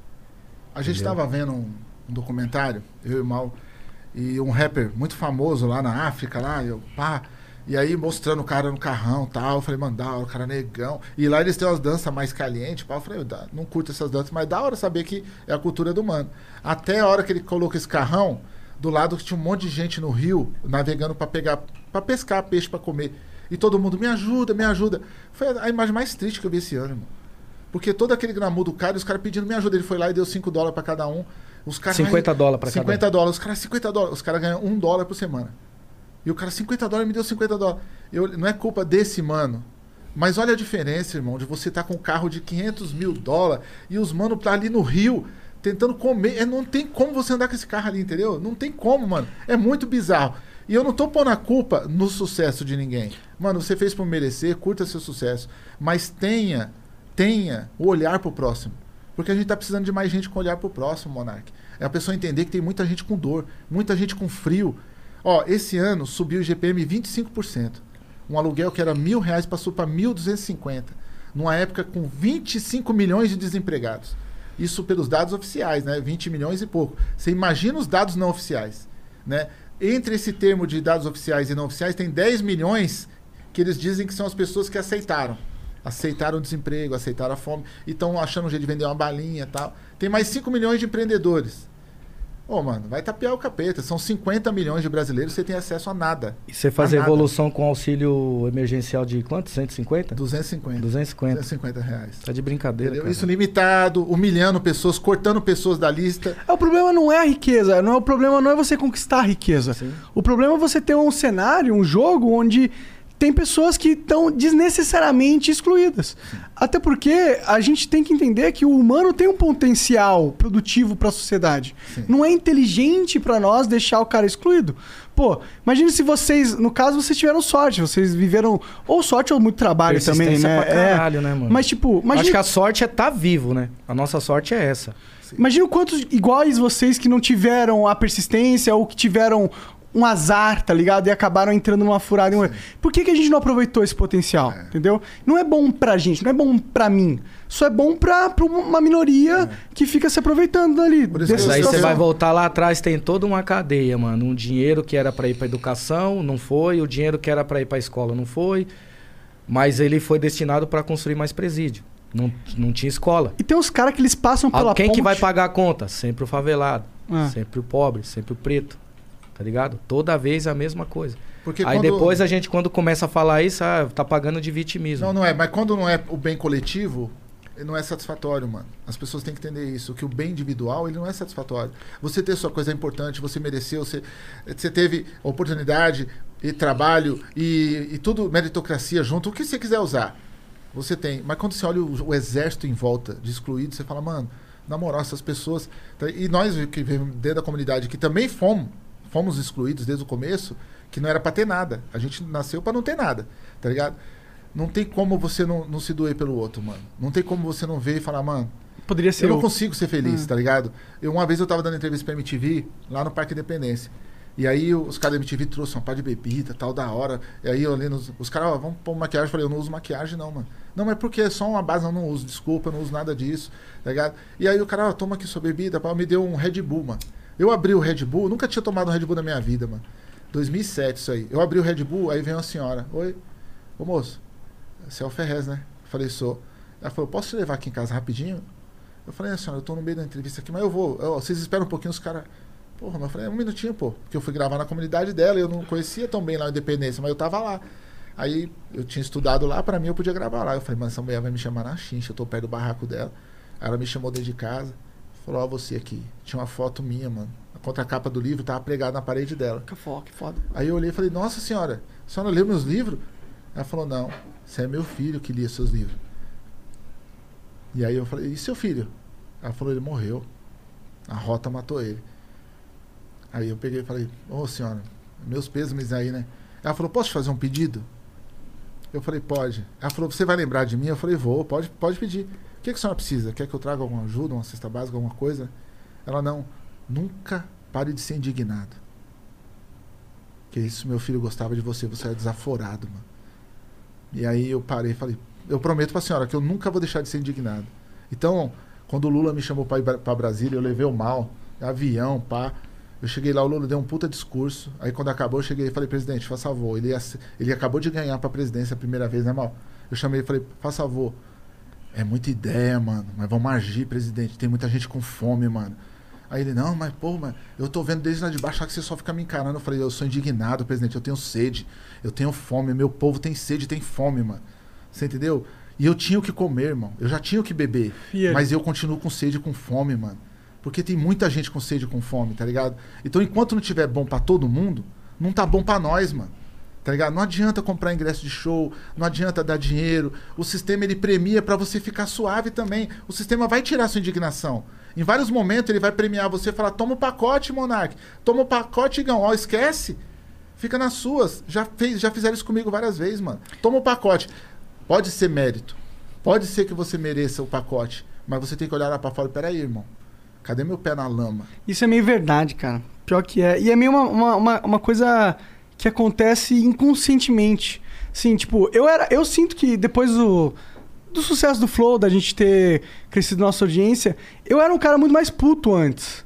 A gente Entendeu? tava vendo um, um documentário, eu e o Mal, e um rapper muito famoso lá na África, lá, eu, pá, e aí mostrando o cara no carrão e tal, eu falei, mano, da hora, o cara negão. E lá eles têm umas danças mais calientes, pá, eu falei, eu dá- não curto essas danças, mas da hora saber que é a cultura do mano. Até a hora que ele coloca esse carrão, do lado que tinha um monte de gente no rio, navegando pra pegar, pra pescar peixe pra comer. E todo mundo, me ajuda, me ajuda. Foi a imagem mais triste que eu vi esse ano, irmão. Porque todo aquele glamour do cara, os caras pedindo me ajuda. Ele foi lá e deu cinco dólares pra cada um. Os caras, cinquenta dólares pra cada um. cinquenta dólares. Os caras, cinquenta dólares. Os caras ganham um dólar por semana. E o cara, cinquenta dólares, me deu cinquenta dólares. Eu, não é culpa desse mano. Mas olha a diferença, irmão, de você estar tá com um carro de quinhentos mil dólares e os mano tá ali no rio tentando comer. É, não tem como você andar com esse carro ali, entendeu? Não tem como, mano. É muito bizarro. E eu não tô pondo a culpa no sucesso de ninguém. Mano, você fez por merecer, curta seu sucesso. Mas tenha, tenha o olhar pro próximo. Porque a gente tá precisando de mais gente com olhar pro próximo, Monark. É a pessoa entender que tem muita gente com dor, muita gente com frio. Ó, esse ano subiu o I G P M vinte e cinco por cento. Um aluguel que era mil reais passou para mil duzentos e cinquenta. Numa época com vinte e cinco milhões de desempregados. Isso pelos dados oficiais, né? vinte milhões e pouco. Você imagina os dados não oficiais, né? Entre esse termo de dados oficiais e não oficiais, tem dez milhões que eles dizem que são as pessoas que aceitaram. Aceitaram o desemprego, aceitaram a fome e estão achando um jeito de vender uma balinha e tal. Tem mais cinco milhões de empreendedores. Ô, mano, vai tapear o capeta. São cinquenta milhões de brasileiros, você tem acesso a nada. E você fazer A nada. evolução com auxílio emergencial de quanto? cento e cinquenta? duzentos e cinquenta. duzentos e cinquenta. duzentos e cinquenta reais. Tá de brincadeira, Entendeu? cara. Isso limitado, humilhando pessoas, cortando pessoas da lista. É, o problema não é a riqueza, não é, o problema não é você conquistar a riqueza. Sim. O problema é você ter um cenário, um jogo onde tem pessoas que estão desnecessariamente excluídas. Até porque a gente tem que entender que o humano tem um potencial produtivo para a sociedade. Sim. Não é inteligente para nós deixar o cara excluído. Pô, imagine se vocês, no caso, vocês tiveram sorte, vocês viveram ou sorte ou muito trabalho também, Persistência né? pra caralho, né, mano? Mas tipo, imagine... Acho que a sorte é estar vivo, né? A nossa sorte é essa. Imagina quantos iguais vocês que não tiveram a persistência ou que tiveram um azar, tá ligado? E acabaram entrando numa furada. Em... Por que, que a gente não aproveitou esse potencial? É. Entendeu? Não é bom pra gente, não é bom pra mim. Só é bom pra, pra uma minoria é. que fica se aproveitando dali. Mas aí você vai voltar lá atrás, tem toda uma cadeia, mano. Um dinheiro que era pra ir pra educação, não foi. O dinheiro que era pra ir pra escola, não foi. Mas ele foi destinado pra construir mais presídio. Não, não tinha escola. E tem uns caras que eles passam pela Quem ponte... que vai pagar a conta? Sempre o favelado. É. Sempre o pobre, sempre o preto. Tá tá ligado? Toda vez a mesma coisa. Porque Aí quando... depois a gente, quando começa a falar isso, ah, tá pagando de vitimismo. Não, não é. Mas quando não é o bem coletivo, ele não é satisfatório, mano. As pessoas têm que entender isso. Que o bem individual, ele não é satisfatório. Você ter sua coisa é importante, você mereceu, você, você teve oportunidade e trabalho e, e tudo, meritocracia junto, o que você quiser usar. Você tem. Mas quando você olha o, o exército em volta de excluídos, você fala, mano, na moral, essas pessoas... E nós que vivemos dentro da comunidade, que também fomos, fomos excluídos desde o começo, que não era pra ter nada. A gente nasceu pra não ter nada, tá ligado? Não tem como você não, não se doer pelo outro, mano. Não tem como você não ver e falar, mano... Poderia ser eu eu. não consigo ser feliz, Hum. tá ligado? Eu, uma vez eu tava dando entrevista pra M T V, lá no Parque Independência. E aí os caras da M T V trouxeram uma pá de bebida, tal, da hora. E aí eu olhando, os, os caras, ó, vamos pôr maquiagem. Eu falei, eu não uso maquiagem não, mano. Não, mas porque é só uma base, eu não uso, desculpa, eu não uso nada disso, tá ligado? E aí o cara, ó, toma aqui sua bebida, pá, me deu um Red Bull, mano. Eu abri o Red Bull, nunca tinha tomado um Red Bull na minha vida, mano. dois mil e sete isso aí. Eu abri o Red Bull, aí vem uma senhora. Oi, ô moço, você é o Ferrez, né? Eu falei, sou. Ela falou, posso te levar aqui em casa rapidinho? Eu falei, senhora, eu tô no meio da entrevista aqui, mas eu vou. Eu, vocês esperam um pouquinho, os caras... Porra, mas eu falei, um minutinho, pô. Porque eu fui gravar na comunidade dela e eu não conhecia tão bem lá a Independência, mas eu tava lá. Aí eu tinha estudado lá, pra mim eu podia gravar lá. Eu falei, mas essa mulher vai me chamar na chincha, eu tô perto do barraco dela. Aí ela me chamou dentro de casa, falou, ó, você aqui. Tinha uma foto minha, mano. A contracapa do livro tava pregada na parede dela. Que foda, que foda. Aí eu olhei e falei, nossa senhora, a senhora leu meus livros? Ela falou, não, você é meu filho que lia seus livros. E aí eu falei, e seu filho? Ela falou, ele morreu. A rota matou ele. Aí eu peguei e falei, ô senhora, meus pêsames aí, né? Ela falou, posso te fazer um pedido? Eu falei, pode. Ela falou, você vai lembrar de mim? Eu falei, vou, pode, pode pedir. O que, que a senhora precisa? Quer que eu traga alguma ajuda, uma cesta básica, alguma coisa? Ela, não, nunca pare de ser indignado. Que isso, meu filho gostava de você, você é desaforado, mano. E aí eu parei e falei, eu prometo pra senhora que eu nunca vou deixar de ser indignado. Então, quando o Lula me chamou pra ir pra Brasília, eu levei o mal, avião, pá. Eu cheguei lá, o Lula deu um puta discurso. Aí quando acabou, eu cheguei e falei, presidente, faça favor. Ele, ia, ele acabou de ganhar pra presidência a primeira vez, né, mal? Eu chamei e falei, faça favor. É muita ideia, mano, mas vamos agir, presidente. Tem muita gente com fome, mano. Aí ele, não, mas, pô, mano, eu tô vendo desde lá de baixo que você só fica me encarando. Eu falei, eu sou indignado, presidente, eu tenho sede, eu tenho fome, meu povo tem sede, tem fome, mano. Você entendeu? E eu tinha o que comer, irmão. Eu já tinha o que beber. Yeah. Mas eu continuo com sede e com fome, mano. Porque tem muita gente com sede e com fome, tá ligado? Então, enquanto não tiver bom pra todo mundo, não tá bom pra nós, mano. Tá ligado? Não adianta comprar ingresso de show, não adianta dar dinheiro. O sistema, ele premia pra você ficar suave também. O sistema vai tirar sua indignação. Em vários momentos, ele vai premiar você e falar, toma o pacote, Monark. Toma o pacote, Igão. Ó, esquece. Fica nas suas. Já, fez, já fizeram isso comigo várias vezes, mano. Toma o pacote. Pode ser mérito. Pode ser que você mereça o pacote. Mas você tem que olhar lá pra fora. Peraí, irmão. Cadê meu pé na lama? Isso é meio verdade, cara. Pior que é. E é meio uma, uma, uma, uma coisa que acontece inconscientemente. Assim, tipo, eu, era, eu sinto que depois do, do sucesso do Flow, da gente ter crescido nossa audiência, eu era um cara muito mais puto antes.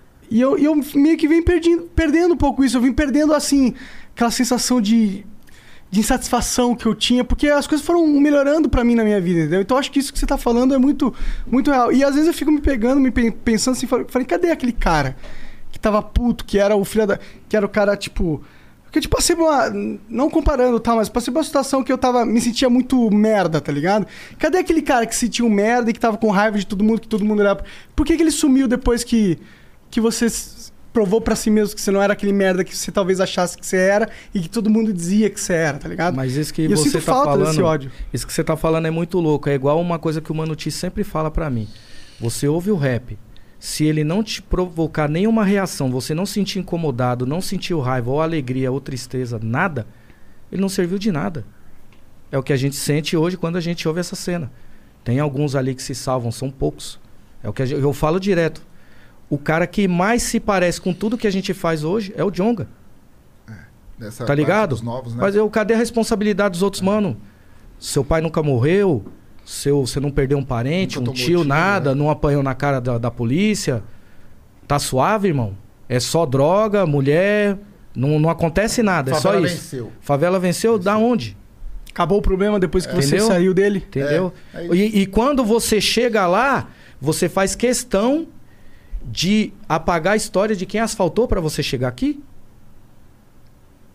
E eu, eu meio que vim perdendo, perdendo um pouco isso. Eu vim perdendo, assim, aquela sensação de... de insatisfação que eu tinha, porque as coisas foram melhorando pra mim na minha vida, entendeu? Então acho que isso que você tá falando é muito, muito real. E às vezes eu fico me pegando, me pensando assim, falei, cadê aquele cara que tava puto, que era o filho da... que era o cara, tipo... Porque, tipo, passei por uma... Não comparando, tá? Mas passei por uma situação que eu tava... Me sentia muito merda, tá ligado? Cadê aquele cara que se sentia um merda e que tava com raiva de todo mundo, que todo mundo era... Por que que ele sumiu depois que, que você... provou pra si mesmo que você não era aquele merda que você talvez achasse que você era e que todo mundo dizia que você era, tá ligado? Mas isso que e eu você sinto tá falta falando, desse ódio. Isso que você tá falando é muito louco. É igual uma coisa que o Mano T sempre fala pra mim. Você ouve o rap, se ele não te provocar nenhuma reação, você não sentir incomodado, não sentir raiva ou alegria ou tristeza, nada, ele não serviu de nada. É o que a gente sente hoje quando a gente ouve essa cena. Tem alguns ali que se salvam, são poucos. É o que a gente, eu falo direto. O cara que mais se parece com tudo que a gente faz hoje é o Djonga. É, tá ligado? Dos novos, né? Mas eu, cadê a responsabilidade dos outros, é. mano? Seu pai nunca morreu, seu, você não perdeu um parente, nunca um tio, tiro, nada, né? Não apanhou na cara da, da polícia. Tá suave, irmão? É só droga, mulher, não, não acontece nada, Favela é só isso. Venceu. Favela venceu, venceu. Da onde? Acabou o problema depois que é. você Entendeu? saiu dele. Entendeu? É. É e, e quando você chega lá, você faz questão de apagar a história de quem asfaltou pra você chegar aqui?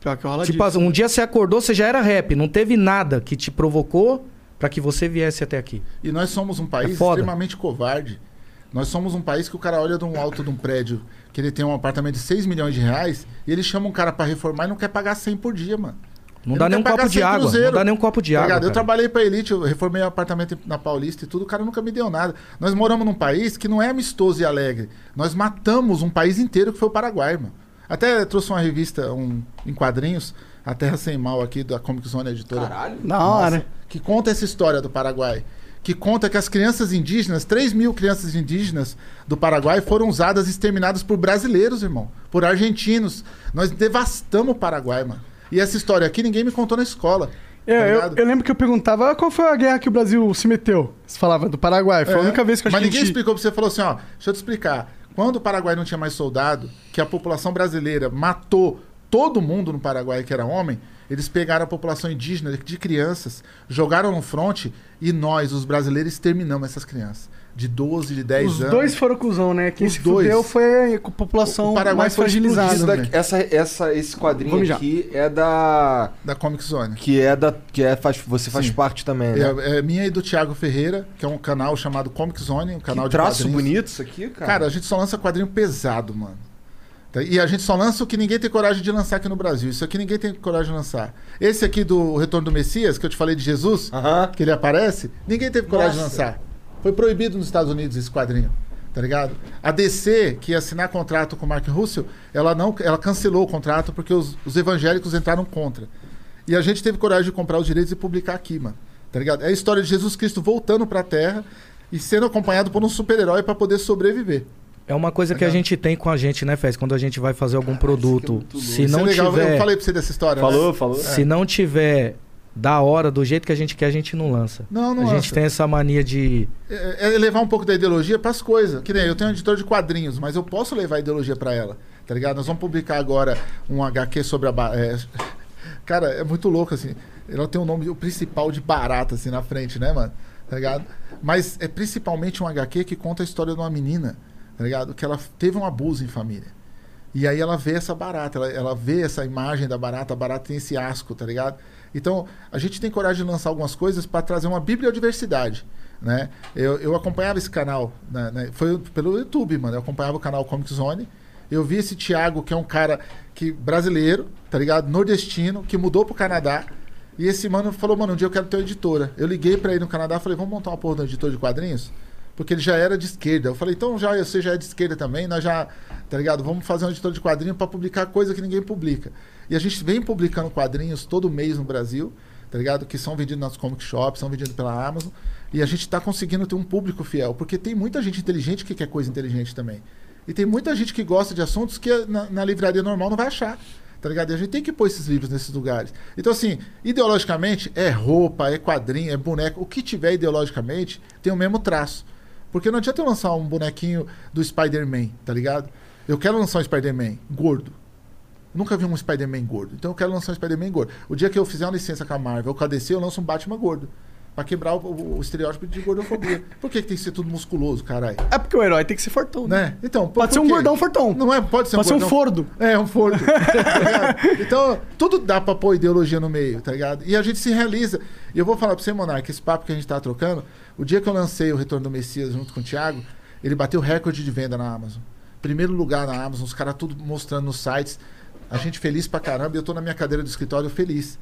Pior que rola Tipo, disso. um dia você acordou, você já era rap. Não teve nada que te provocou pra que você viesse até aqui. E nós somos um país É foda. extremamente covarde. Nós somos um país que o cara olha de um alto de um prédio, que ele tem um apartamento de seis milhões de reais, e ele chama um cara pra reformar e não quer pagar cem por dia, mano. Não Ele dá quer nem um pagar copo de cem água. cruzeiro. Não dá nem um copo de Tá água. ligado? Eu cara. trabalhei pra Elite, eu reformei um apartamento na Paulista e tudo, o cara nunca me deu nada. Nós moramos num país que não é amistoso e alegre. Nós matamos um país inteiro que foi o Paraguai, mano. Até trouxe uma revista um, em quadrinhos, A Terra Sem Mal aqui, da Comic Zone Editora. Caralho. Da hora. Nossa, que conta essa história do Paraguai. Que conta que as crianças indígenas, três mil crianças indígenas do Paraguai foram usadas e exterminadas por brasileiros, irmão. Por argentinos. Nós devastamos o Paraguai, mano. E essa história aqui ninguém me contou na escola. É, tá eu, ligado? eu lembro que eu perguntava ah, qual foi a guerra que o Brasil se meteu. Você falava do Paraguai. Foi É, a única vez que eu acho Mas que ninguém a gente... explicou pra você, falou assim, ó, deixa eu te explicar. Quando o Paraguai não tinha mais soldado, que a população brasileira matou todo mundo no Paraguai que era homem, eles pegaram a população indígena de crianças, jogaram no fronte e nós, os brasileiros, exterminamos essas crianças. De doze, de dez Os anos. dois foram cuzão, né? Quem Os se dois. fudeu foi a população O Paraguai mais foi fragilizada. explodido, Isso daqui- essa, essa, esse quadrinho Vamos já. aqui é da. Da Comic Zone. Que é da. Que é, faz, você faz Sim. parte também, né? É, é minha e do Thiago Ferreira, que é um canal chamado Comic Zone, um canal Que de traço quadrinhos. bonito isso aqui, cara. Cara, a gente só lança quadrinho pesado, mano. Tá? E a gente só lança o que ninguém tem coragem de lançar aqui no Brasil. Isso aqui ninguém tem coragem de lançar. Esse aqui do Retorno do Messias, que eu te falei de Jesus, Aham. que ele aparece, ninguém teve coragem Nossa. de lançar. Foi proibido nos Estados Unidos esse quadrinho. Tá ligado? A D C, que ia assinar contrato com o Mark Russell, ela, não, ela cancelou o contrato porque os, os evangélicos entraram contra. E a gente teve coragem de comprar os direitos e publicar aqui, mano. Tá ligado? É a história de Jesus Cristo voltando pra Terra e sendo acompanhado por um super-herói pra poder sobreviver. É uma coisa que a gente tem com a gente, né, Fez? Quando a gente vai fazer algum produto, se Isso não é legal. tiver, Eu falei pra você dessa história. Falou, né? falou. se não tiver da hora, do jeito que a gente quer, a gente não lança. Não, não a lança. gente tem essa mania de É, é levar um pouco da ideologia pras coisas. Que nem eu tenho um editor de quadrinhos, mas eu posso levar a ideologia pra ela. Tá ligado? Nós vamos publicar agora um H Q sobre a... ba- é, Cara, é muito louco, assim. Ela tem o nome, o principal de barata, assim, na frente, né, mano? Tá ligado? Mas é principalmente um H Q que conta a história de uma menina, tá ligado? Que ela teve um abuso em família. E aí ela vê essa barata, ela, ela vê essa imagem da barata, a barata tem esse asco, tá ligado? Então, a gente tem coragem de lançar algumas coisas para trazer uma bibliodiversidade, né? Eu, eu acompanhava esse canal, né, né? Foi pelo YouTube, mano. Eu acompanhava o canal Comic Zone. Eu vi esse Thiago, que é um cara que, brasileiro, tá ligado? Nordestino, que mudou pro Canadá. E esse mano falou, mano, um dia eu quero ter uma editora. Eu liguei pra ele no Canadá e falei, vamos montar uma porra de um editor de quadrinhos? Porque ele já era de esquerda. Eu falei, então já você já é de esquerda também, nós já, tá ligado? Vamos fazer um editor de quadrinho pra publicar coisa que ninguém publica. E a gente vem publicando quadrinhos todo mês no Brasil, tá ligado? Que são vendidos nas comic shops, são vendidos pela Amazon. E a gente tá conseguindo ter um público fiel. Porque tem muita gente inteligente que quer coisa inteligente também. E tem muita gente que gosta de assuntos que na, na livraria normal não vai achar. Tá ligado? E a gente tem que pôr esses livros nesses lugares. Então, assim, ideologicamente, é roupa, é quadrinho, é boneco. O que tiver ideologicamente tem o mesmo traço. Porque não adianta eu lançar um bonequinho do Spider-Man, tá ligado? Eu quero lançar um Spider-Man gordo. Nunca vi um Spider-Man gordo. Então eu quero lançar um Spider-Man gordo. O dia que eu fizer uma licença com a Marvel ou com a D C, eu lanço um Batman gordo. Pra quebrar o, o, o estereótipo de gordofobia. Por que, que tem que ser tudo musculoso, caralho? É porque o herói tem que ser fortão, né? Né? Então, por- Pode ser por um quê? gordão fortão. Não é, pode ser Pode um ser um gordão. fordo. É, um fordo. Tá ligado? Então, tudo dá pra pôr ideologia no meio, tá ligado? E a gente se realiza. E eu vou falar pra você, Monark, esse papo que a gente tá trocando, o dia que eu lancei o Retorno do Messias junto com o Thiago, ele bateu recorde de venda na Amazon. Primeiro lugar na Amazon, os caras tudo mostrando nos sites. A gente feliz pra caramba, e eu tô na minha cadeira do escritório feliz.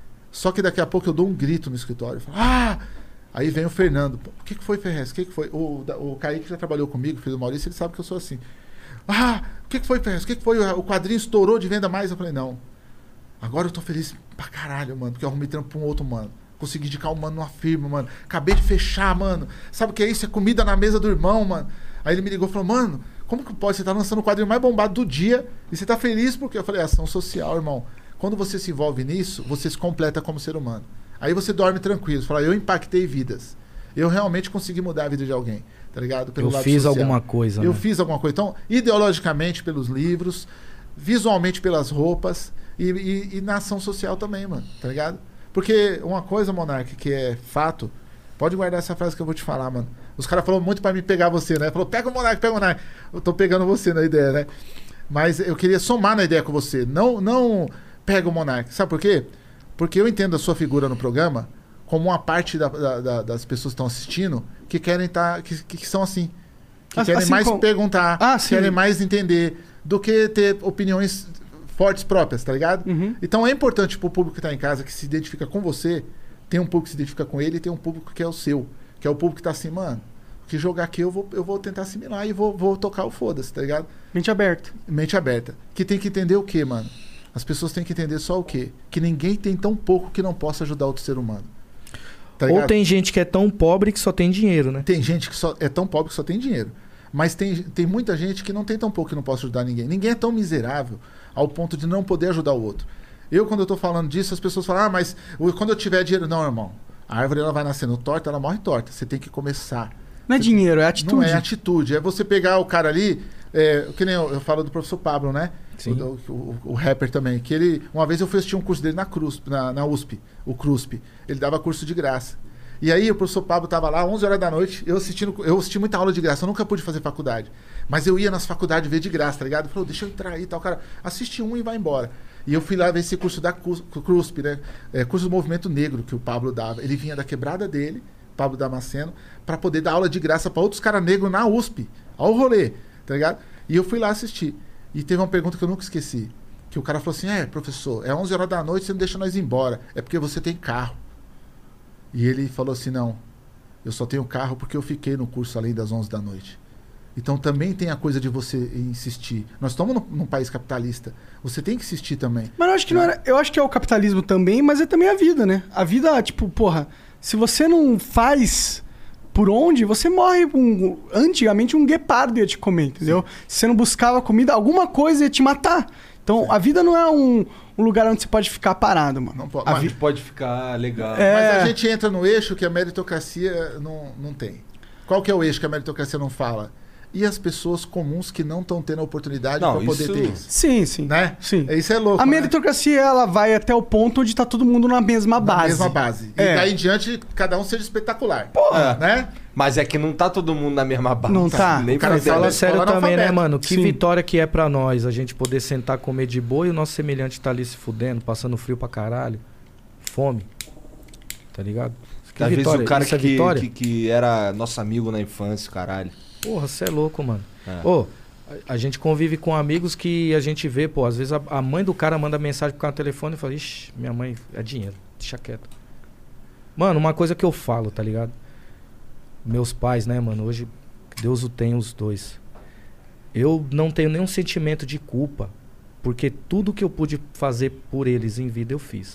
Só que daqui a pouco eu dou um grito no escritório. Eu falo, ah! Aí vem o Fernando. Pô, o que, que foi, Ferrez? O que, que foi? O, da- o Kaique já trabalhou comigo, filho do Maurício, ele sabe que eu sou assim. Ah, o que, que foi, Ferrez? O que, que foi? O quadrinho estourou de venda mais? Eu falei, não. Agora eu tô feliz pra caralho, mano, porque eu arrumei trampo pra um outro mano. Consegui indicar um mano numa firma, mano. Acabei de fechar, mano. Sabe o que é isso? É comida na mesa do irmão, mano. Aí ele me ligou e falou, mano, como que pode? Você tá lançando o quadrinho mais bombado do dia e você tá feliz porque... Eu falei, ação social, irmão. Quando você se envolve nisso, você se completa como ser humano. Aí você dorme tranquilo. Você fala, eu impactei vidas. Eu realmente consegui mudar a vida de alguém, tá ligado? Pelo eu lado fiz social. alguma coisa, Eu né? fiz alguma coisa. Então, ideologicamente pelos livros, visualmente pelas roupas e, e, e na ação social também, mano, tá ligado? Porque uma coisa, Monark, que é fato, pode guardar essa frase que eu vou te falar, mano. Os caras falaram muito pra me pegar você, né? Falou, pega o Monark, pega o Monark. Eu tô pegando você na ideia, né? Mas eu queria somar na ideia com você. Não, não pega o Monark. Sabe por quê? Porque eu entendo a sua figura no programa como uma parte da, da, da, das pessoas que estão assistindo que querem estar, que, que são assim. Que Assim querem mais como- perguntar, Ah, sim. querem mais entender do que ter opiniões fortes próprias, tá ligado? Uhum. Então é importante pro público que tá em casa, que se identifica com você, tem um público que se identifica com ele e tem um público que é o seu. Que é o público que tá assim, mano, que jogar aqui eu vou, eu vou tentar assimilar e vou, vou tocar o foda-se, tá ligado? Mente aberta. Mente aberta. Que tem que entender o quê, mano? As pessoas têm que entender só o quê? Que ninguém tem tão pouco que não possa ajudar outro ser humano. Tá Ou ligado? tem gente que é tão pobre que só tem dinheiro, né? Tem gente que só é tão pobre que só tem dinheiro. Mas tem, tem muita gente que não tem tão pouco que não possa ajudar ninguém. Ninguém é tão miserável ao ponto de não poder ajudar o outro. Eu, quando eu tô falando disso, as pessoas falam, ah, mas o- quando eu tiver dinheiro... Não, irmão. A árvore, ela vai nascendo torta, ela morre torta. Você tem que começar. Não é Você dinheiro, é atitude. Não é atitude. É você pegar o cara ali... É, que nem eu, eu falo do professor Pablo, né? Sim. O, o, o rapper também. Que ele... Uma vez eu fui assistir um curso dele na, Cruz, na, na U S P. O CRUSP. Ele dava curso de graça. E aí o professor Pablo tava lá, onze horas da noite, eu assistindo, eu assisti muita aula de graça, eu nunca pude fazer faculdade. Mas eu ia nas faculdades ver de graça, tá ligado? Falou, deixa eu entrar aí e tal, cara, assiste um e vai embora. E eu fui lá ver esse curso da CRUSP, né? É, curso do movimento negro que o Pablo dava. Ele vinha da quebrada dele, Pablo Damasceno, pra poder dar aula de graça pra outros caras negros na U S P. Olha o rolê, tá ligado? E eu fui lá assistir. E teve uma pergunta que eu nunca esqueci. Que o cara falou assim, é, professor, é onze horas da noite, você não deixa nós ir embora. É porque você tem carro. E ele falou assim, não, eu só tenho carro porque eu fiquei no curso além das onze da noite. Então também tem a coisa de você insistir. Nós estamos num, num país capitalista. Você tem que insistir também. Mas eu acho que não era. Eu acho que é o capitalismo também, mas é também a vida, né? A vida, tipo, porra, se você não faz por onde, você morre. Um, antigamente um guepardo ia te comer, entendeu? Se você não buscava comida, alguma coisa ia te matar. Então a vida não é um, um lugar onde você pode ficar parado, mano. Não pode, A mas, vi- A gente pode ficar legal. É. mas a gente entra no eixo que a meritocracia não, não tem. Qual que é o eixo que a meritocracia não fala? E as pessoas comuns que não estão tendo a oportunidade Não, para poder isso- ter isso. Sim, sim. Né? Sim. Isso é louco. A né? meritocracia, ela vai até o ponto onde tá todo mundo na mesma Na base. mesma base. E É. daí em diante, cada um seja espetacular. Porra. Né? Mas é que não tá todo mundo na mesma base. Não tá. Nem O cara fudendo. fala Fala sério escola também, né, analfabeto. mano? Que Sim. vitória que é pra nós a gente poder sentar, comer de boa e o nosso semelhante tá ali se fudendo, passando frio pra caralho. Fome. Tá ligado? Que Às vezes vitória? o cara Isso é que, vitória? que, que era nosso amigo na infância, caralho. Porra, você é louco, mano. É. Ô, a, a gente convive com amigos que a gente vê, pô, às vezes a, a mãe do cara manda mensagem pro cara no telefone e fala, ixi, minha mãe é dinheiro, deixa quieto. Mano, uma coisa que eu falo, tá ligado? Meus pais, né, mano, hoje Deus o tem os dois. Eu não tenho nenhum sentimento de culpa, porque tudo que eu pude fazer por eles em vida eu fiz.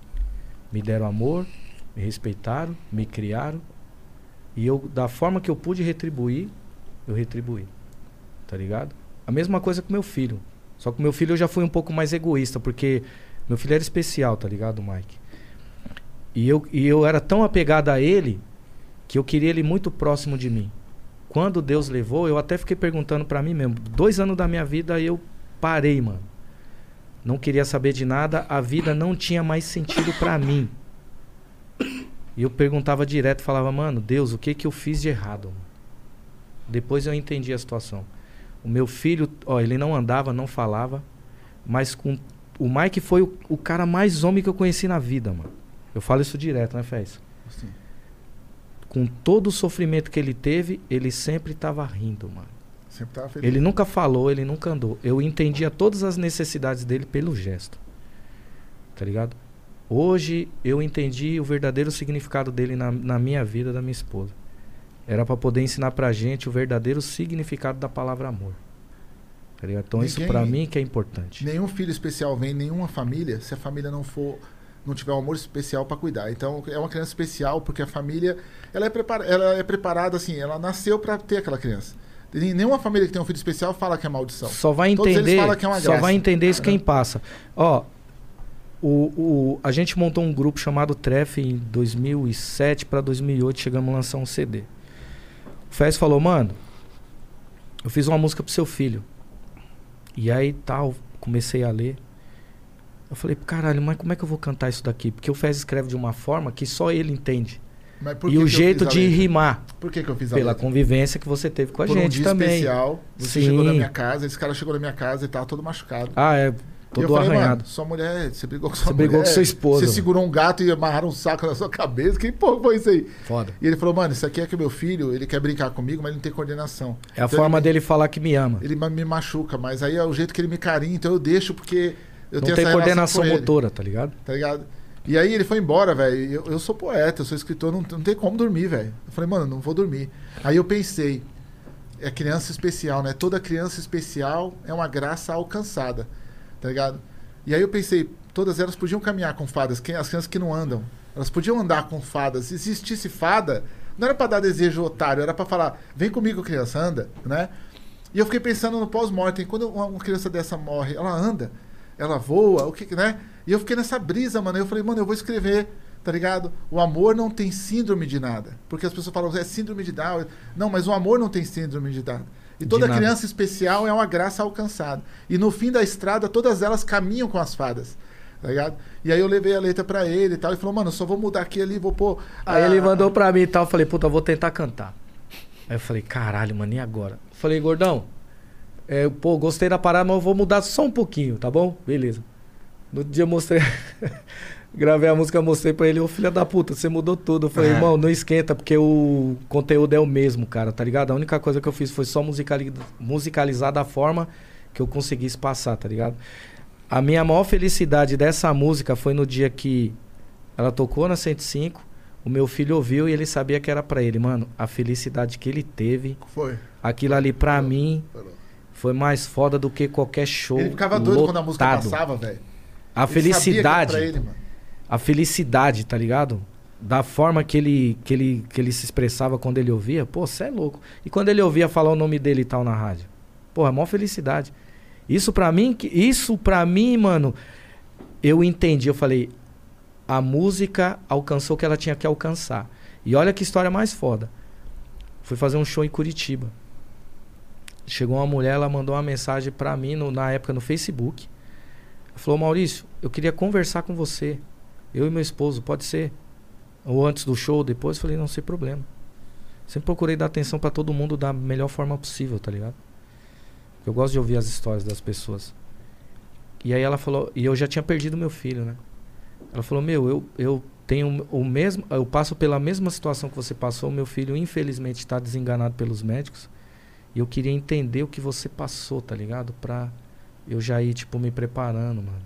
Me deram amor, me respeitaram, me criaram. E eu, da forma que eu pude retribuir, eu retribuí. Tá ligado? A mesma coisa com meu filho. Só que meu filho eu já fui um pouco mais egoísta, porque meu filho era especial, tá ligado, Mike? E eu, e eu era tão apegado a ele, que eu queria ele muito próximo de mim. Quando Deus levou, eu até fiquei perguntando pra mim mesmo. Dois anos da minha vida eu parei, mano. Não queria saber de nada, a vida não tinha mais sentido pra mim. E eu perguntava direto, falava, mano, Deus, o que que eu fiz de errado? Mano? Depois eu entendi a situação. O meu filho, ó, ele não andava, não falava, mas com o Mike foi o, o cara mais homem que eu conheci na vida, mano. Eu falo isso direto, né, Fez? Sim. Com todo o sofrimento que ele teve, ele sempre tava rindo, mano. Sempre tava feliz. Ele nunca falou, ele nunca andou. Eu entendia todas as necessidades dele pelo gesto. Tá ligado? Hoje eu entendi o verdadeiro significado dele na, na minha vida, da minha esposa. Era pra poder ensinar pra gente o verdadeiro significado da palavra amor. Tá ligado? Então isso Ninguém- pra mim que é importante. Nenhum filho especial vem em nenhuma família se a família não for não tiver um amor especial para cuidar. Então é uma criança especial porque a família ela é, prepara, ela é preparada assim, ela nasceu para ter aquela criança. E nenhuma família que tem um filho especial fala que é maldição. Só vai Todos eles entender, falam que é uma só graça. vai entender isso quem passa. Ó, o, o, a gente montou um grupo chamado Tref em dois mil e sete para dois mil e oito, chegamos a lançar um C D. O Fez falou, mano, eu fiz uma música pro seu filho. E aí tal, comecei a ler. Eu falei, caralho, mas como é que eu vou cantar isso daqui? Porque o Fez escreve de uma forma que só ele entende. Mas por E que o que eu jeito fiz a de letra? rimar. Por que, que eu fiz a Pela letra? convivência que você teve com a Por um gente dia também. especial, você Sim. chegou na minha casa, esse cara chegou na minha casa e tava todo machucado. Ah, é. todo eu falei, arranhado. Mano, sua mulher, você brigou com sua você mulher. brigou com sua esposa. Você mano. segurou um gato e amarraram um saco na sua cabeça. Que porra foi isso aí? Foda. E ele falou, mano, isso aqui é que meu filho, ele quer brincar comigo, mas ele não tem coordenação. É a então forma ele, dele falar que me ama. Ele me machuca, mas aí é o jeito que ele me carinha, então eu deixo porque eu não tenho tem essa coordenação com motora, ele, tá ligado? tá ligado? E aí ele foi embora, velho. Eu, eu sou poeta, eu sou escritor, não, não tem como dormir, velho. Eu falei, mano, não vou dormir. Aí eu pensei, é criança especial, né? Toda criança especial é uma graça alcançada, tá ligado? E aí eu pensei, todas elas podiam caminhar com fadas, quem, as crianças que não andam. Elas podiam andar com fadas. Se existisse fada, não era pra dar desejo otário, era pra falar, vem comigo, criança, anda, né? E eu fiquei pensando no pós-mortem. Quando uma, uma criança dessa morre, ela anda, ela voa, o que, né? E eu fiquei nessa brisa, mano. Eu falei, mano, eu vou escrever, tá ligado? O amor não tem síndrome de nada. Porque as pessoas falam, é síndrome de Down. Não, mas o amor não tem síndrome de Down. E toda criança especial é uma graça alcançada. E no fim da estrada, todas elas caminham com as fadas. Tá ligado? E aí eu levei a letra pra ele e tal. E falou, mano, eu só vou mudar aqui ali, vou pôr. Aí a... ele mandou pra mim e tal. Eu falei, puta, eu vou tentar cantar. Aí eu falei, caralho, mano, e agora? Eu falei, gordão, é, pô, gostei da parada, mas eu vou mudar só um pouquinho, tá bom? Beleza. No dia eu mostrei. Gravei a música, mostrei pra ele, ô filho da puta, você mudou tudo. Eu falei, irmão, não esquenta, porque o conteúdo é o mesmo, cara, tá ligado? A única coisa que eu fiz foi só musicali... musicalizar da forma que eu conseguisse passar, tá ligado? A minha maior felicidade dessa música foi no dia que ela tocou na cento e cinco, o meu filho ouviu e ele sabia que era pra ele. Mano, a felicidade que ele teve, foi. Aquilo ali pra Falou. mim Falou. foi mais foda do que qualquer show. Ele ficava doido lotado. quando a música passava, velho. A felicidade, pra ele, mano. a felicidade, tá ligado? Da forma que ele, que, ele, que ele se expressava quando ele ouvia, pô, você é louco. E quando ele ouvia falar o nome dele e tal na rádio, pô, é a maior felicidade. Isso pra mim, isso pra mim, mano, eu entendi, eu falei, a música alcançou o que ela tinha que alcançar. E olha que história mais foda. Fui fazer um show em Curitiba. Chegou uma mulher, ela mandou uma mensagem pra mim, no, na época, no Facebook. Ela falou, Maurício, eu queria conversar com você. Eu e meu esposo, pode ser? Ou antes do show, depois. Eu falei, não, sem problema. Sempre procurei dar atenção pra todo mundo da melhor forma possível, tá ligado? Eu gosto de ouvir as histórias das pessoas. E aí ela falou, e eu já tinha perdido meu filho, né? Ela falou, meu, eu, eu tenho o mesmo, eu passo pela mesma situação que você passou, meu filho infelizmente está desenganado pelos médicos, e eu queria entender o que você passou, tá ligado? Pra eu já ir, tipo, me preparando, mano.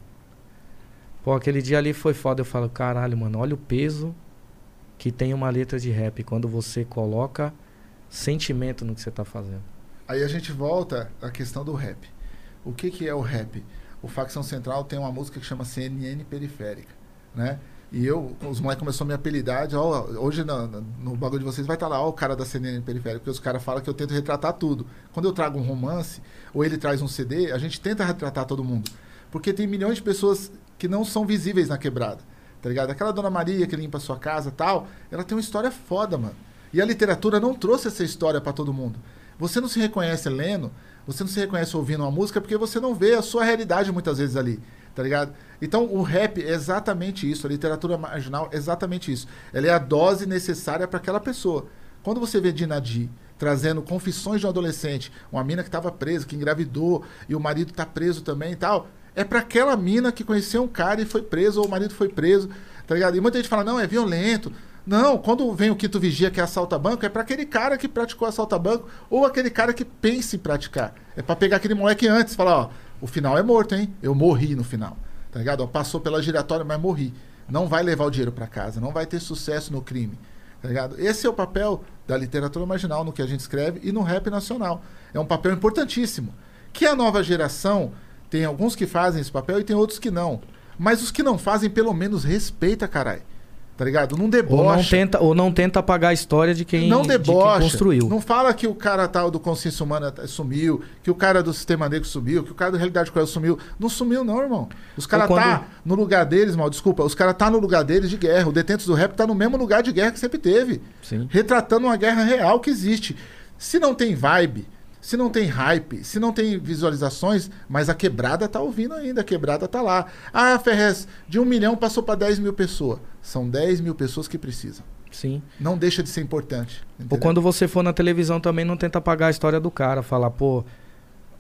Pô, aquele dia ali foi foda, eu falo, caralho, mano, olha o peso que tem uma letra de rap, quando você coloca sentimento no que você tá fazendo. Aí a gente volta à questão do rap. O que que é o rap? O Facção Central tem uma música que chama C N N Periférica, né? E eu, os moleques começaram a me apelidar, de, ó, hoje no, no bagulho de vocês vai estar lá, ó, o cara da C N N Periférica, porque os caras falam que eu tento retratar tudo. Quando eu trago um romance, ou ele traz um C D, a gente tenta retratar todo mundo. Porque tem milhões de pessoas que não são visíveis na quebrada, tá ligado? Aquela Dona Maria que limpa a sua casa e tal, ela tem uma história foda, mano. E a literatura não trouxe essa história pra todo mundo. Você não se reconhece lendo, você não se reconhece ouvindo uma música porque você não vê a sua realidade muitas vezes ali, tá ligado? Então o rap é exatamente isso, a literatura marginal é exatamente isso. Ela é a dose necessária para aquela pessoa. Quando você vê Dinadi trazendo confissões de um adolescente, uma mina que estava presa, que engravidou, e o marido tá preso também e tal, é para aquela mina que conheceu um cara e foi preso, ou o marido foi preso, tá ligado? E muita gente fala, não, é violento. Não, quando vem o quinto vigia que é assalta banco, é para aquele cara que praticou assalta banco ou aquele cara que pensa em praticar. É para pegar aquele moleque antes e falar, ó, o final é morto, hein? Eu morri no final, tá ligado? Ó, passou pela giratória, mas morri. Não vai levar o dinheiro para casa, não vai ter sucesso no crime, tá ligado? Esse é o papel da literatura marginal no que a gente escreve e no rap nacional. É um papel importantíssimo. Que a nova geração, tem alguns que fazem esse papel e tem outros que não. Mas os que não fazem, pelo menos respeita, caralho. Tá ligado? Não debocha. Ou não tenta, ou não tenta apagar a história de quem, não debocha, de quem construiu. Não fala que o cara tal do Consciência Humana sumiu, que o cara do Sistema Negro sumiu, que o cara do Realidade Cruel sumiu. Não sumiu não, irmão. Os caras quando... tá no lugar deles, mal, desculpa, os caras tá no lugar deles de guerra. O Detentos do Rap tá no mesmo lugar de guerra que sempre teve. Sim. Retratando uma guerra real que existe. Se não tem vibe, se não tem hype, se não tem visualizações, mas a quebrada tá ouvindo ainda, a quebrada tá lá. Ah, Ferrez, de um milhão passou para dez mil pessoas. São dez mil pessoas que precisam. Sim. Não deixa de ser importante. Entendeu? Ou quando você for na televisão também não tenta apagar a história do cara, falar, pô,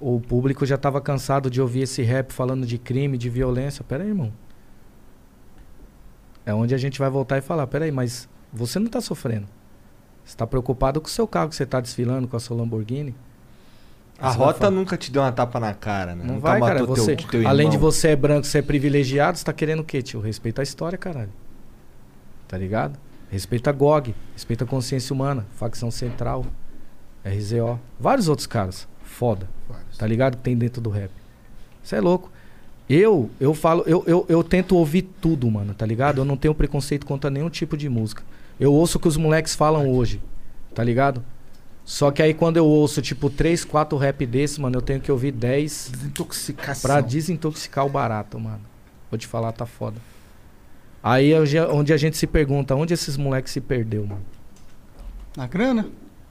o público já tava cansado de ouvir esse rap falando de crime, de violência. Pera aí, irmão. É onde a gente vai voltar e falar, pera aí, mas você não tá sofrendo. Você tá preocupado com o seu carro que você tá desfilando, com a sua Lamborghini. A Você Rota vai nunca te deu uma tapa na cara, né? Não Nunca vai, cara. matou Você, teu, teu além de irmão. você é branco, você é privilegiado, você tá querendo o quê, tio? Respeita a história, caralho. Tá ligado? Respeita a G O G, respeita a Consciência Humana, Facção Central, R Z O. Vários outros caras. Foda. Vários. Tá ligado? Que tem dentro do rap. Você é louco. Eu, eu falo, eu, eu, eu tento ouvir tudo, mano, tá ligado? Eu não tenho preconceito contra nenhum tipo de música. Eu ouço o que os moleques falam hoje, tá ligado? Só que aí quando eu ouço, tipo, três, quatro rap desses, mano, eu tenho que ouvir dez Desintoxicação. pra desintoxicar o barato, mano. Vou te falar, tá foda. Aí é onde- onde a gente se pergunta, onde esses moleques se perdeu, mano? Na grana?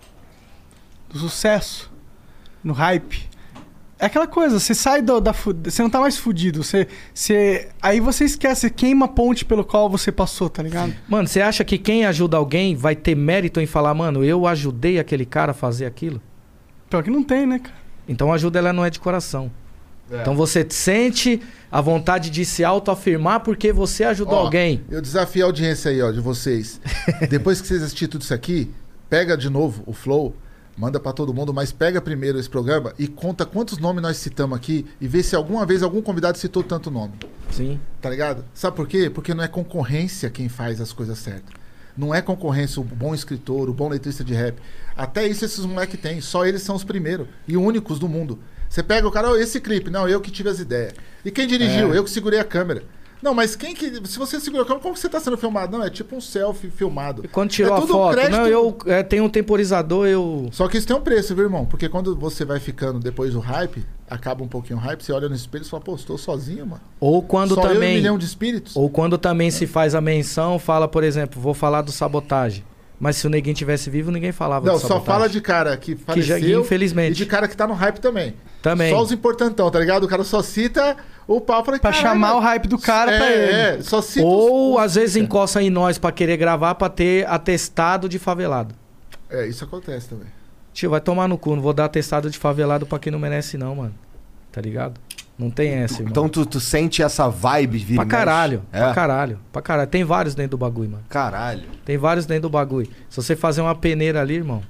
No sucesso? No hype? É aquela coisa, você sai do, da... fu- Você não tá mais fudido. Você, você, aí você esquece, você queima a ponte pelo qual você passou, tá ligado? Mano, você acha que quem ajuda alguém vai ter mérito em falar, mano, eu ajudei aquele cara a fazer aquilo? Pior que não tem, né, cara? Então a ajuda ela não é de coração. É. Então você sente a vontade de se autoafirmar porque você ajudou Ó, alguém. Eu desafio a audiência aí, ó, de vocês. Depois que vocês assistirem tudo isso aqui, pega de novo o Flow, manda pra todo mundo, mas pega primeiro esse programa e conta quantos nomes nós citamos aqui e vê se alguma vez algum convidado citou tanto nome. Sim. Tá ligado? Sabe por quê? Porque não é concorrência quem faz as coisas certas. Não é concorrência o bom escritor, o bom letrista de rap. Até isso esses moleques têm. Só eles são os primeiros e únicos do mundo. Você pega o cara, oh, esse clipe, não, eu que tive as ideias. E quem dirigiu? É. Eu que segurei a câmera. Não, mas quem que. Se você segurou a câmera, como que você tá sendo filmado? Não, é tipo um selfie filmado. E quando tirou é a tudo foto, crédito. não, eu é, tenho um temporizador, eu... Só que isso tem um preço, viu, irmão? Porque quando você vai ficando depois do hype, acaba um pouquinho o hype, você olha no espelho e fala, pô, estou sozinho, mano. Ou quando Só eu e um também... milhão de espíritos. Ou quando também se faz a menção, fala, por exemplo, vou falar do Sabotagem. Mas se o neguinho tivesse vivo, ninguém falava Não, do só Sabotagem. fala de cara que faleceu já- infelizmente. e de cara que tá no hype também. Também. Só os importantão, tá ligado? O cara só cita o pau pra, Pra chamar o hype do cara é, pra ele. É, só cita Ou os- às vezes encosta em nós pra querer gravar pra ter atestado de favelado. É, isso acontece também. Tio, vai tomar no cu, não vou dar atestado de favelado pra quem não merece não, mano. Tá ligado? Não tem essa, irmão. Então tu, tu sente essa vibe vir Pra caralho, É? pra caralho, pra caralho. Tem vários dentro do bagulho, mano. Caralho. Tem vários dentro do bagulho. Se você fazer uma peneira ali, irmão...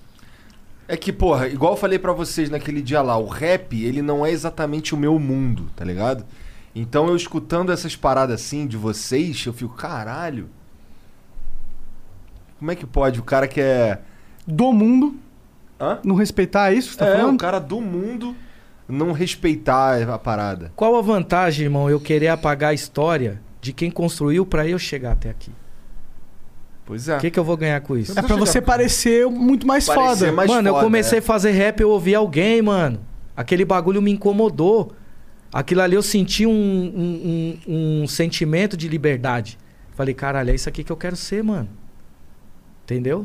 É que, porra, igual eu falei pra vocês naquele dia lá, o rap, ele não é exatamente o meu mundo, tá ligado? Então eu escutando essas paradas assim de vocês, eu fico, caralho. Como é que pode o cara que é... Do mundo, Hã? não respeitar isso que você tá é, falando? o cara do mundo não respeitar a parada. Qual a vantagem, irmão, eu querer apagar a história de quem construiu pra eu chegar até aqui? Pois é. O que, que eu vou ganhar com isso? É pra você parecer muito mais Parecer foda. mais mano, eu foda, comecei é. a fazer rap, eu ouvi alguém, mano. Aquele bagulho me incomodou. Aquilo ali eu senti um, um, um, um sentimento de liberdade. Falei, caralho, é isso aqui que eu quero ser, mano. Entendeu?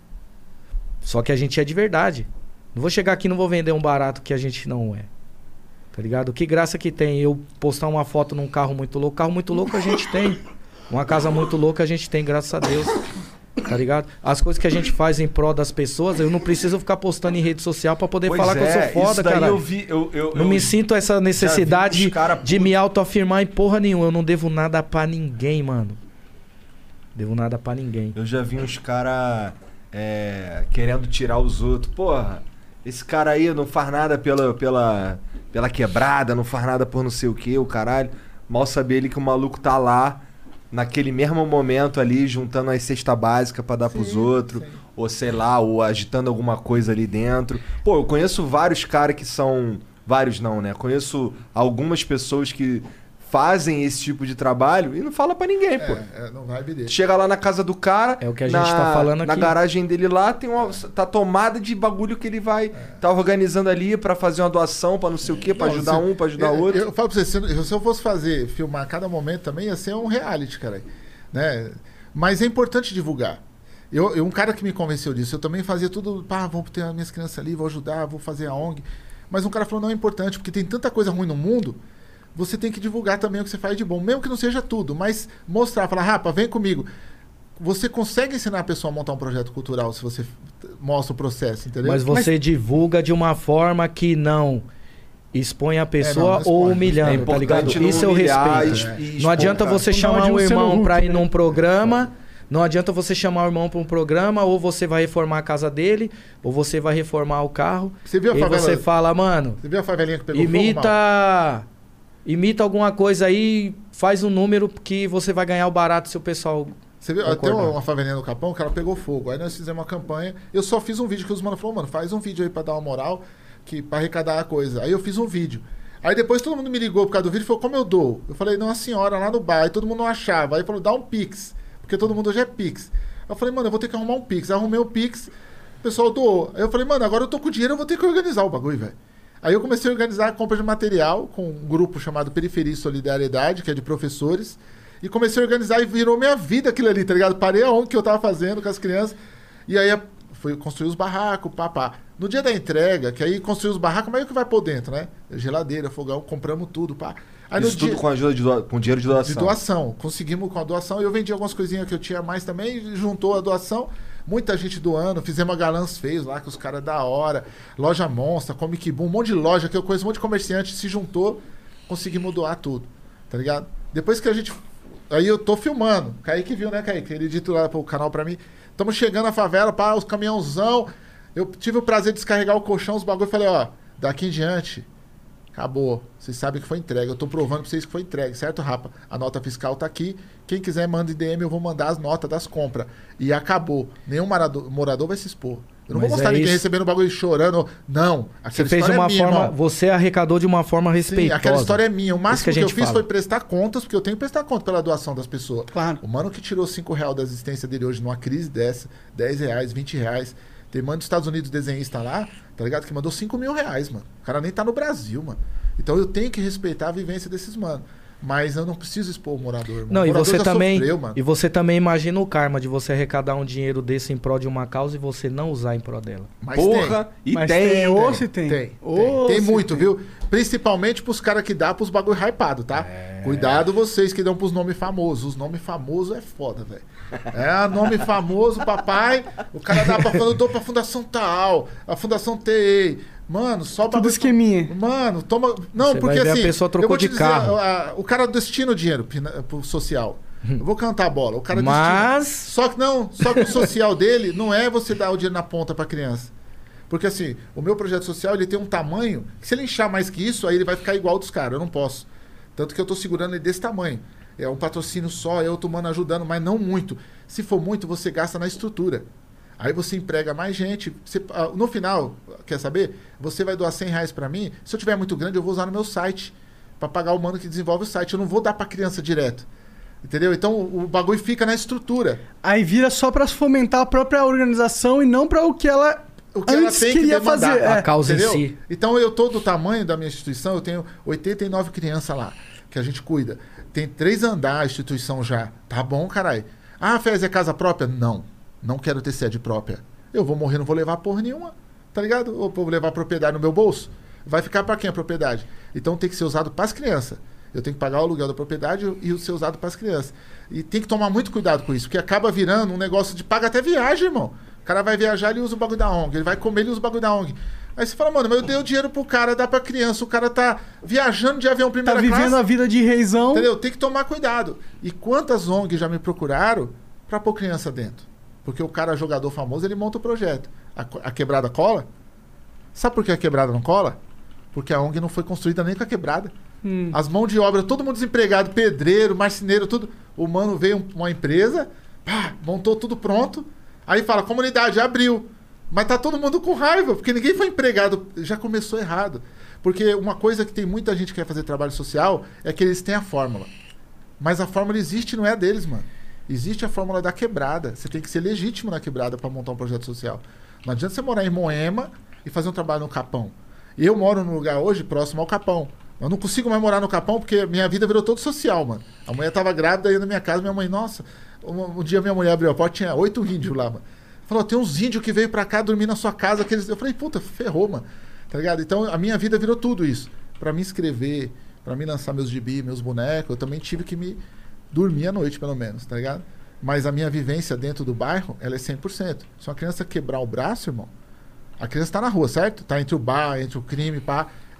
Só que a gente é de verdade. Não vou chegar aqui e não vou vender um barato que a gente não é. Tá ligado? Que graça que tem eu postar uma foto num carro muito louco. Carro muito louco a gente tem. Uma casa muito louca a gente tem, graças a Deus. Tá ligado? As coisas que a gente faz em prol das pessoas, eu não preciso ficar postando em rede social pra poder Pois falar que eu é, sou foda, isso daí cara. eu vi, eu, eu, Não eu me sinto essa já vi necessidade uns cara de puto. me autoafirmar em porra nenhuma. Eu não devo nada pra ninguém, mano. Devo nada pra ninguém. Eu já vi uns cara é, querendo tirar os outros. Porra, esse cara aí não faz nada pela, pela, pela quebrada, não faz nada por não sei o que, o caralho. Mal saber ele que o maluco tá lá, naquele mesmo momento ali, juntando as cestas básicas pra dar Sim, pros outros. sim. Ou sei lá, ou agitando alguma coisa ali dentro. Pô, eu conheço vários caras que são... Vários não, né? Conheço algumas pessoas que fazem esse tipo de trabalho e não fala pra ninguém, pô. É, é, não vai dele. Chega lá na casa do cara. É o que a na, gente tá falando Na aqui. garagem dele lá tem uma tá tomada de bagulho que ele vai tá organizando ali pra fazer uma doação, pra não sei o quê, pra Não, ajudar se- um, pra ajudar eu, outro. Eu, falo pra você, se eu, se eu fosse fazer, filmar cada momento também, ia ser um reality, cara. Né? Mas é importante divulgar. Eu, eu, um cara que me convenceu disso, eu também fazia tudo, pá, vou ter as minhas crianças ali, vou ajudar, vou fazer a ONG. Mas um cara falou, não é importante, porque tem tanta coisa ruim no mundo, você tem que divulgar também o que você faz de bom. Mesmo que não seja tudo, mas mostrar, falar, rapa, vem comigo. Você consegue ensinar a pessoa a montar um projeto cultural se você mostra o processo, entendeu? Mas você divulga de uma forma que não expõe a É, pessoa não, não ou expõe. humilhando, É tá ligado? importante não Isso eu humilhar respeito. e- e Não expor, adianta cara. você Então, chamar imagina o você no irmão Hulk, pra ir né? num programa, não adianta você chamar o irmão pra um programa, ou você vai reformar a casa dele, ou você vai reformar o carro. Você viu a e aí favela- você fala, mano, Você viu a favelinha que pegou fogo, mal? imita... Imita alguma coisa aí, faz um número que você vai ganhar o barato se o pessoal... Você viu? Tem concordar. uma favelinha no Capão que ela pegou fogo. Aí nós fizemos uma campanha. Eu só fiz um vídeo que os mano falou, mano, faz um vídeo aí pra dar uma moral, que, pra arrecadar a coisa. Aí eu fiz um vídeo. Aí depois todo mundo me ligou por causa do vídeo e falou, como eu dou? Eu falei, não, a senhora lá no bar. Aí todo mundo não achava. Aí falou, dá um Pix. Porque todo mundo hoje é Pix. Eu falei, mano, eu vou ter que arrumar um Pix. Aí arrumei o Pix, o pessoal doou. Aí eu falei, mano, agora eu tô com dinheiro, eu vou ter que organizar o bagulho, velho. Aí eu comecei a organizar a compra de material com um grupo chamado Periferia e Solidariedade, que é de professores. E comecei a organizar e virou minha vida aquilo ali, tá ligado? Parei aonde que eu tava fazendo com as crianças. E aí fui construir os barracos, papá. No dia da entrega, que aí construir os barracos, mas é o que vai por dentro, né? Geladeira, fogão, compramos tudo, pá. Aí Isso no tudo dia... com ajuda de doa... com dinheiro de doação. De doação. Conseguimos com a doação. E eu vendi algumas coisinhas que eu tinha mais também, juntou a doação. Muita gente doando. Fizemos a Galãs Fez lá, com os caras da hora. Loja Monstra, Comic Boom, um monte de loja que eu conheço, um monte de comerciante se juntou. Conseguimos doar tudo, tá ligado? Depois que a gente... Aí eu tô filmando. Kaique viu, né, Kaique? Ele edita lá pro canal pra mim. Estamos chegando na favela, pá, os caminhãozão. Eu tive o prazer de descarregar o colchão, os bagulho. Falei, ó, daqui em diante... Acabou. Vocês sabem que foi entregue. Eu tô provando pra vocês que foi entregue, certo, rapa? A nota fiscal tá aqui. Quem quiser, manda em D M, eu vou mandar as notas das compras. E acabou. Nenhum morador, morador vai se expor. Eu não Mas vou mostrar é ninguém isso. recebendo um bagulho e chorando. Não. Você Aquela fez de história uma é minha, forma... irmão. Você arrecadou de uma forma Sim, respeitosa. aquela história é minha. O Isso máximo que a que, eu gente fiz fala. foi prestar contas, porque eu tenho que prestar conta pela doação das pessoas. Claro. O mano que tirou cinco reais da existência dele hoje numa crise dessa, dez reais, vinte reais. Tem mano dos Estados Unidos, desenhista lá, tá ligado? Que mandou cinco mil reais, mano. O cara nem tá no Brasil, mano. Então eu tenho que respeitar a vivência desses mano. Mas eu não preciso expor o morador, mano. Não, o e morador você já também, sofreu, mano. e você também imagina o karma de você arrecadar um dinheiro desse em prol de uma causa e você não usar em prol dela. Mas Porra, tem. e Mas tem, tem, ou tem. se tem. Tem, tem, Ô, tem se muito, viu? Principalmente pros caras que dá pros bagulho hypado, tá? Cuidado vocês que dão pros nomes famosos. Os nomes famosos é foda, velho. É, nome famoso, papai. O cara dá pra falar, eu dou pra Fundação Tal, a Fundação T E I. Mano, só Tudo esqueminha. Mano, toma. Não, Você porque vai ver, a assim. pessoa trocou eu vou te de carro. a- a- o cara destina o dinheiro pina- pro social. Eu vou cantar a bola. O cara Mas- destina. Só que não, só que o social dele não é você dar o dinheiro na ponta pra criança. Porque assim, o meu projeto social ele tem um tamanho que se ele inchar mais que isso, aí ele vai ficar igual dos caras. Eu não posso. Tanto que eu tô segurando ele desse tamanho. É um patrocínio só, eu tô mano ajudando, mas não muito. Se for muito, você gasta na estrutura. Aí você emprega mais gente. Você- ah, no final, quer saber? Você vai doar cem reais pra mim. Se eu tiver muito grande, eu vou usar no meu site. Pra pagar o mano que desenvolve o site. Eu não vou dar pra criança direto. Entendeu? Então o, o bagulho fica na estrutura. Aí vira só pra fomentar a própria organização e não pra o que ela O que ela antes tem que queria demandar. fazer. A É. causa Entendeu? em si. Então eu tô do tamanho da minha instituição, eu tenho oitenta e nove crianças lá, que a gente cuida. Tem três andares a instituição já. Tá bom, caralho. Ah, Fez, é casa própria? Não. Não quero ter sede própria. Eu vou morrer, não vou levar porra nenhuma. Tá ligado? Ou vou levar a propriedade no meu bolso. Vai ficar pra quem a propriedade? Então tem que ser usado pras crianças. Eu tenho que pagar o aluguel da propriedade e o ser usado pras crianças. E tem que tomar muito cuidado com isso, porque acaba virando um negócio de paga até viagem, irmão. O cara vai viajar, ele usa o bagulho da O N G. Ele vai comer, ele usa o bagulho da O N G. Aí você fala, mano, mas eu dei o dinheiro pro cara, dá pra criança. O cara tá viajando de avião Tá primeira vivendo classe. a vida de reizão. Entendeu? Tem que tomar cuidado. E quantas O N Gs já me procuraram pra pôr criança dentro? Porque o cara, jogador famoso, ele monta o projeto. A, co- a quebrada cola? Sabe por que a quebrada não cola? Porque a O N G não foi construída nem com a quebrada. Hum. As mãos de obra, todo mundo desempregado, pedreiro, marceneiro, tudo. O mano veio um- uma empresa, pá, montou tudo pronto. Aí fala, comunidade, abriu. Mas tá todo mundo com raiva, porque ninguém foi empregado. Já começou errado. Porque uma coisa que tem muita gente que quer fazer trabalho social é que eles têm a fórmula. Mas a fórmula existe, não é a deles, mano. Existe a fórmula da quebrada. Você tem que ser legítimo na quebrada para montar um projeto social. Não adianta você morar em Moema e fazer um trabalho no Capão. Eu moro num lugar hoje próximo ao Capão. Eu não consigo mais morar no Capão porque minha vida virou todo social, mano. A mulher tava grávida aí na minha casa, minha mãe, nossa. Um, um dia minha mulher abriu a porta, tinha oito índios lá, mano. Falou, tem uns índios que veio pra cá dormir na sua casa. Que eles... Eu falei, puta, ferrou, mano. Tá ligado? Então a minha vida virou tudo isso. Pra me inscrever, pra me lançar meus gibi, meus bonecos, eu também tive que me dormir à noite, pelo menos, tá ligado? Mas a minha vivência dentro do bairro, ela é cem por cento. Se uma criança quebrar o braço, irmão, a criança tá na rua, certo? Tá entre o bar, entre o crime, pá.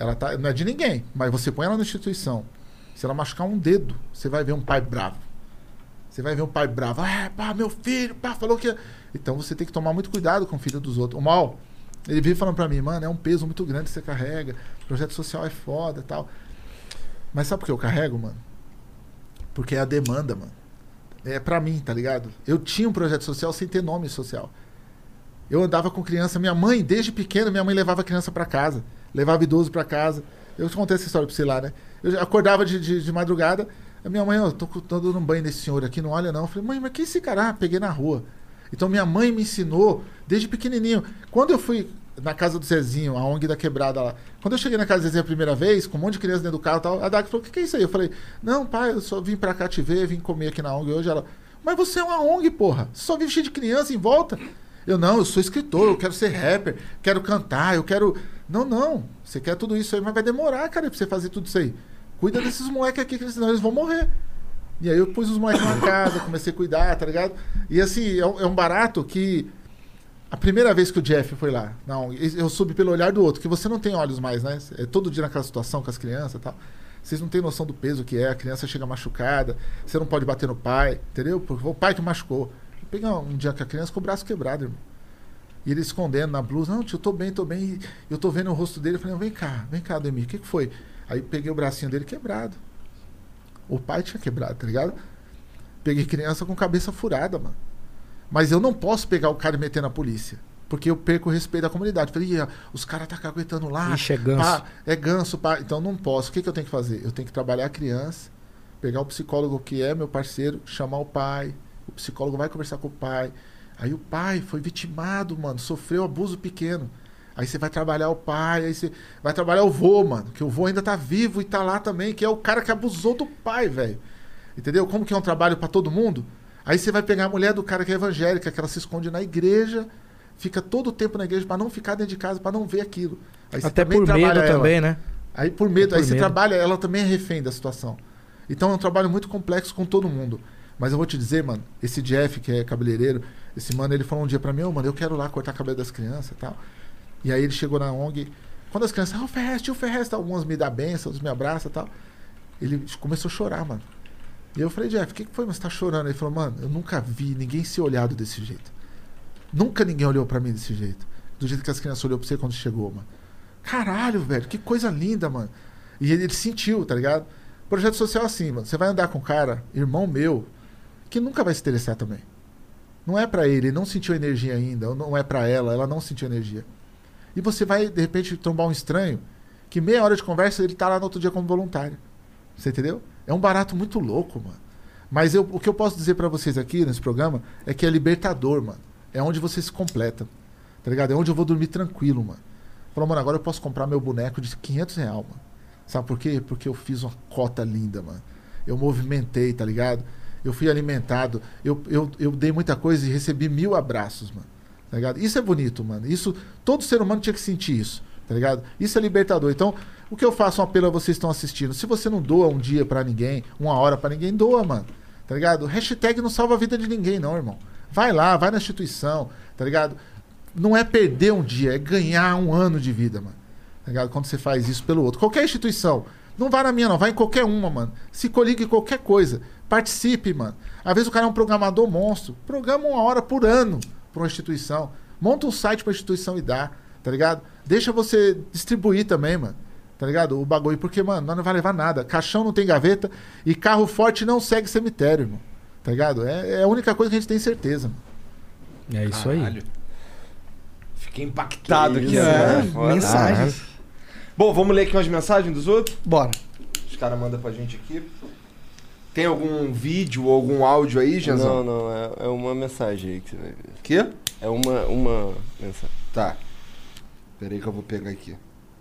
ela tá, não é de ninguém, mas você põe ela na instituição. Se ela machucar um dedo, você vai ver um pai bravo. Você vai ver um pai bravo. Ah, pá, meu filho, pá, falou que... Então você tem que tomar muito cuidado com o filho dos outros. O Mal, ele vive falando pra mim, mano, é um peso muito grande que você carrega. Projeto social é foda e tal. Mas sabe por que eu carrego, mano? Porque é a demanda, mano. É pra mim, tá ligado? Eu tinha um projeto social sem ter nome social. Eu andava com criança, minha mãe, desde pequena, minha mãe levava a criança pra casa. Levava idoso pra casa. Eu te contei essa história pra você lá, né? Eu acordava de, de, de madrugada, a minha mãe, eu tô, tô dando um banho nesse senhor aqui, não olha não. Eu falei, mãe, mas que esse cara? Ah, peguei na rua. Então minha mãe me ensinou desde pequenininho. Quando eu fui na casa do Zezinho, a ONG da Quebrada lá, quando eu cheguei na casa do Zezinho a primeira vez, com um monte de criança dentro do carro e tal, a Dag falou, o que, que é isso aí? Eu falei, não, pai, eu só vim pra cá te ver, vim comer aqui na ONG hoje. Ela, mas você é uma ONG, porra. Você só vive cheio de criança em volta. Eu, não, eu sou escritor, eu quero ser rapper, quero cantar, eu quero... Não, não, você quer tudo isso aí, mas vai demorar, cara, pra você fazer tudo isso aí. Cuida desses moleques aqui, senão eles vão morrer. E aí eu pus os moleques na casa, comecei a cuidar, tá ligado? E assim, é um, é um barato que... A primeira vez que o Jeff foi lá, não, eu soube pelo olhar do outro, que você não tem olhos mais, né? É todo dia naquela situação com as crianças e tal. Vocês não têm noção do peso que é, a criança chega machucada, você não pode bater no pai, entendeu? Porque foi o pai que machucou. Eu peguei um dia com a criança com o braço quebrado, irmão. E ele escondendo na blusa, não, tio, eu tô bem, tô bem. E eu tô vendo o rosto dele, eu falei, não, vem cá, vem cá, Ademir, o que que foi? Aí peguei o bracinho dele quebrado. O pai tinha quebrado, tá ligado? Peguei criança com cabeça furada, mano. Mas eu não posso pegar o cara e meter na polícia. Porque eu perco o respeito da comunidade. Falei, Ih, os caras tá caguetando lá. Ixi, é ganso. Pá, é ganso, pá. Então não posso. O que, que eu tenho que fazer? Eu tenho que trabalhar a criança, pegar o psicólogo que é meu parceiro, chamar o pai. O psicólogo vai conversar com o pai. Aí o pai foi vitimado, mano. Sofreu abuso pequeno. Aí você vai trabalhar o pai, aí você vai trabalhar o vô, mano. Que o vô ainda tá vivo e tá lá também, que é o cara que abusou do pai, velho. Entendeu? Como que é um trabalho pra todo mundo? Aí você vai pegar a mulher do cara que é evangélica, que ela se esconde na igreja, fica todo o tempo na igreja pra não ficar dentro de casa, pra não ver aquilo. Aí você Até também por medo trabalha ela. também, né? Aí por medo, É por aí você medo. trabalha, ela também é refém da situação. Então é um trabalho muito complexo com todo mundo. Mas eu vou te dizer, mano, esse Jeff, que é cabeleireiro, esse mano, ele falou um dia pra mim, ô, mano, eu quero lá cortar cabelo das crianças e tal. E aí ele chegou na ONG, quando as crianças, ah, o Ferrez, tio Ferrez, tal, algumas me dão benção, outros me abraçam e tal. Ele começou a chorar, mano. E eu falei, Jeff, o que, que foi? Mas você tá chorando? Ele falou, mano, eu nunca vi ninguém ser olhado desse jeito. Nunca ninguém olhou pra mim desse jeito. Do jeito que as crianças olhou pra você quando chegou, mano. Caralho, velho, que coisa linda, mano. E ele, ele sentiu, tá ligado? Projeto social é assim, mano. Você vai andar com um cara, irmão meu, que nunca vai se interessar também. Não é pra ele, ele não sentiu energia ainda. Ou não é pra ela, ela não sentiu energia. E você vai, de repente, trombar um estranho que meia hora de conversa ele tá lá no outro dia como voluntário. Você entendeu? É um barato muito louco, mano. Mas eu, o que eu posso dizer pra vocês aqui nesse programa é que é libertador, mano. É onde você se completa. Tá ligado? É onde eu vou dormir tranquilo, mano. Falou, mano, agora eu posso comprar meu boneco de quinhentos reais, mano. Sabe por quê? Porque eu fiz uma cota linda, mano. Eu movimentei, tá ligado? Eu fui alimentado. Eu, eu, eu dei muita coisa e recebi mil abraços, mano. Tá ligado? Isso é bonito, mano. Isso, todo ser humano tinha que sentir isso. Tá ligado? Isso é libertador. Então, o que eu faço, um apelo a vocês que estão assistindo. Se você não doa um dia pra ninguém, uma hora pra ninguém, doa, mano. Tá ligado? Hashtag não salva a vida de ninguém, não, irmão. Vai lá, vai na instituição, tá ligado? Não é perder um dia, é ganhar um ano de vida, mano. Tá ligado? Quando você faz isso pelo outro. Qualquer instituição. Não vai na minha, não. Vai em qualquer uma, mano. Se coligue em qualquer coisa. Participe, mano. Às vezes o cara é um programador monstro. Programa uma hora por ano pra uma instituição. Monta um site pra instituição e dá. Tá ligado? Deixa você distribuir também, mano. Tá ligado? O bagulho. Porque, mano, nós não vai levar nada. Caixão não tem gaveta e carro forte não segue cemitério, irmão. Tá ligado? É, é a única coisa que a gente tem certeza, mano. É isso Caralho. aí. Fiquei impactado Que aqui. isso, né? é, mensagens. Bom, vamos ler aqui umas mensagens dos outros? Bora. Os caras mandam pra gente aqui. Tem algum vídeo ou algum áudio aí, Janzão? Não, não, é, é uma mensagem aí que você vai ver. Quê? É uma, uma mensagem. Tá. Pera aí que eu vou pegar aqui.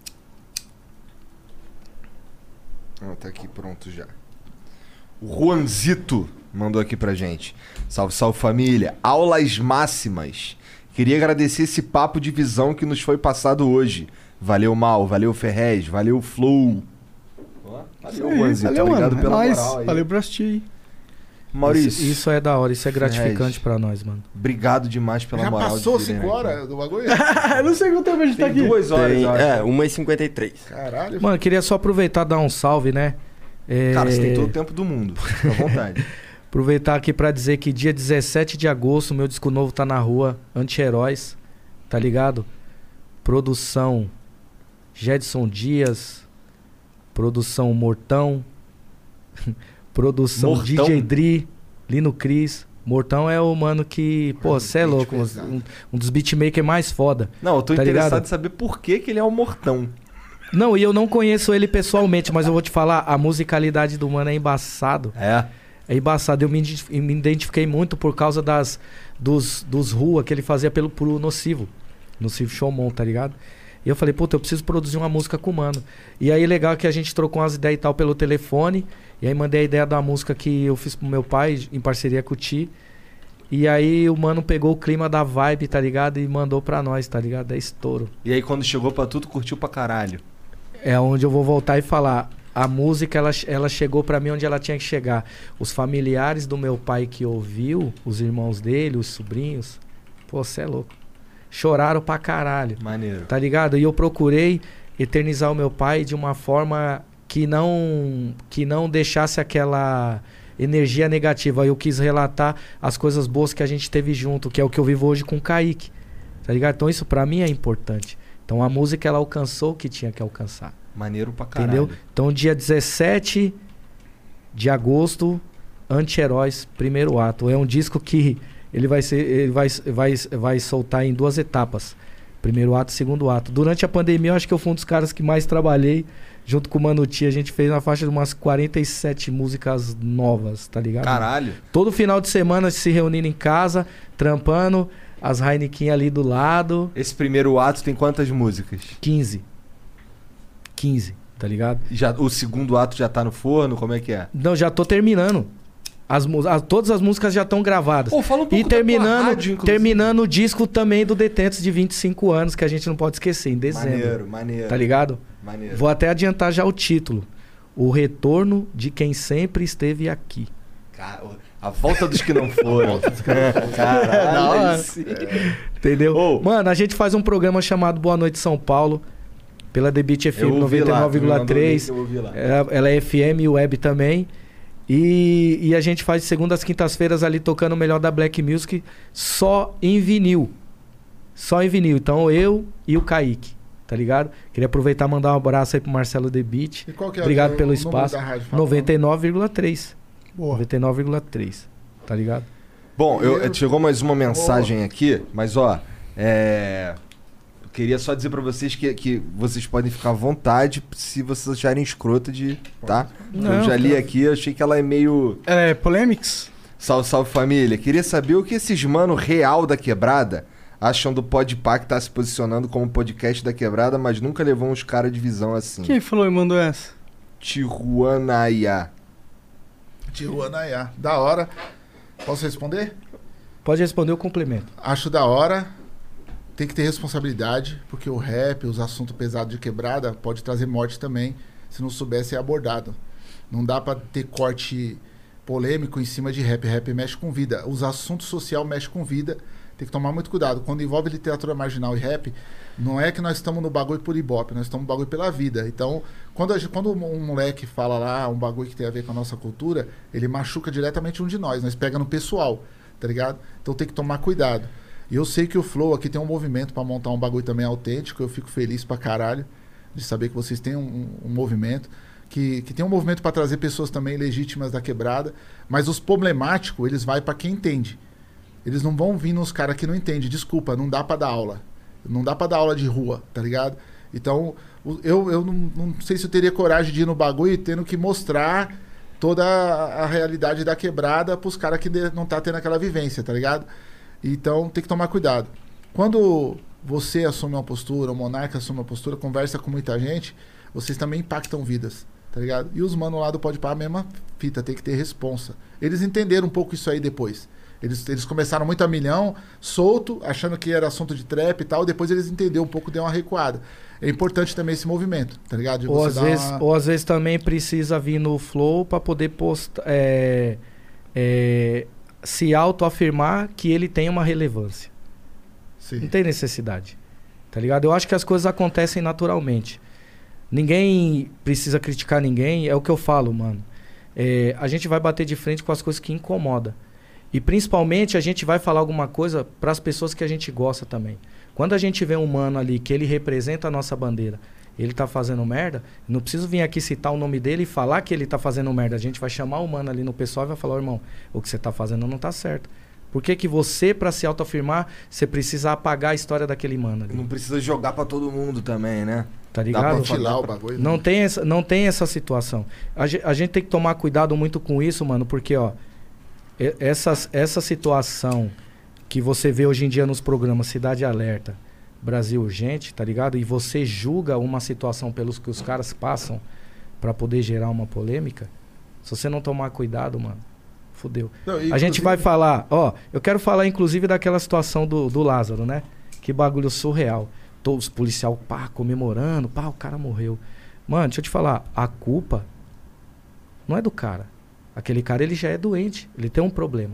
Ah, tá aqui pronto já. O Juanzito mandou aqui pra gente. Salve, salve família. Aulas máximas. Queria agradecer esse papo de visão que nos foi passado hoje. Valeu, Mal. Valeu, Ferrez. Valeu, Flow. Ó, valeu, Sim, Juanzito. valeu, Obrigado mano. pela É nóis. moral aí. Valeu por assistir. Maurício. Isso, isso é da hora, isso é gratificante Fred, pra nós, mano. Obrigado demais pela Já moral. passou de virem cinco aqui. horas do bagulho? Eu não sei quanto tempo a gente tá Tem aqui. duas horas, Tem, eu acho. é, uma e cinquenta e três. Caralho. Mano, queria só aproveitar e dar um salve, né? É, Cara, você tem todo o tempo do mundo. Fica à vontade. Aproveitar aqui pra dizer que dia dezessete de agosto, meu disco novo tá na rua, Anti-Heróis, tá ligado? Produção Jedson Dias, produção Mortão, produção Mortão? D J Dri, Lino Cris. Mortão é o mano que, pô, Mano, cê é beat louco, pesado. um, um dos beatmakers mais foda. Não, eu tô Tá interessado ligado? em saber por que, que ele é o Mortão. Não, e eu não conheço ele pessoalmente, mas eu vou te falar, a musicalidade do mano é embaçado. É. É embaçado. Eu me, identi- me identifiquei muito por causa das, dos, dos rua que ele fazia pelo, pro Nocivo. Nocivo Showmon, tá ligado? E eu falei, puta, eu preciso produzir uma música com o mano. E aí legal que a gente trocou umas ideias e tal pelo telefone. E aí mandei a ideia da música que eu fiz pro meu pai, em parceria com o Ti. E aí o mano pegou o clima da vibe, tá ligado? E mandou pra nós, tá ligado? É estouro. E aí quando chegou pra tudo, curtiu pra caralho. É onde eu vou voltar e falar. A música, ela, ela chegou pra mim onde ela tinha que chegar. Os familiares do meu pai que ouviu, os irmãos dele, os sobrinhos, pô, cê é louco. Choraram pra caralho. Maneiro. Tá ligado? E eu procurei eternizar o meu pai de uma forma que não, que não deixasse aquela energia negativa. Eu quis relatar as coisas boas que a gente teve junto, que é o que eu vivo hoje com o Kaique. Tá ligado? Então isso pra mim é importante. Então a música, ela alcançou o que tinha que alcançar. Maneiro pra caralho. Entendeu? Então dia dezessete de agosto, Anti-Heróis, primeiro ato. É um disco que ele vai ser, ele vai, vai, vai soltar em duas etapas. Primeiro ato e segundo ato. Durante a pandemia, eu acho que eu fui um dos caras que mais trabalhei. Junto com o Manuti, a gente fez uma faixa de umas quarenta e sete músicas novas, tá ligado? Caralho. Todo final de semana se reunindo em casa, trampando, as Heineken ali do lado. Esse primeiro ato tem quantas músicas? quinze. quinze, tá ligado? Já, o segundo ato já tá no forno? Como é que é? Não, já tô terminando. As, mu- as- todas as músicas já estão gravadas. Pô, fala um pouco e da tua terminando, rádio, inclusive. terminando o disco também do Detentos de vinte e cinco anos, que a gente não pode esquecer, em dezembro. Maneiro, maneiro. Tá ligado? Maneiro. Vou até adiantar já o título. O retorno de quem sempre esteve aqui. Cara, a volta dos que não foram. Da Caralho. hora. aí sim. Entendeu? Ô. Mano, a gente faz um programa chamado Boa Noite São Paulo, pela The Beat F M Eu ouvi lá, noventa e nove vírgula tu me mandou o três. link, eu ouvi lá. Ela, ela é F M e web também. E, e a gente faz de segunda às quintas-feiras ali tocando o melhor da Black Music só em vinil. Só em vinil. Então eu e o Kaique, tá ligado? Queria aproveitar e mandar um abraço aí pro Marcelo The Beat. E qual que é Obrigado o- pelo o número espaço. da rádio? Fala, noventa e nove vírgula três. Boa. noventa e nove vírgula três. Tá ligado? Bom, eu, chegou mais uma mensagem aqui, mas ó, é... eu queria só dizer pra vocês que, que vocês podem ficar à vontade se vocês acharem escrota de, tá? Não, eu já li cara. aqui, eu achei que ela é meio... É, polêmicos? Salve, salve família. Queria saber o que esses mano real da quebrada acham do Podpah que tá se posicionando como podcast da quebrada, mas nunca levou uns caras de visão assim. Quem falou e mandou essa? Tijuanaia. Tijuanaia. Da hora. Posso responder? Pode responder o complemento. Acho da hora. Tem que ter responsabilidade, porque o rap, os assuntos pesados de quebrada, pode trazer morte também, se não souber ser abordado. Não dá pra ter corte polêmico em cima de rap. Rap mexe com vida. Os assuntos sociais mexem com vida. Tem que tomar muito cuidado. Quando envolve literatura marginal e rap, não é que nós estamos no bagulho por ibope, nós estamos no bagulho pela vida. Então, quando, a gente, quando um moleque fala lá um bagulho que tem a ver com a nossa cultura, ele machuca diretamente um de nós. Nós pega no pessoal, tá ligado? Então tem que tomar cuidado. E eu sei que o Flow aqui tem um movimento pra montar um bagulho também autêntico. Eu fico feliz pra caralho de saber que vocês têm um, um, um movimento. Que, que tem um movimento pra trazer pessoas também legítimas da quebrada. Mas os problemáticos, eles vai pra quem entende. Eles não vão vir nos caras que não entendem. Desculpa, não dá pra dar aula. Não dá pra dar aula de rua, tá ligado? Então, o- eu, eu não, não sei se eu teria coragem de ir no bagulho e tendo que mostrar toda a, a realidade da quebrada pros caras que de- não tá tendo aquela vivência, tá ligado? Então, tem que tomar cuidado. Quando você assume uma postura, o Monarca assume uma postura, conversa com muita gente, vocês também impactam vidas, tá ligado? E os manos lá do Podpah, a mesma fita, tem que ter responsa. Eles entenderam um pouco isso aí depois. Eles, eles começaram muito a milhão, solto, achando que era assunto de trap e tal, depois eles entenderam um pouco, deu uma recuada. É importante também esse movimento, tá ligado? De Ou você às, dar vezes, uma- ou às vezes também precisa vir no Flow pra poder postar, é, é, se autoafirmar que ele tem uma relevância. Sim. Não tem necessidade, tá ligado? Eu acho que as coisas acontecem naturalmente. Ninguém precisa criticar ninguém, é o que eu falo, mano. É, a gente vai bater de frente com as coisas que incomodam. E principalmente a gente vai falar alguma coisa para as pessoas que a gente gosta também. Quando a gente vê um mano ali que ele representa a nossa bandeira, ele tá fazendo merda, não preciso vir aqui citar o nome dele e falar que ele tá fazendo merda. A gente vai chamar o mano ali no pessoal e vai falar, oh, irmão, o que você tá fazendo não tá certo. Por que que você, pra se autoafirmar, você precisa apagar a história daquele mano ali? Não precisa jogar pra todo mundo também, né? Tá ligado? Ventilar o bagulho. Não tem essa, não tem essa situação. A, ge- a gente tem que tomar cuidado muito com isso, mano, porque, ó, e- essas, essa situação que você vê hoje em dia nos programas Cidade Alerta, Brasil Urgente, tá ligado? E você julga uma situação pelos que os caras passam pra poder gerar uma polêmica, se você não tomar cuidado, mano, fudeu. Não, A gente vai falar, ó, eu quero falar inclusive daquela situação do, do Lázaro, né? Que bagulho surreal. Todos os policiais, pá, comemorando, pá, o cara morreu. Mano, deixa eu te falar, a culpa não é do cara. Aquele cara, ele já é doente, ele tem um problema.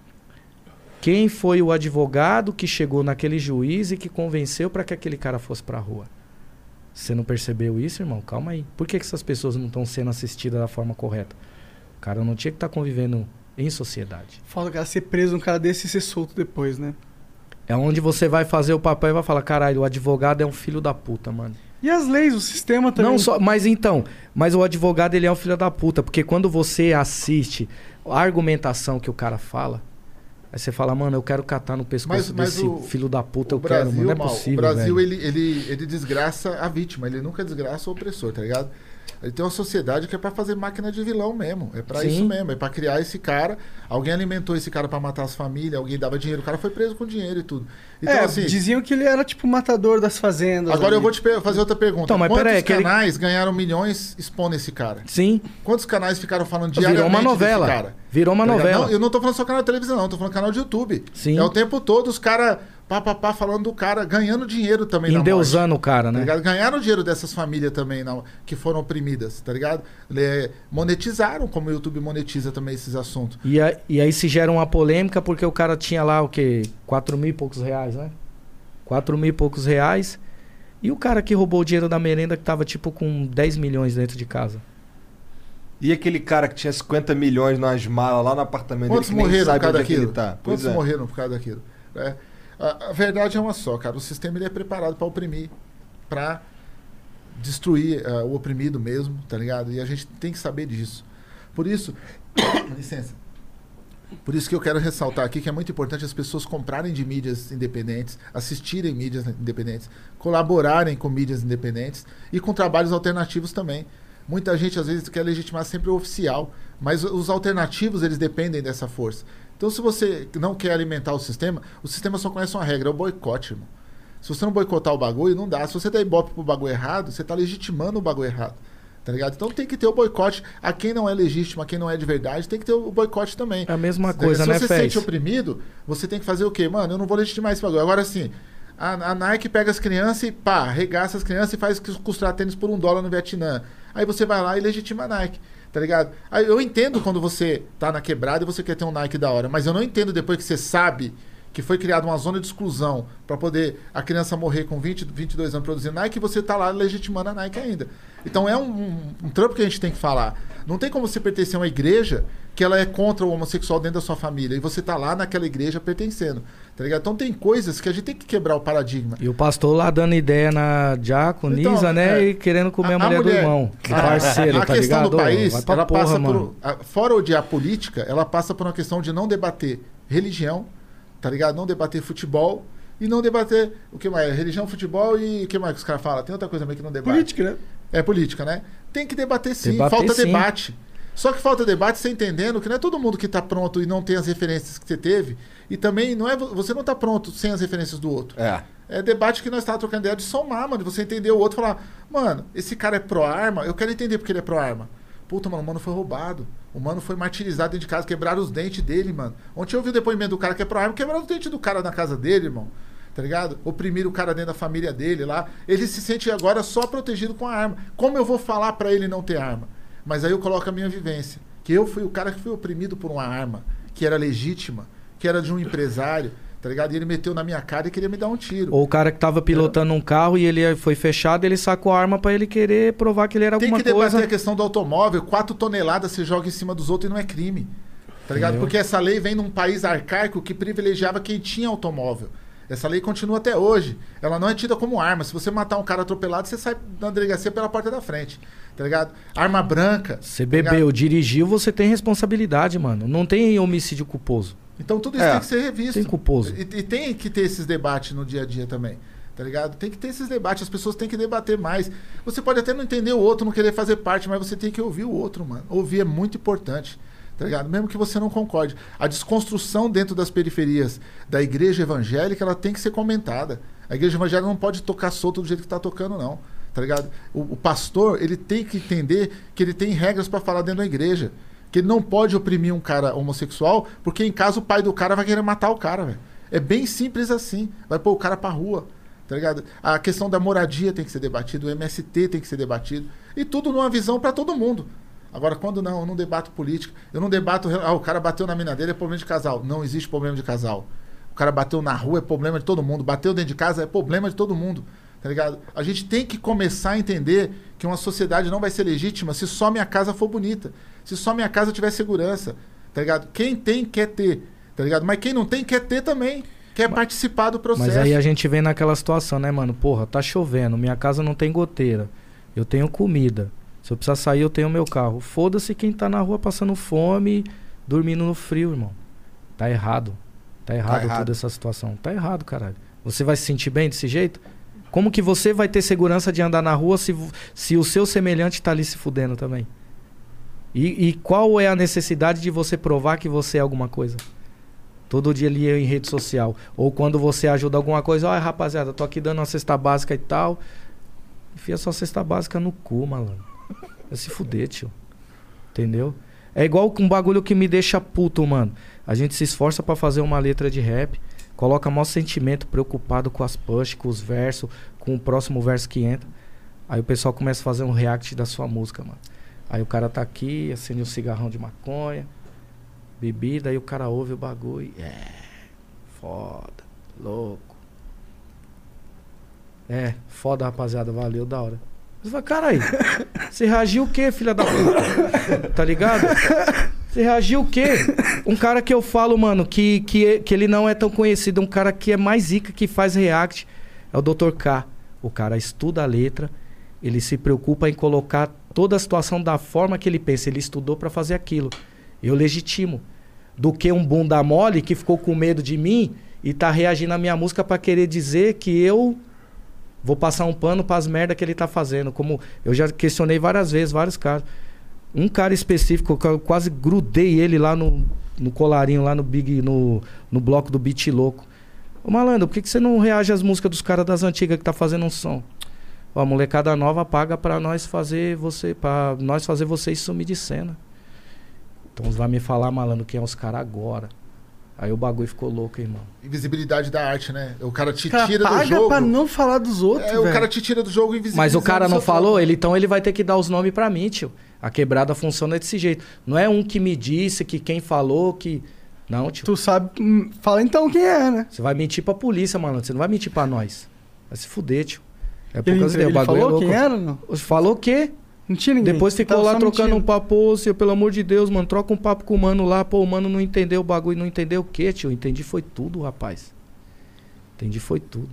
Quem foi o advogado que chegou naquele juiz e que convenceu para que aquele cara fosse pra rua? Você não percebeu isso, irmão? Calma aí. Por que, que essas pessoas não estão sendo assistidas da forma correta? O cara não tinha que estar tá convivendo em sociedade. Fala, cara, ser preso um cara desse e ser solto depois, né? É onde você vai fazer o papel e vai falar, caralho, o advogado é um filho da puta, mano. E as leis, o sistema também. Não só, mas então, mas o advogado ele é um filho da puta, porque quando você assiste a argumentação que o cara fala, aí você fala, mano, eu quero catar no pescoço Mas- mas desse o- filho da puta, O eu quero, Brasil, mano, não é mal, possível, o Brasil velho. ele, ele, ele desgraça a vítima, ele nunca desgraça o opressor, tá ligado? Ele tem uma sociedade que é pra fazer máquina de vilão mesmo. É pra Sim. isso mesmo, é pra criar esse cara. Alguém alimentou esse cara pra matar as famílias, alguém dava dinheiro, o cara foi preso com dinheiro e tudo. Então, é, assim. diziam que ele era tipo matador das fazendas. Agora ali. eu vou te pe- fazer outra pergunta. Então, mas Quantos peraí, que ele- canais ganharam milhões expondo esse cara? Sim. Quantos canais ficaram falando Virou diariamente uma novela. desse cara? Virou uma Tá ligado? novela. Não, eu não tô falando só canal de televisão, não. Tô falando canal de YouTube. Sim. É o tempo todo os caras pá, pá, pá, falando do cara, ganhando dinheiro também na morte. Endeusando o cara, Tá né? ligado? Ganharam dinheiro dessas famílias também na- que foram oprimidas, tá ligado? Le- monetizaram, como o YouTube monetiza também esses assuntos. E, a- e aí se gera uma polêmica porque o cara tinha lá o quê? Quatro mil e poucos reais, né? Quatro mil e poucos reais. E o cara que roubou o dinheiro da merenda que tava tipo com dez milhões dentro de casa. E aquele cara que tinha cinquenta milhões nas malas lá no apartamento Quantos dele que nem morreram por sabe causa onde é que daquilo? ele tá? Pois Quantos é. morreram por causa daquilo? É. A, a verdade é uma só, cara. O sistema ele é preparado para oprimir, para destruir uh, o oprimido mesmo, tá ligado? E a gente tem que saber disso. Por isso, licença. Por isso que eu quero ressaltar aqui que é muito importante as pessoas comprarem de mídias independentes, assistirem mídias independentes, colaborarem com mídias independentes e com trabalhos alternativos também. Muita gente às vezes quer legitimar sempre o oficial, mas os alternativos eles dependem dessa força. Então se você não quer alimentar o sistema, o sistema só conhece uma regra, é o boicote, irmão. Se você não boicotar o bagulho, não dá. Se você der ibope pro bagulho errado, você tá legitimando o bagulho errado. Tá ligado? Então tem que ter o boicote. A quem não é legítimo, a quem não é de verdade, tem que ter o boicote também. É a mesma Tá coisa, ligado? né, Se você se Fez? sente oprimido, você tem que fazer o quê? Mano, eu não vou legitimar esse bagulho. Agora sim, a, a Nike pega as crianças e pá, arregaça as crianças e faz costurar tênis por um dólar no Vietnã. Aí você vai lá e legitima a Nike. Tá ligado? Aí eu entendo quando você tá na quebrada e você quer ter um Nike da hora, mas eu não entendo depois que você sabe que foi criada uma zona de exclusão para poder a criança morrer com vinte, vinte e dois anos produzindo Nike e você tá lá legitimando a Nike ainda. Então é um, um, um trampo que a gente tem que falar. Não tem como você pertencer a uma igreja que ela é contra o homossexual dentro da sua família e você tá lá naquela igreja pertencendo. Tá ligado? Então tem coisas que a gente tem que quebrar o paradigma. E o pastor lá dando ideia na diaconisa, Então, né? é, e querendo comer a, a mulher, do irmão, do a- parceiro, a tá questão ligado? do país, Vai pra ela porra, passa mano. por... a- fora odiar a política, ela passa por uma questão de não debater religião, tá ligado? Não debater futebol e não debater... O que mais? Religião, futebol e o que mais que os caras falam? Tem outra coisa também que não debate. Política, né? É política, né? Tem que debater sim. Debater, falta sim. debate. Só que falta debate você entendendo que não é todo mundo que tá pronto e não tem as referências que você teve. E também não é você não tá pronto sem as referências do outro. É. É debate que nós estávamos trocando ideia de somar, mano. De você entender o outro e falar, mano, esse cara é pró-arma, eu quero entender porque ele é pró-arma. Puta, mano, o mano foi roubado. O mano foi martirizado dentro de casa, quebraram os dentes dele, mano. Ontem eu ouvi o depoimento do cara que é pró-arma, quebraram os dentes do cara na casa dele, irmão. Tá ligado? Oprimiram o cara dentro da família dele lá. Ele se sente agora só protegido com a arma. Como eu vou falar pra ele não ter arma? Mas aí eu coloco a minha vivência. que eu fui o cara que foi oprimido por uma arma, que era legítima, que era de um empresário, tá ligado? E ele meteu na minha cara e queria me dar um tiro. Ou o cara que tava pilotando um carro e ele foi fechado, ele sacou a arma pra ele querer provar que ele era Tem alguma que debater coisa. a questão do automóvel. Quatro toneladas você joga em cima dos outros e não é crime. Tá ligado? Entendeu? Porque essa lei vem num país arcaico que privilegiava quem tinha automóvel. Essa lei continua até hoje. Ela não é tida como arma. Se você matar um cara atropelado, você sai da delegacia pela porta da frente. Tá ligado? Arma branca. Você tá bebeu, ligado? dirigiu, você tem responsabilidade, mano. Não tem homicídio culposo. Então tudo isso É. tem que ser revisto. Tem culposo. E, e tem que ter esses debates no dia a dia também. Tá ligado? Tem que ter esses debates. As pessoas têm que debater mais. Você pode até não entender o outro, não querer fazer parte, mas você tem que ouvir o outro, mano. Ouvir é muito importante. Tá ligado? Mesmo que você não concorde. A desconstrução dentro das periferias da igreja evangélica, ela tem que ser comentada. A igreja evangélica não pode tocar solto do jeito que tá tocando, não. Tá ligado? O, o pastor, ele tem que entender que ele tem regras para falar dentro da igreja. Que ele não pode oprimir um cara homossexual, porque em caso o pai do cara vai querer matar o cara, velho. É bem simples assim. Vai pôr o cara pra rua. Tá ligado? A questão da moradia tem que ser debatida, o M S T tem que ser debatido. E tudo numa visão para todo mundo. Agora, quando não, eu não debato política, eu não debato, ah, o cara bateu na mina dele, é problema de casal. Não existe problema de casal. O cara bateu na rua, é problema de todo mundo. Bateu dentro de casa, é problema de todo mundo. Tá ligado? A gente tem que começar a entender que uma sociedade não vai ser legítima se só minha casa for bonita. Se só minha casa tiver segurança. Tá ligado? Quem tem, quer ter. Tá ligado? Mas quem não tem, quer ter também. Quer mas, participar do processo. Mas aí a gente vem naquela situação, né, mano? Porra, tá chovendo, minha casa não tem goteira. Eu tenho comida. Se eu precisar sair, eu tenho meu carro. Foda-se quem tá na rua passando fome, dormindo no frio, irmão. Tá errado. Tá errado, tá errado toda essa situação. Tá errado, caralho. Você vai se sentir bem desse jeito? Como que você vai ter segurança de andar na rua se, se o seu semelhante tá ali se fudendo também? E, e qual é a necessidade de você provar que você é alguma coisa? Todo dia ali em rede social. Ou quando você ajuda alguma coisa, olha, rapaziada, tô aqui dando uma cesta básica e tal. Enfia sua cesta básica no cu, malandro. Vai se fuder, tio. Entendeu? É igual um bagulho que me deixa puto, mano. A gente se esforça pra fazer uma letra de rap, coloca maior sentimento, preocupado com as push, com os versos, com o próximo verso que entra. Aí o pessoal começa a fazer um react da sua música, mano. Aí o cara tá aqui, acende um cigarrão de maconha, bebida, aí o cara ouve o bagulho. É, foda, louco. É, foda, rapaziada, valeu, da hora. Você fala, caralho, você reagiu o quê, filha da puta? Tá ligado? Você reagiu o quê? Um cara que eu falo, mano, que, que, que ele não é tão conhecido, um cara que é mais zica, que faz react, é o doutor K. O cara estuda a letra, ele se preocupa em colocar toda a situação da forma que ele pensa. Ele estudou pra fazer aquilo. Eu legitimo. Do que um bunda mole que ficou com medo de mim e tá reagindo à minha música pra querer dizer que eu vou passar um pano pras merdas que ele tá fazendo. Como eu já questionei várias vezes, vários casos. Um cara específico, eu quase grudei ele lá no, no colarinho, lá no Big, no, no bloco do Beat Louco. Ô malandro, por que, que você não reage às músicas dos caras das antigas que tá fazendo um som? Ó, a molecada nova paga pra nós fazer você, pra nós fazer vocês sumir de cena. Então vai me falar, malandro, quem é os caras agora. Aí o bagulho ficou louco, irmão. Invisibilidade da arte, né? O cara te cara, tira do paga jogo. Pra não falar dos outros, É, o cara te tira do jogo invisibilizando. Mas o cara não sua falou, forma. ele, então ele vai ter que dar os nomes pra mim, tio. A quebrada funciona desse jeito. Não é um que me disse, que quem falou, que... Não, tio. Tu sabe... hum, Fala então quem é, né? Você vai mentir pra polícia, malandro. Você não vai mentir pra nós. Vai se fuder, tio. É Ele, poucas ideias. O ele bagulho falou é louco. quem era, não? Falou o quê? Não tinha ninguém. Depois ficou Tava lá só trocando mentindo. um papo, ô, senhor, pelo amor de Deus, mano, troca um papo com o mano lá, pô, o mano não entendeu o bagulho, não entendeu o quê, tio? Entendi foi tudo, rapaz. Entendi foi tudo.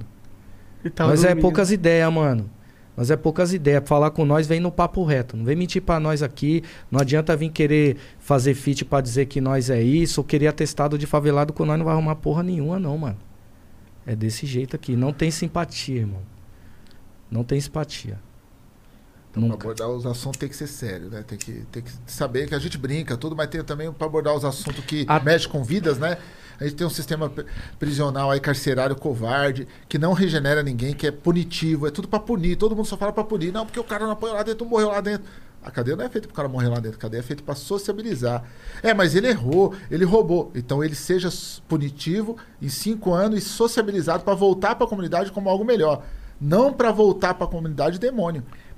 Mas é poucas ideias, mano. Mas é poucas ideias. Falar com nós vem no papo reto. Não vem mentir pra nós aqui. Não adianta vir querer fazer feat pra dizer que nós é isso, ou querer atestado de favelado com nós, não vai arrumar porra nenhuma, não, mano. É desse jeito aqui. Não tem simpatia, irmão. Não tem simpatia. Então, pra abordar os assuntos tem que ser sério, né? Tem que, tem que saber que a gente brinca, tudo, mas tem também para abordar os assuntos que a... mexem com vidas, né? A gente tem um sistema prisional aí, carcerário, covarde, que não regenera ninguém, que é punitivo, é tudo para punir. Todo mundo só fala para punir. Não, porque o cara não apanhou lá dentro, morreu lá dentro. A cadeia não é feita para o cara morrer lá dentro, a cadeia é feita para sociabilizar. É, mas ele errou, ele roubou. Então ele seja punitivo em cinco anos e sociabilizado para voltar para a comunidade como algo melhor. Não para voltar para a comunidade demônio.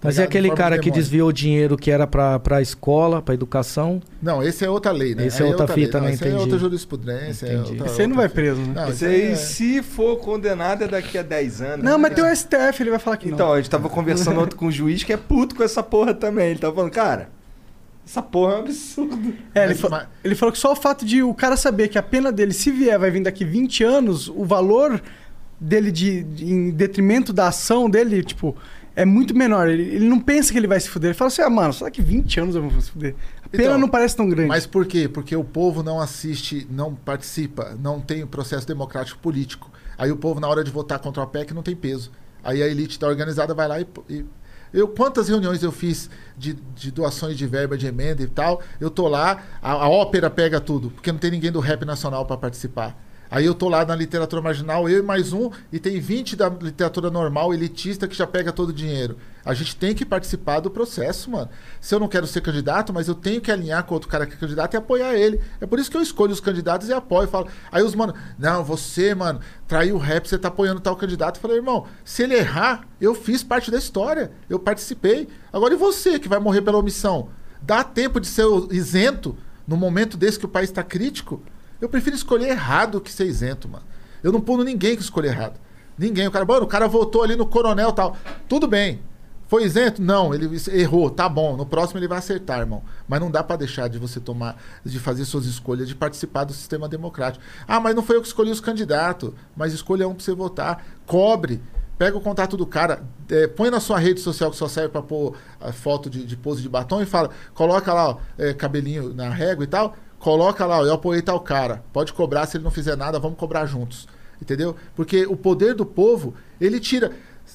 Mas é aquele cara que desviou o dinheiro que era pra, pra escola, pra educação? Não, esse é outra lei, né? Esse é outra, outra fita, não, não esse entendi. é outra jurisprudência. É outra, esse aí não vai preso, né? Não, esse aí, é... se for condenado, é daqui a dez anos. Não, né? mas tem o S T F, ele vai falar que então, não. a gente tava conversando ontem com o juiz que é puto com essa porra também. Ele tava falando, cara, essa porra é um absurdo. É, ele, fa ele falou que só o fato de o cara saber que a pena dele, se vier, vai vir daqui vinte anos, o valor dele de, de, em detrimento da ação dele, tipo... é muito menor. Ele, ele não pensa que ele vai se fuder. Ele fala assim, ah, mano, só daqui vinte anos eu vou se fuder. A pena então, não parece tão grande. Mas por quê? Porque o povo não assiste, não participa, não tem o processo democrático político. Aí o povo, na hora de votar contra a P E C, não tem peso. Aí a elite da organizada vai lá e... e eu, quantas reuniões eu fiz de, de doações de verba, de emenda e tal, eu tô lá, a, a ópera pega tudo, porque não tem ninguém do rap nacional para participar. Aí eu tô lá na literatura marginal, eu e mais um, e tem vinte da literatura normal, elitista, que já pega todo o dinheiro. A gente tem que participar do processo, mano. Se eu não quero ser candidato, mas eu tenho que alinhar com outro cara que é candidato e apoiar ele. É por isso que eu escolho os candidatos e apoio. Falo. Aí os mano, não, você, mano, traiu o rap, você tá apoiando tal candidato. Eu falei, irmão, se ele errar, eu fiz parte da história. Eu participei. Agora e você, que vai morrer pela omissão? Dá tempo de ser isento no momento desse que o país tá crítico? Eu prefiro escolher errado que ser isento, mano. Eu não puno ninguém que escolhe errado. Ninguém. O cara, mano, o cara votou ali no coronel e tal. Tudo bem. Foi isento? Não, ele errou. Tá bom. No próximo ele vai acertar, irmão. Mas não dá pra deixar de você tomar, de fazer suas escolhas, de participar do sistema democrático. Ah, mas não foi eu que escolhi os candidatos. Mas escolha um pra você votar. Cobre. Pega o contato do cara, é, põe na sua rede social que só serve pra pôr a foto de, de pose de batom e fala, coloca lá, ó, é, cabelinho na régua e tal. Coloca lá, eu apoiei tal cara. Pode cobrar, se ele não fizer nada, vamos cobrar juntos. Entendeu? Porque o poder do povo, ele tira...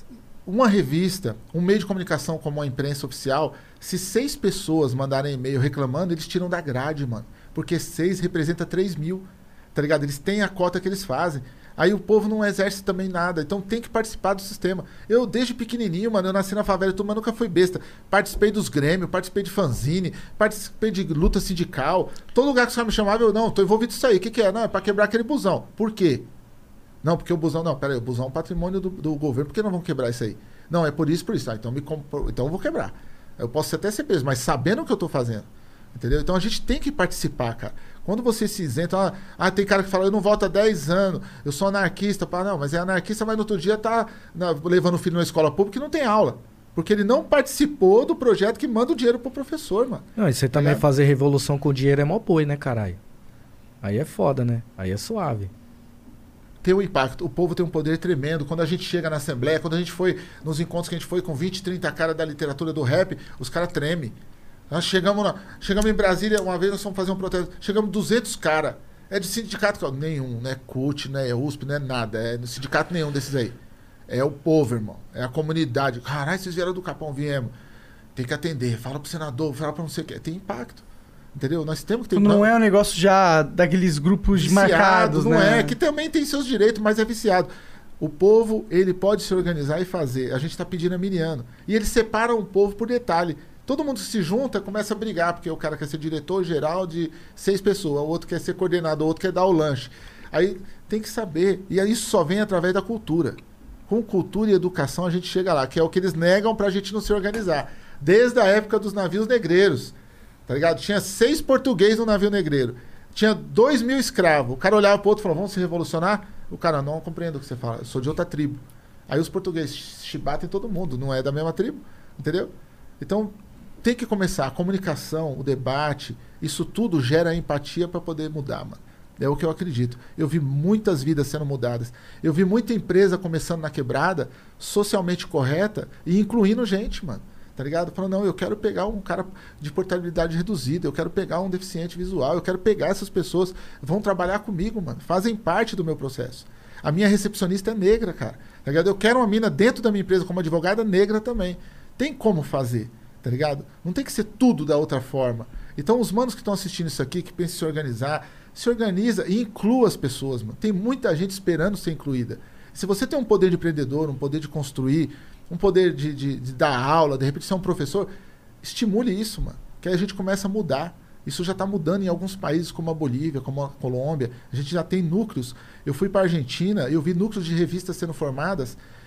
Uma revista, um meio de comunicação como a imprensa oficial, se seis pessoas mandarem e-mail reclamando, eles tiram da grade, mano. Porque seis representa três mil, tá ligado? Eles têm a cota que eles fazem. Aí o povo não exerce também nada. Então tem que participar do sistema. Eu, desde pequenininho, mano, eu nasci na favela e tudo, mas nunca fui besta. Participei dos grêmios, participei de fanzine, participei de luta sindical. Todo lugar que os caras me chamavam, eu, não, tô envolvido nisso aí. O que que é? Não, é pra quebrar aquele busão. Por quê? Não, porque o busão... Não, pera aí, o busão é um patrimônio do, do governo. Por que não vão quebrar isso aí? Não, é por isso, por isso. Ah, então, me compro... então eu vou quebrar. Eu posso até ser preso, mas sabendo o que eu tô fazendo. Entendeu? Então a gente tem que participar, cara. Quando você se isenta, ah, ah, tem cara que fala, eu não voto há dez anos, eu sou anarquista. Pá, não, mas é anarquista, mas no outro dia tá na, levando o filho na escola pública e não tem aula. Porque ele não participou do projeto que manda o dinheiro pro professor, mano. Não, e você também é. fazer revolução com dinheiro é mó boi, né, caralho? Aí é foda, né? Aí é suave. Tem um impacto. O povo tem um poder tremendo. Quando a gente chega na Assembleia, quando a gente foi nos encontros que a gente foi com vinte, trinta caras da literatura do rap, os caras tremem. Nós chegamos, na, chegamos em Brasília, uma vez nós fomos fazer um protesto, chegamos duzentos caras. É de sindicato nenhum, não é C U T, não é U S P, não é nada. É de sindicato nenhum desses aí. É o povo, irmão. É a comunidade. Caralho, vocês vieram do Capão, viemos. Tem que atender. Fala pro senador, fala pra não sei o que. Tem impacto. Entendeu? Nós temos que ter... Não é um negócio já daqueles grupos viciado, marcados, não né? é, que também tem seus direitos, mas é viciado. O povo, ele pode se organizar e fazer. A gente está pedindo a Miriano. E eles separam o povo por detalhe. Todo mundo se junta, começa a brigar, porque o cara quer ser diretor-geral de seis pessoas, o outro quer ser coordenador, o outro quer dar o lanche. Aí tem que saber. E aí isso só vem através da cultura. Com cultura e educação a gente chega lá, que é o que eles negam pra gente não se organizar. Desde a época dos navios negreiros. Tá ligado? Tinha seis portugueses no navio negreiro. Tinha dois mil escravos. O cara olhava pro outro e falava, vamos se revolucionar? O cara, não compreendo o que você fala, eu sou de outra tribo. Aí os portugueses chibatem todo mundo, não é da mesma tribo, entendeu? Então, tem que começar. A comunicação, o debate, isso tudo gera empatia para poder mudar, mano. É o que eu acredito. Eu vi muitas vidas sendo mudadas. Eu vi muita empresa começando na quebrada, socialmente correta e incluindo gente, mano. Tá ligado? Falando, não, eu quero pegar um cara de portabilidade reduzida, eu quero pegar um deficiente visual, eu quero pegar essas pessoas, vão trabalhar comigo, mano. Fazem parte do meu processo. A minha recepcionista é negra, cara. Tá ligado? Eu quero uma mina dentro da minha empresa como advogada negra também. Tem como fazer, tá ligado? Não tem que ser tudo da outra forma. Então, os manos que estão assistindo isso aqui, que pensam em se organizar, se organiza e inclua as pessoas, mano. Tem muita gente esperando ser incluída. Se você tem um poder de empreendedor, um poder de construir, um poder de, de, de dar aula, de repente ser um professor, estimule isso, mano. Que aí a gente começa a mudar. Isso já está mudando em alguns países como a Bolívia, como a Colômbia. A gente já tem núcleos. Eu fui para a Argentina e eu vi núcleos de revistas sendo formadas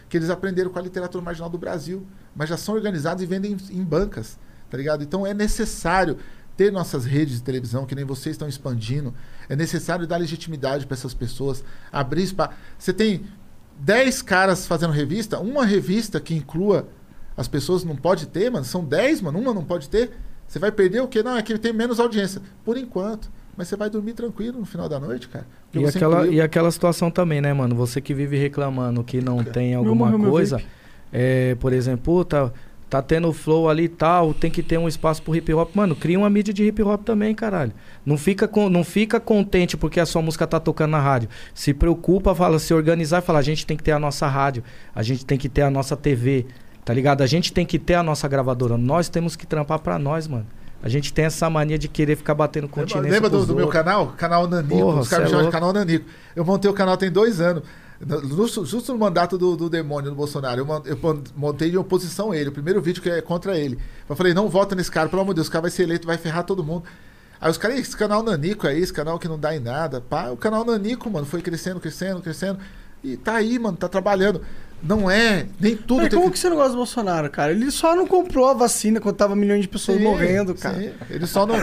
que eles aprenderam com a literatura marginal do Brasil, mas já são organizados e vendem em, em bancas, tá ligado? Então é necessário ter nossas redes de televisão, que nem vocês estão expandindo, é necessário dar legitimidade para essas pessoas, abrir espaço. Você tem dez caras fazendo revista, uma revista que inclua as pessoas não pode ter, mano, são dez, mano, uma não pode ter. Você vai perder o quê? Não, é que tem menos audiência. Por enquanto. Mas você vai dormir tranquilo no final da noite, cara. E aquela, e aquela situação também, né, mano? Você que vive reclamando que não tem alguma coisa. É, por exemplo, tá, tá tendo flow ali e tal, tem que ter um espaço pro hip hop. Mano, cria uma mídia de hip hop também, caralho. Não fica, com, não fica contente porque a sua música tá tocando na rádio. Se preocupa, fala, se organizar e fala, a gente tem que ter a nossa rádio, a gente tem que ter a nossa T V, tá ligado? A gente tem que ter a nossa gravadora. Nós temos que trampar pra nós, mano. A gente tem essa mania de querer ficar batendo continência. Lembra do, do meu canal? Canal Nanico. Porra, os caras me é chamam de louco. canal Nanico. Eu montei o canal tem dois anos. No, justo no mandato do, do demônio, do Bolsonaro. Eu, mon- eu pon- montei de oposição a ele. O primeiro vídeo que é contra ele. Eu falei, não vota nesse cara, pelo amor de Deus. O cara vai ser eleito, vai ferrar todo mundo. Aí os caras, esse canal Nanico aí, esse canal que não dá em nada. Pá, o canal Nanico, mano, foi crescendo, crescendo, crescendo. E tá aí, mano, tá trabalhando. Não é, nem tudo... Mas tem como que você não gosta do Bolsonaro, cara? Ele só não comprou a vacina quando tava milhões de pessoas Sim, morrendo, cara. sim. Ele só não... É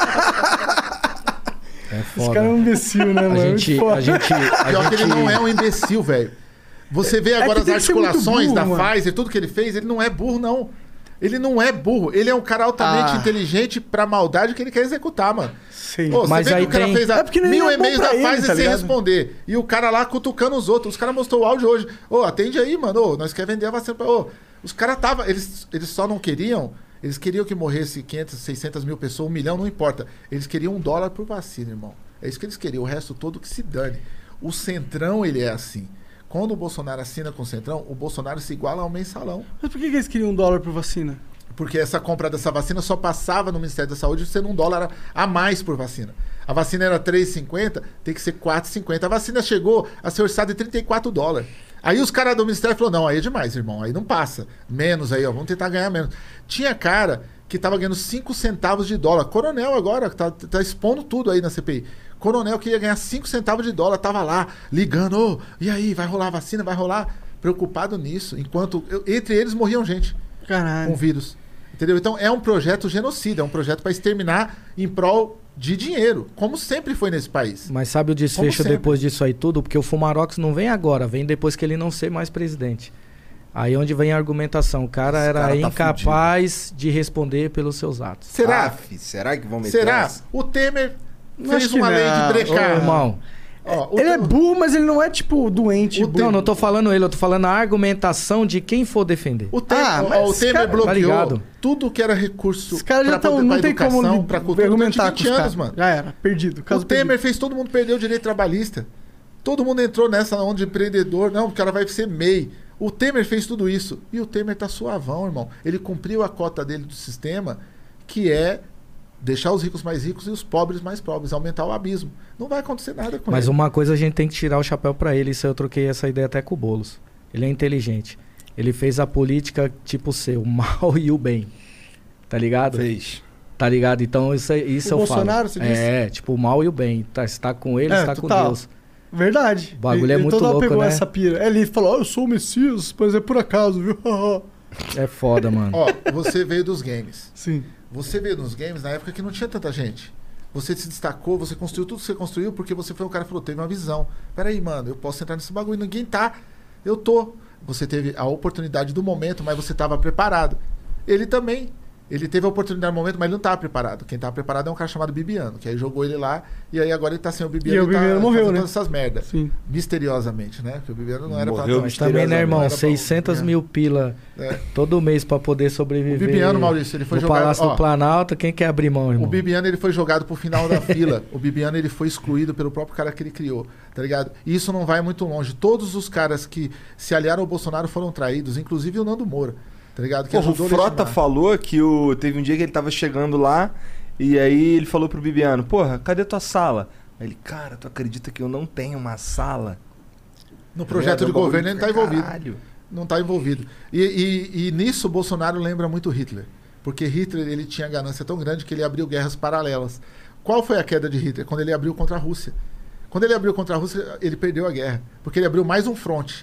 foda. Esse cara é um imbecil, né, A mano? gente, Muito foda. a gente, a Pior gente... que ele não é um imbecil, velho. Você vê É agora que tem as que ser muito articulações burro, da mano. Pfizer, tudo que ele fez, ele não é burro, não. Ele não é burro. Ele é um cara altamente Ah. inteligente pra maldade que ele quer executar, mano. Sim. Ô, você Mas vê aí que o cara tem- fez a É porque nem mil é bom e-mails pra da ele, Pfizer tá sem ligado? responder. E o cara lá cutucando os outros. Os caras mostrou o áudio hoje. Ô, atende aí, mano. Ô, nós queremos vender a vacina pra... Ô, os caras tava... Eles, eles só não queriam... Eles queriam que morresse quinhentas, seiscentas mil pessoas, um milhão, não importa. Eles queriam um dólar por vacina, irmão. É isso que eles queriam. O resto todo que se dane. O Centrão, ele é assim. Quando o Bolsonaro assina com o Centrão, o Bolsonaro se iguala ao mensalão. Mas por que, que eles queriam um dólar por vacina? Porque essa compra dessa vacina só passava no Ministério da Saúde sendo um dólar a mais por vacina. A vacina era três reais e cinquenta centavos, tem que ser quatro reais e cinquenta centavos. A vacina chegou a ser orçada em trinta e quatro dólares. Aí os caras do Ministério falaram, não, aí é demais, irmão, aí não passa. Menos aí, ó, vamos tentar ganhar menos. Tinha cara que tava ganhando cinco centavos de dólar. Coronel agora, que tá, tá expondo tudo aí na C P I. Coronel que ia ganhar cinco centavos de dólar, tava lá, ligando, ô, e aí, vai rolar a vacina, vai rolar? Preocupado nisso, enquanto eu- entre eles morriam gente Caralho. com vírus. Entendeu? Então é um projeto genocida, é um projeto para exterminar em prol de dinheiro, como sempre foi nesse país. Mas sabe o desfecho sempre. depois disso aí tudo? Porque o Fumarox não vem agora, vem depois que ele não ser mais presidente. Aí onde vem a argumentação, o cara Esse era cara tá incapaz de responder pelos seus atos. Será? Aff, será que vão meter Será? essa? O Temer Não fez acho que uma lei não. de Ô, brecar. irmão, Ó, o Ele é Temer- burro, mas ele não é, tipo, doente. O burro. não, não tô falando ele, eu tô falando a argumentação de quem for defender. O Temer, Ah, ó, mas o esse Temer cara- bloqueou Tá ligado? tudo que era recurso Os caras já pra estão. poder- Não pra tem como educação, li- pra cultura argumentar durante com os vinte anos, caras. mano. Já era, perdido. O Caso Temer perdido. fez todo mundo perder o direito trabalhista. Todo mundo entrou nessa onda de empreendedor. Não, o cara vai ser M E I. O Temer fez tudo isso. E o Temer tá suavão, irmão. Ele cumpriu a cota dele do sistema, que é deixar os ricos mais ricos e os pobres mais pobres, aumentar o abismo. Não vai acontecer nada com Mas ele. uma coisa a gente tem que tirar o chapéu pra ele, isso eu troquei essa ideia até com o Boulos. Ele é inteligente. Ele fez a política tipo C, o mal e o bem. Tá ligado? Fez. Tá ligado? Então isso, é- isso O eu Bolsonaro, falo. você disse? É, tipo o mal e o bem. Tá, se tá com ele, É, se tá com total. Deus. Verdade. O bagulho ele, é ele muito toda hora louco, pegou né? essa pira. Ele falou, ó, eu sou o Messias, mas é por acaso, viu? É foda, mano. Ó, você veio dos games. Sim. Você veio nos games na época que não tinha tanta gente. Você se destacou, você construiu tudo que você construiu porque você foi um cara que falou, teve uma visão. Peraí, mano, eu posso entrar nesse bagulho. Ninguém tá. Eu tô. Você teve a oportunidade do momento, mas você estava preparado. Ele também. Ele teve a oportunidade no momento, mas ele não estava preparado. Quem estava preparado é um cara chamado Bibiano, que aí jogou ele lá, e aí agora ele tá sem o Bibiano E o tá Bibiano morreu, fazendo né? todas essas merdas. Sim. Misteriosamente, né? Porque o Bibiano não era Morreu pra... Mas também, né, irmão? Não era pra- seiscentos mil pila É. todo mês pra poder sobreviver. O Bibiano, Maurício, ele foi no jogado- Palácio ó, do Planalto, quem quer abrir mão, irmão? O Bibiano, ele foi jogado pro final da fila. O Bibiano, ele foi excluído pelo próprio cara que ele criou, tá ligado? E isso não vai muito longe. Todos os caras que se aliaram ao Bolsonaro foram traídos, inclusive o Nando Moura, tá ligado? Que Porra, o ajudou a Frota legitimar. falou que o... teve um dia que ele tava chegando lá e aí ele falou pro Bibiano, porra, cadê tua sala? Aí ele, cara, tu acredita que eu não tenho uma sala? No projeto de É, bagulho governo ele não tá do envolvido. caralho. Não tá envolvido. E, e, e nisso o Bolsonaro lembra muito Hitler. Porque Hitler, ele tinha ganância tão grande que ele abriu guerras paralelas. Qual foi a queda de Hitler? Quando ele abriu contra a Rússia. Quando ele abriu contra a Rússia, ele perdeu a guerra. Porque ele abriu mais um fronte.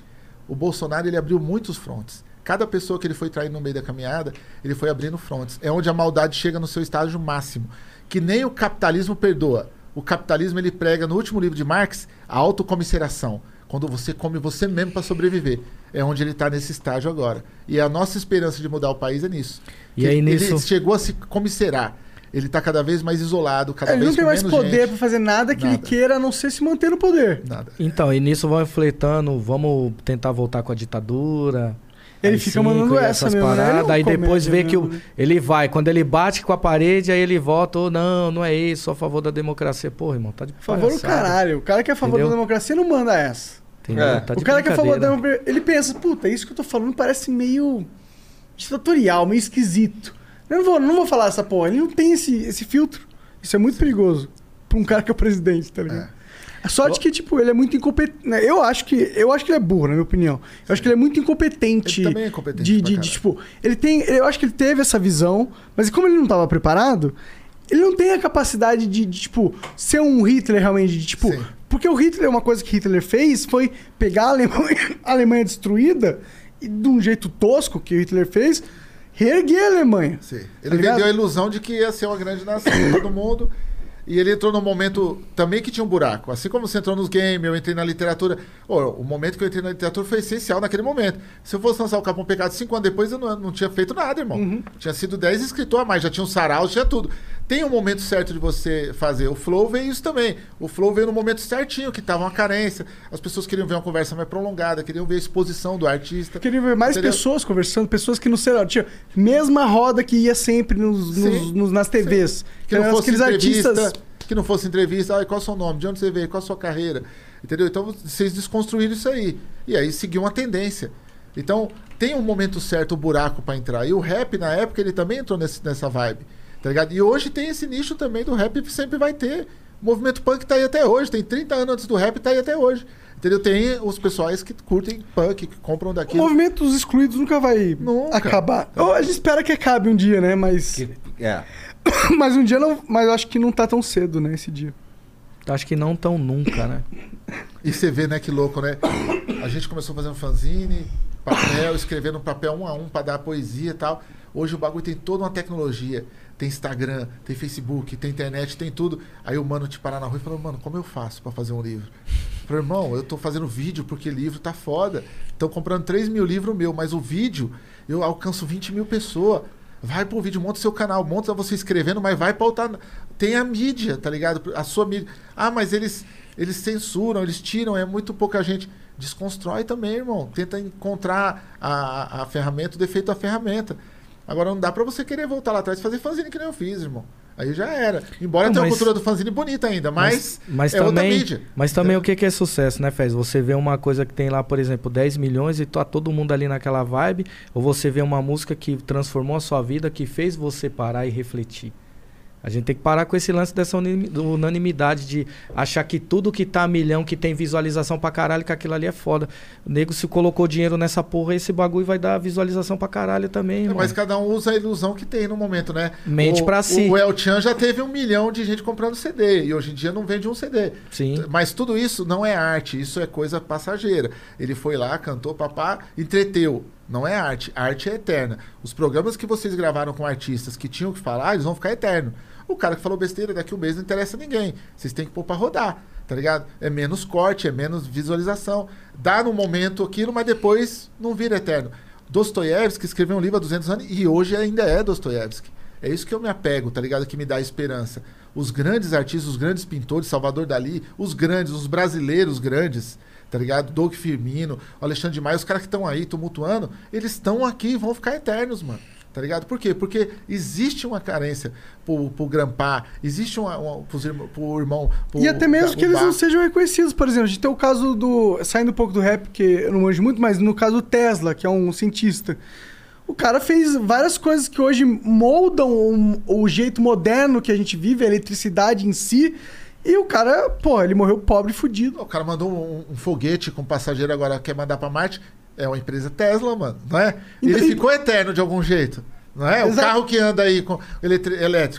O Bolsonaro, ele abriu muitos frontes. Cada pessoa que ele foi traindo no meio da caminhada, ele foi abrindo frontes. É onde a maldade chega no seu estágio máximo. Que nem o capitalismo perdoa. O capitalismo, ele prega no último livro de Marx, a autocomiseração. Quando você come você mesmo para sobreviver. É onde ele está nesse estágio agora. E a nossa esperança de mudar o país é nisso. E Que aí, ele nisso... chegou a se comisserar. Ele está cada vez mais isolado, cada Ele vez não tem com mais menos poder gente. pra fazer nada que ele Nada. queira, a não ser se manter no poder. Nada. Então, e nisso vão refletando, vamos tentar voltar com a ditadura. Ele A I fica cinco mandando e essa essas mesmo, né? Ele é paradas, um aí depois comédia vê que o, mesmo, né? ele vai, quando ele bate com a parede, aí ele volta, ou não, não é isso, sou a favor da democracia. Porra, irmão, tá de A favor do palhaçada. caralho. O cara que é a favor Entendeu? da democracia não manda essa. Entendeu? É. Tá de O cara que é a favor da brincadeira. democracia, ele pensa, puta, isso que eu tô falando parece meio ditatorial, meio esquisito. Eu não vou, não vou falar essa porra. Ele não tem esse, esse filtro. Isso é muito perigoso pra um cara que é o presidente, tá ligado? A sorte que, tipo, ele é muito incompetente. Eu acho que eu acho que ele é burro, na minha opinião. Eu acho que ele é muito incompetente. Ele também é incompetente De, pra de, de, caralho. tipo, ele tem. Eu acho que ele teve essa visão, mas como ele não tava preparado, ele não tem a capacidade de, de, tipo, ser um Hitler realmente, de, tipo. Sim. Porque o Hitler, uma coisa que Hitler fez foi pegar a Alemanha, a Alemanha destruída e de um jeito tosco que o Hitler fez, reerguer a Alemanha. Sim. Tá Ele ligado? vendeu a ilusão de que ia ser uma grande nação pra todo mundo. E ele entrou num momento também que tinha um buraco. Assim como você entrou nos games, eu entrei na literatura. Ô, o momento que eu entrei na literatura foi essencial naquele momento. Se eu fosse lançar o Capão Pecado cinco anos depois, eu não, não tinha feito nada, irmão. Uhum. Tinha sido dez escritores a mais, já tinha um sarau, tinha tudo. Tem um momento certo de você fazer. O Flow veio isso também. O Flow veio no momento certinho, que tava uma carência. As pessoas queriam ver uma conversa mais prolongada, queriam ver a exposição do artista. Eu queria ver mais Entendeu? pessoas conversando, pessoas que não sei lá, tinha mesma roda que ia sempre nos, Sim, nos- nos- nas T Vs. Que não Eram fosse aqueles entrevista, artistas. que não fosse entrevista, ah, qual é o seu nome, de onde você veio, qual é a sua carreira, entendeu? Então vocês desconstruíram isso aí, e aí seguiu uma tendência. Então tem um momento certo, o buraco pra entrar, e o rap na época ele também entrou nesse, nessa vibe, tá ligado? E hoje tem esse nicho também do rap, sempre vai ter. O movimento punk tá aí até hoje, tem trinta anos antes do rap, tá aí até hoje. Entendeu? Tem os pessoais que curtem punk, que compram O daquilo. movimento dos excluídos nunca vai Nunca. acabar. Ou a gente espera que acabe um dia, né? Mas. É. Mas um dia não. Mas eu acho que não tá tão cedo, né? Esse dia. Acho que não tão nunca, né? E você vê, né, que louco, né? A gente começou fazendo fanzine, papel, escrevendo papel um a um pra dar poesia e tal. Hoje o bagulho tem toda uma tecnologia. Tem Instagram, tem Facebook, tem internet, tem tudo. Aí o mano te parar na rua e fala, mano, como eu faço pra fazer um livro? Eu falei, irmão, eu tô fazendo vídeo porque livro tá foda. Estão comprando três mil livros meu, mas o vídeo eu alcanço vinte mil pessoas. Vai pro vídeo, monta seu canal, monta você escrevendo, mas vai pautar. Tem a mídia, tá ligado? A sua mídia. Ah, mas eles, eles censuram, eles tiram, é muito pouca gente. Desconstrói também, irmão. Tenta encontrar a, a, a ferramenta, o defeito da ferramenta. Agora não dá pra você querer voltar lá atrás e fazer fanzine que nem eu fiz, irmão. Aí já era. Embora Não, tenha mas- uma cultura do fanzine bonita ainda, mas, mas é outra também, mídia. mas também o que que é sucesso, né, Fez? Você vê uma coisa que tem lá, por exemplo, dez milhões e tá todo mundo ali naquela vibe, ou você vê uma música que transformou a sua vida, que fez você parar e refletir. A gente tem que parar com esse lance dessa unim- unanimidade de achar que tudo que tá a milhão, que tem visualização pra caralho, que aquilo ali é foda. O nego se colocou dinheiro nessa porra, esse bagulho vai dar visualização pra caralho também, É, irmão. mas cada um usa a ilusão que tem no momento, né? Mente o, pra si. O El Chan já teve um milhão de gente comprando C D e hoje em dia não vende um C D. Sim. Mas tudo isso não é arte, isso é coisa passageira. Ele foi lá, cantou, papá, entreteu. Não é arte, arte é eterna. Os programas que vocês gravaram com artistas que tinham que falar, eles vão ficar eternos. O cara que falou besteira daqui a um mês não interessa a ninguém. Vocês têm que pôr pra rodar, tá ligado? É menos corte, é menos visualização. Dá no momento aquilo, mas depois não vira eterno. Dostoiévski escreveu um livro há duzentos anos e hoje ainda é Dostoiévski. É isso que eu me apego, tá ligado? Que me dá esperança. Os grandes artistas, os grandes pintores, Salvador Dalí, os grandes, os brasileiros grandes, tá ligado? Doug Firmino, Alexandre de Maia, os caras que estão aí tumultuando, eles estão aqui e vão ficar eternos, mano. Tá ligado? Por quê? Porque existe uma carência pro, pro Grampar, existe uma, uma pros irmão, pro irmão... Pro, E até mesmo o que eles Bach. não sejam reconhecidos. Por exemplo, a gente tem o caso do. Saindo um pouco do rap, que eu não manjo muito, mas no caso do Tesla, que é um cientista. O cara fez várias coisas que hoje moldam o, o jeito moderno que a gente vive, a eletricidade em si. E o cara, pô, ele morreu pobre e fudido. O cara mandou um, um foguete com passageiro, agora quer mandar pra Marte. É uma empresa Tesla, mano, não é? Então, Ele e- ficou eterno de algum jeito, não é? O Exato. carro que anda aí com eletri- elétrico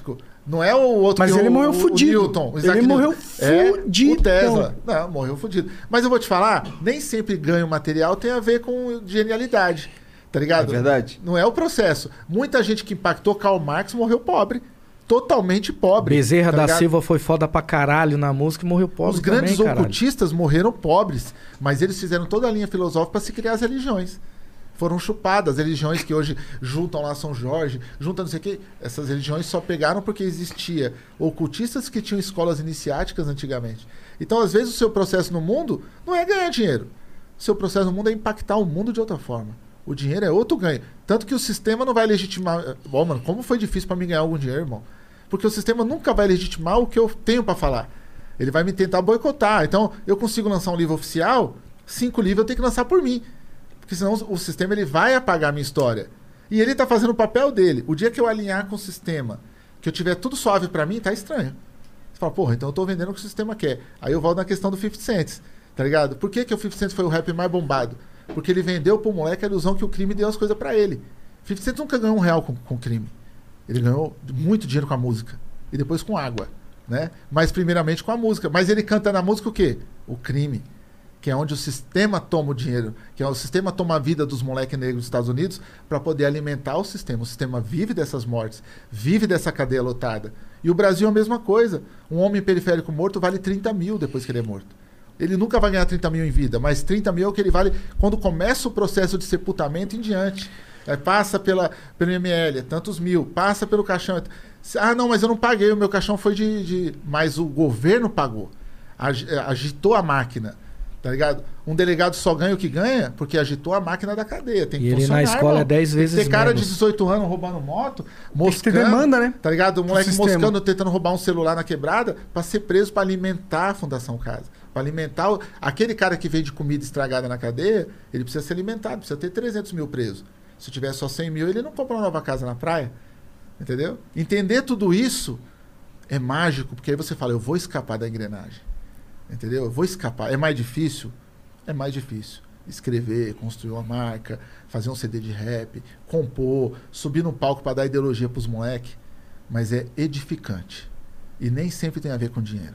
Não é o outro Mas que ele o, morreu o fudido. Newton. O Isaac Ele morreu Newton. É fudido. o Tesla. Não, morreu fudido. Mas eu vou te falar, nem sempre ganho material tem a ver com genialidade. Tá ligado? É verdade. Não é o processo. Muita gente que impactou Karl Marx morreu pobre. Totalmente pobre. Bezerra tá da ligado? Silva foi foda pra caralho na música e morreu pobre Os grandes também, caralho. ocultistas morreram pobres, mas eles fizeram toda a linha filosófica para se criar as religiões. Foram chupadas. As religiões que hoje juntam lá São Jorge, juntam não sei o quê. Essas religiões só pegaram porque existia ocultistas que tinham escolas iniciáticas antigamente. Então, às vezes, o seu processo no mundo não é ganhar dinheiro. O seu processo no mundo é impactar o mundo de outra forma. O dinheiro é outro ganho. Tanto que o sistema não vai legitimar... Bom, mano, como foi difícil para mim ganhar algum dinheiro, irmão? Porque o sistema nunca vai legitimar o que eu tenho para falar. Ele vai me tentar boicotar. Então, eu consigo lançar um livro oficial, cinco livros eu tenho que lançar por mim. Porque senão o sistema ele vai apagar a minha história. E ele tá fazendo o papel dele. O dia que eu alinhar com o sistema, que eu tiver tudo suave para mim, tá estranho. Você fala, porra, então eu tô vendendo o que o sistema quer. Aí eu volto na questão do fifty Cent, tá ligado? Por que, que o fifty Cent foi o rap mais bombado? Porque ele vendeu pro moleque a ilusão que o crime deu as coisas para ele. fifty Cent nunca ganhou um real com, com crime. Ele ganhou muito dinheiro com a música. E depois com água, né? Mas primeiramente com a música. Mas ele canta na música o quê? O crime. Que é onde o sistema toma o dinheiro. Que é o sistema toma a vida dos moleques negros dos Estados Unidos para poder alimentar o sistema. O sistema vive dessas mortes. Vive dessa cadeia lotada. E o Brasil é a mesma coisa. Um homem periférico morto vale trinta mil depois que ele é morto. Ele nunca vai ganhar trinta mil em vida. Mas trinta mil é o que ele vale quando começa o processo de sepultamento em diante. Aí passa pela, pelo M L, tantos mil, passa pelo caixão. Ah, não, mas eu não paguei, o meu caixão foi de... de... Mas o governo pagou. Ag, agitou a máquina, tá ligado? Um delegado só ganha o que ganha porque agitou a máquina da cadeia. Tem que e funcionar, ele na escola irmão. é dez vezes Tem que ter cara menos. de dezoito anos roubando moto, moscando, Tem que ter demanda, né? tá ligado? O moleque sistema. moscando, tentando roubar um celular na quebrada pra ser preso pra alimentar a Fundação Casa. Pra alimentar... O... Aquele cara que vende comida estragada na cadeia, ele precisa ser alimentado, precisa ter trezentos mil preso. Se tiver só cem mil, ele não compra uma nova casa na praia. Entendeu? Entender tudo isso é mágico, porque aí você fala, eu vou escapar da engrenagem. Entendeu? Eu vou escapar. É mais difícil? É mais difícil. Escrever, construir uma marca, fazer um C D de rap, compor, subir no palco para dar ideologia pros moleques. Mas é edificante. E nem sempre tem a ver com dinheiro.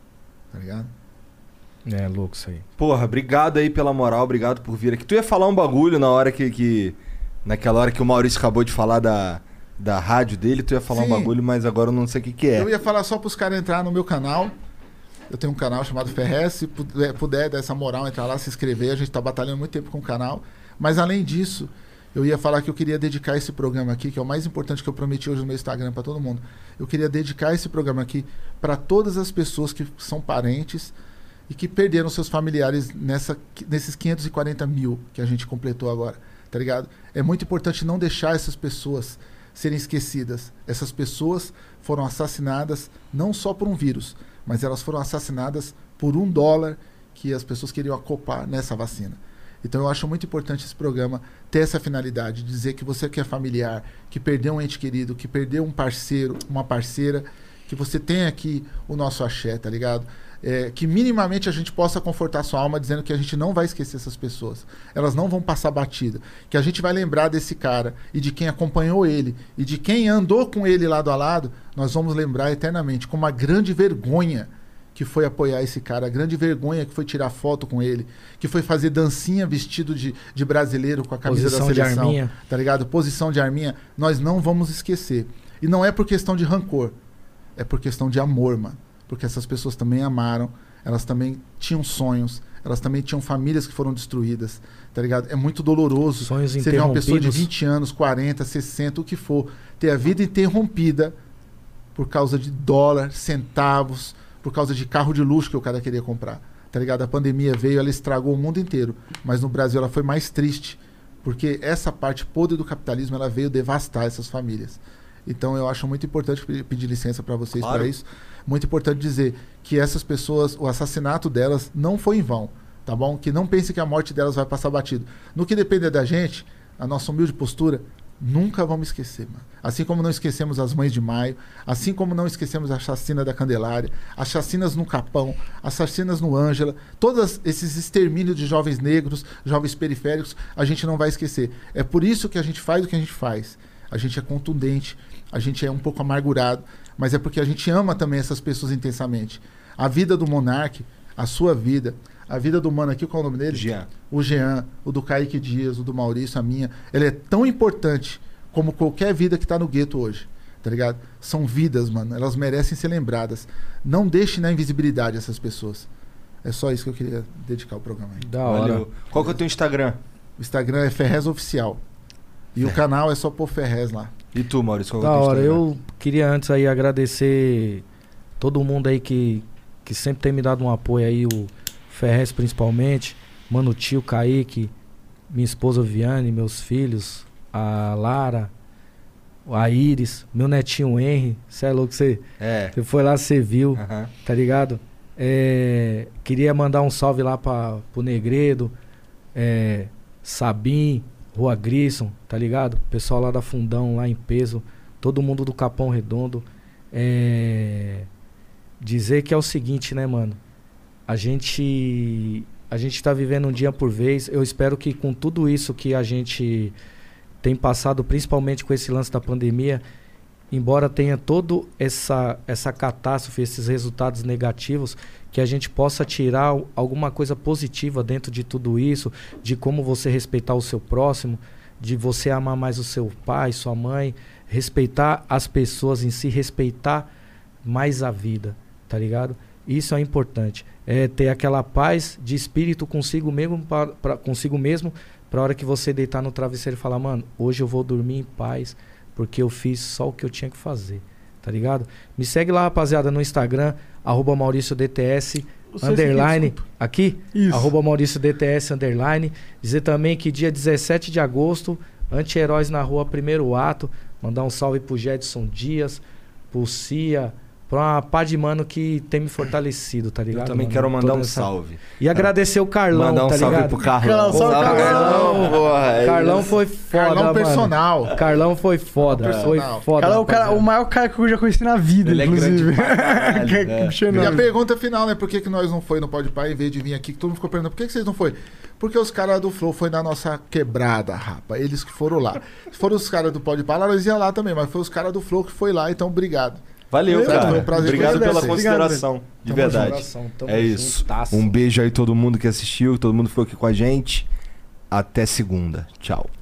Tá ligado? É louco isso aí. Porra, obrigado aí pela moral, obrigado por vir aqui. Tu ia falar um bagulho na hora que... que... Naquela hora que o Maurício acabou de falar da, da rádio dele, tu ia falar Sim. um bagulho, mas agora eu não sei o que que é. Eu ia falar só pros caras entrar no meu canal. Eu tenho um canal chamado Ferrez. Se puder, puder dar essa moral, entrar lá, se inscrever. A gente tá batalhando muito tempo com o canal. Mas além disso, eu ia falar que eu queria dedicar esse programa aqui, que é o mais importante que eu prometi hoje no meu Instagram para todo mundo. Eu queria dedicar esse programa aqui para todas as pessoas que são parentes e que perderam seus familiares nessa, nesses quinhentos e quarenta mil que a gente completou agora. Tá ligado? É muito importante não deixar essas pessoas serem esquecidas. Essas pessoas foram assassinadas não só por um vírus, mas elas foram assassinadas por um dólar que as pessoas queriam acoplar nessa vacina. Então eu acho muito importante esse programa ter essa finalidade, dizer que você que é familiar, que perdeu um ente querido, que perdeu um parceiro, uma parceira, que você tem aqui o nosso axé, tá ligado? É, que minimamente a gente possa confortar sua alma dizendo que a gente não vai esquecer essas pessoas. Elas não vão passar batida. Que a gente vai lembrar desse cara e de quem acompanhou ele e de quem andou com ele lado a lado, nós vamos lembrar eternamente com uma grande vergonha que foi apoiar esse cara, a grande vergonha que foi tirar foto com ele, que foi fazer dancinha vestido de, de brasileiro com a camisa Posição da de seleção. arminha. Tá ligado? Posição de arminha. Nós não vamos esquecer. E não é por questão de rancor, é por questão de amor, mano. Porque essas pessoas também amaram, elas também tinham sonhos, elas também tinham famílias que foram destruídas, tá ligado? É muito doloroso Sonhos você ver uma pessoa de interrompidos. vinte anos, quarenta, sessenta, o que for, ter a vida interrompida por causa de dólar, centavos, por causa de carro de luxo que o cara queria comprar, tá ligado? A pandemia veio, ela estragou o mundo inteiro, mas no Brasil ela foi mais triste, porque essa parte podre do capitalismo, ela veio devastar essas famílias. Então eu acho muito importante pe- pedir licença para vocês Claro. para isso. Muito importante dizer que essas pessoas, o assassinato delas não foi em vão, tá bom? Que não pense que a morte delas vai passar batido. No que depender da gente, a nossa humilde postura, nunca vamos esquecer, mano. Assim como não esquecemos as mães de maio, assim como não esquecemos a chacina da Candelária, as chacinas no Capão, as chacinas no Ângela, todos esses extermínios de jovens negros, jovens periféricos, a gente não vai esquecer. É por isso que a gente faz o que a gente faz. A gente é contundente, a gente é um pouco amargurado, mas é porque a gente ama também essas pessoas intensamente. A vida do Monark, a sua vida, a vida do mano aqui, qual é o nome dele? Jean. O Jean, o do Kaique Dias, o do Maurício, a minha. Ele é tão importante como qualquer vida que tá no gueto hoje, tá ligado? São vidas, mano. Elas merecem ser lembradas. Não deixe na invisibilidade essas pessoas. É só isso que eu queria dedicar o programa aí. Da hora. Valeu. Qual que é o teu Instagram? O Instagram é Ferrez Oficial. E o canal é só pôr Ferrez lá. E tu, Maurício, qual que é Da o teu hora. Instagram? Eu queria antes aí agradecer todo mundo aí que, que sempre tem me dado um apoio aí, o Ferrez principalmente, Mano Tio, Kaique, minha esposa Viane, meus filhos, a Lara, a Iris, meu netinho Henry. Você é louco, você É. você foi lá, você viu, Uhum. tá ligado? É, queria mandar um salve lá pra, pro Negredo, é, Sabim, Rua Grissom, tá ligado? Pessoal lá da Fundão, lá em peso, todo mundo do Capão Redondo. É, dizer que é o seguinte, né, mano? A gente, a gente tá vivendo um dia por vez. Eu espero que com tudo isso que a gente tem passado, principalmente com esse lance da pandemia, embora tenha toda essa, essa catástrofe, esses resultados negativos, que a gente possa tirar alguma coisa positiva dentro de tudo isso, de como você respeitar o seu próximo, de você amar mais o seu pai, sua mãe, respeitar as pessoas em si, respeitar mais a vida, tá ligado? Isso é importante. É ter aquela paz de espírito consigo mesmo, pra, pra, consigo mesmo, pra hora que você deitar no travesseiro e falar, mano, hoje eu vou dormir em paz, porque eu fiz só o que eu tinha que fazer, tá ligado? Me segue lá, rapaziada, no Instagram, arroba Maurício D T S, underline, aqui, Isso. arroba Maurício D T S, underline. Dizer também que dia dezessete de agosto, Anti-Heróis na Rua, primeiro ato. Mandar um salve pro Jedson Dias, pro Cia, pra uma pá de mano que tem me fortalecido, tá ligado? Eu também mano? quero mandar Toda um essa- salve. E agradecer o Carlão, Mandar um tá salve ligado? pro Carlão. Salve, Salve, Carlão. Porra, é Carlão isso. foi foda, Carlão mano. personal. Carlão foi foda, Carlão foi personal. foda. Cara, é o, cara, rapaziada. o maior cara que eu já conheci na vida, Ele é inclusive. grande pra caralho, Que- é. que bicho E a enorme. pergunta final, né? Por que, que nós não foi no Podpah em vez de vir aqui? Que todo mundo ficou perguntando, por que, que vocês não foi? Porque os caras do Flow foi na nossa quebrada, rapa. Eles que foram lá. Se foram os caras do Podpah, lá nós ia lá também, mas foi os caras do Flow que foi lá, então obrigado. Valeu, Certo, cara. foi um prazer Obrigado conhecer pela vocês. consideração. De Tamo verdade. Coração, tamo É isso. juntasso. Um beijo aí todo mundo que assistiu, todo mundo que foi aqui com a gente. Até segunda. Tchau.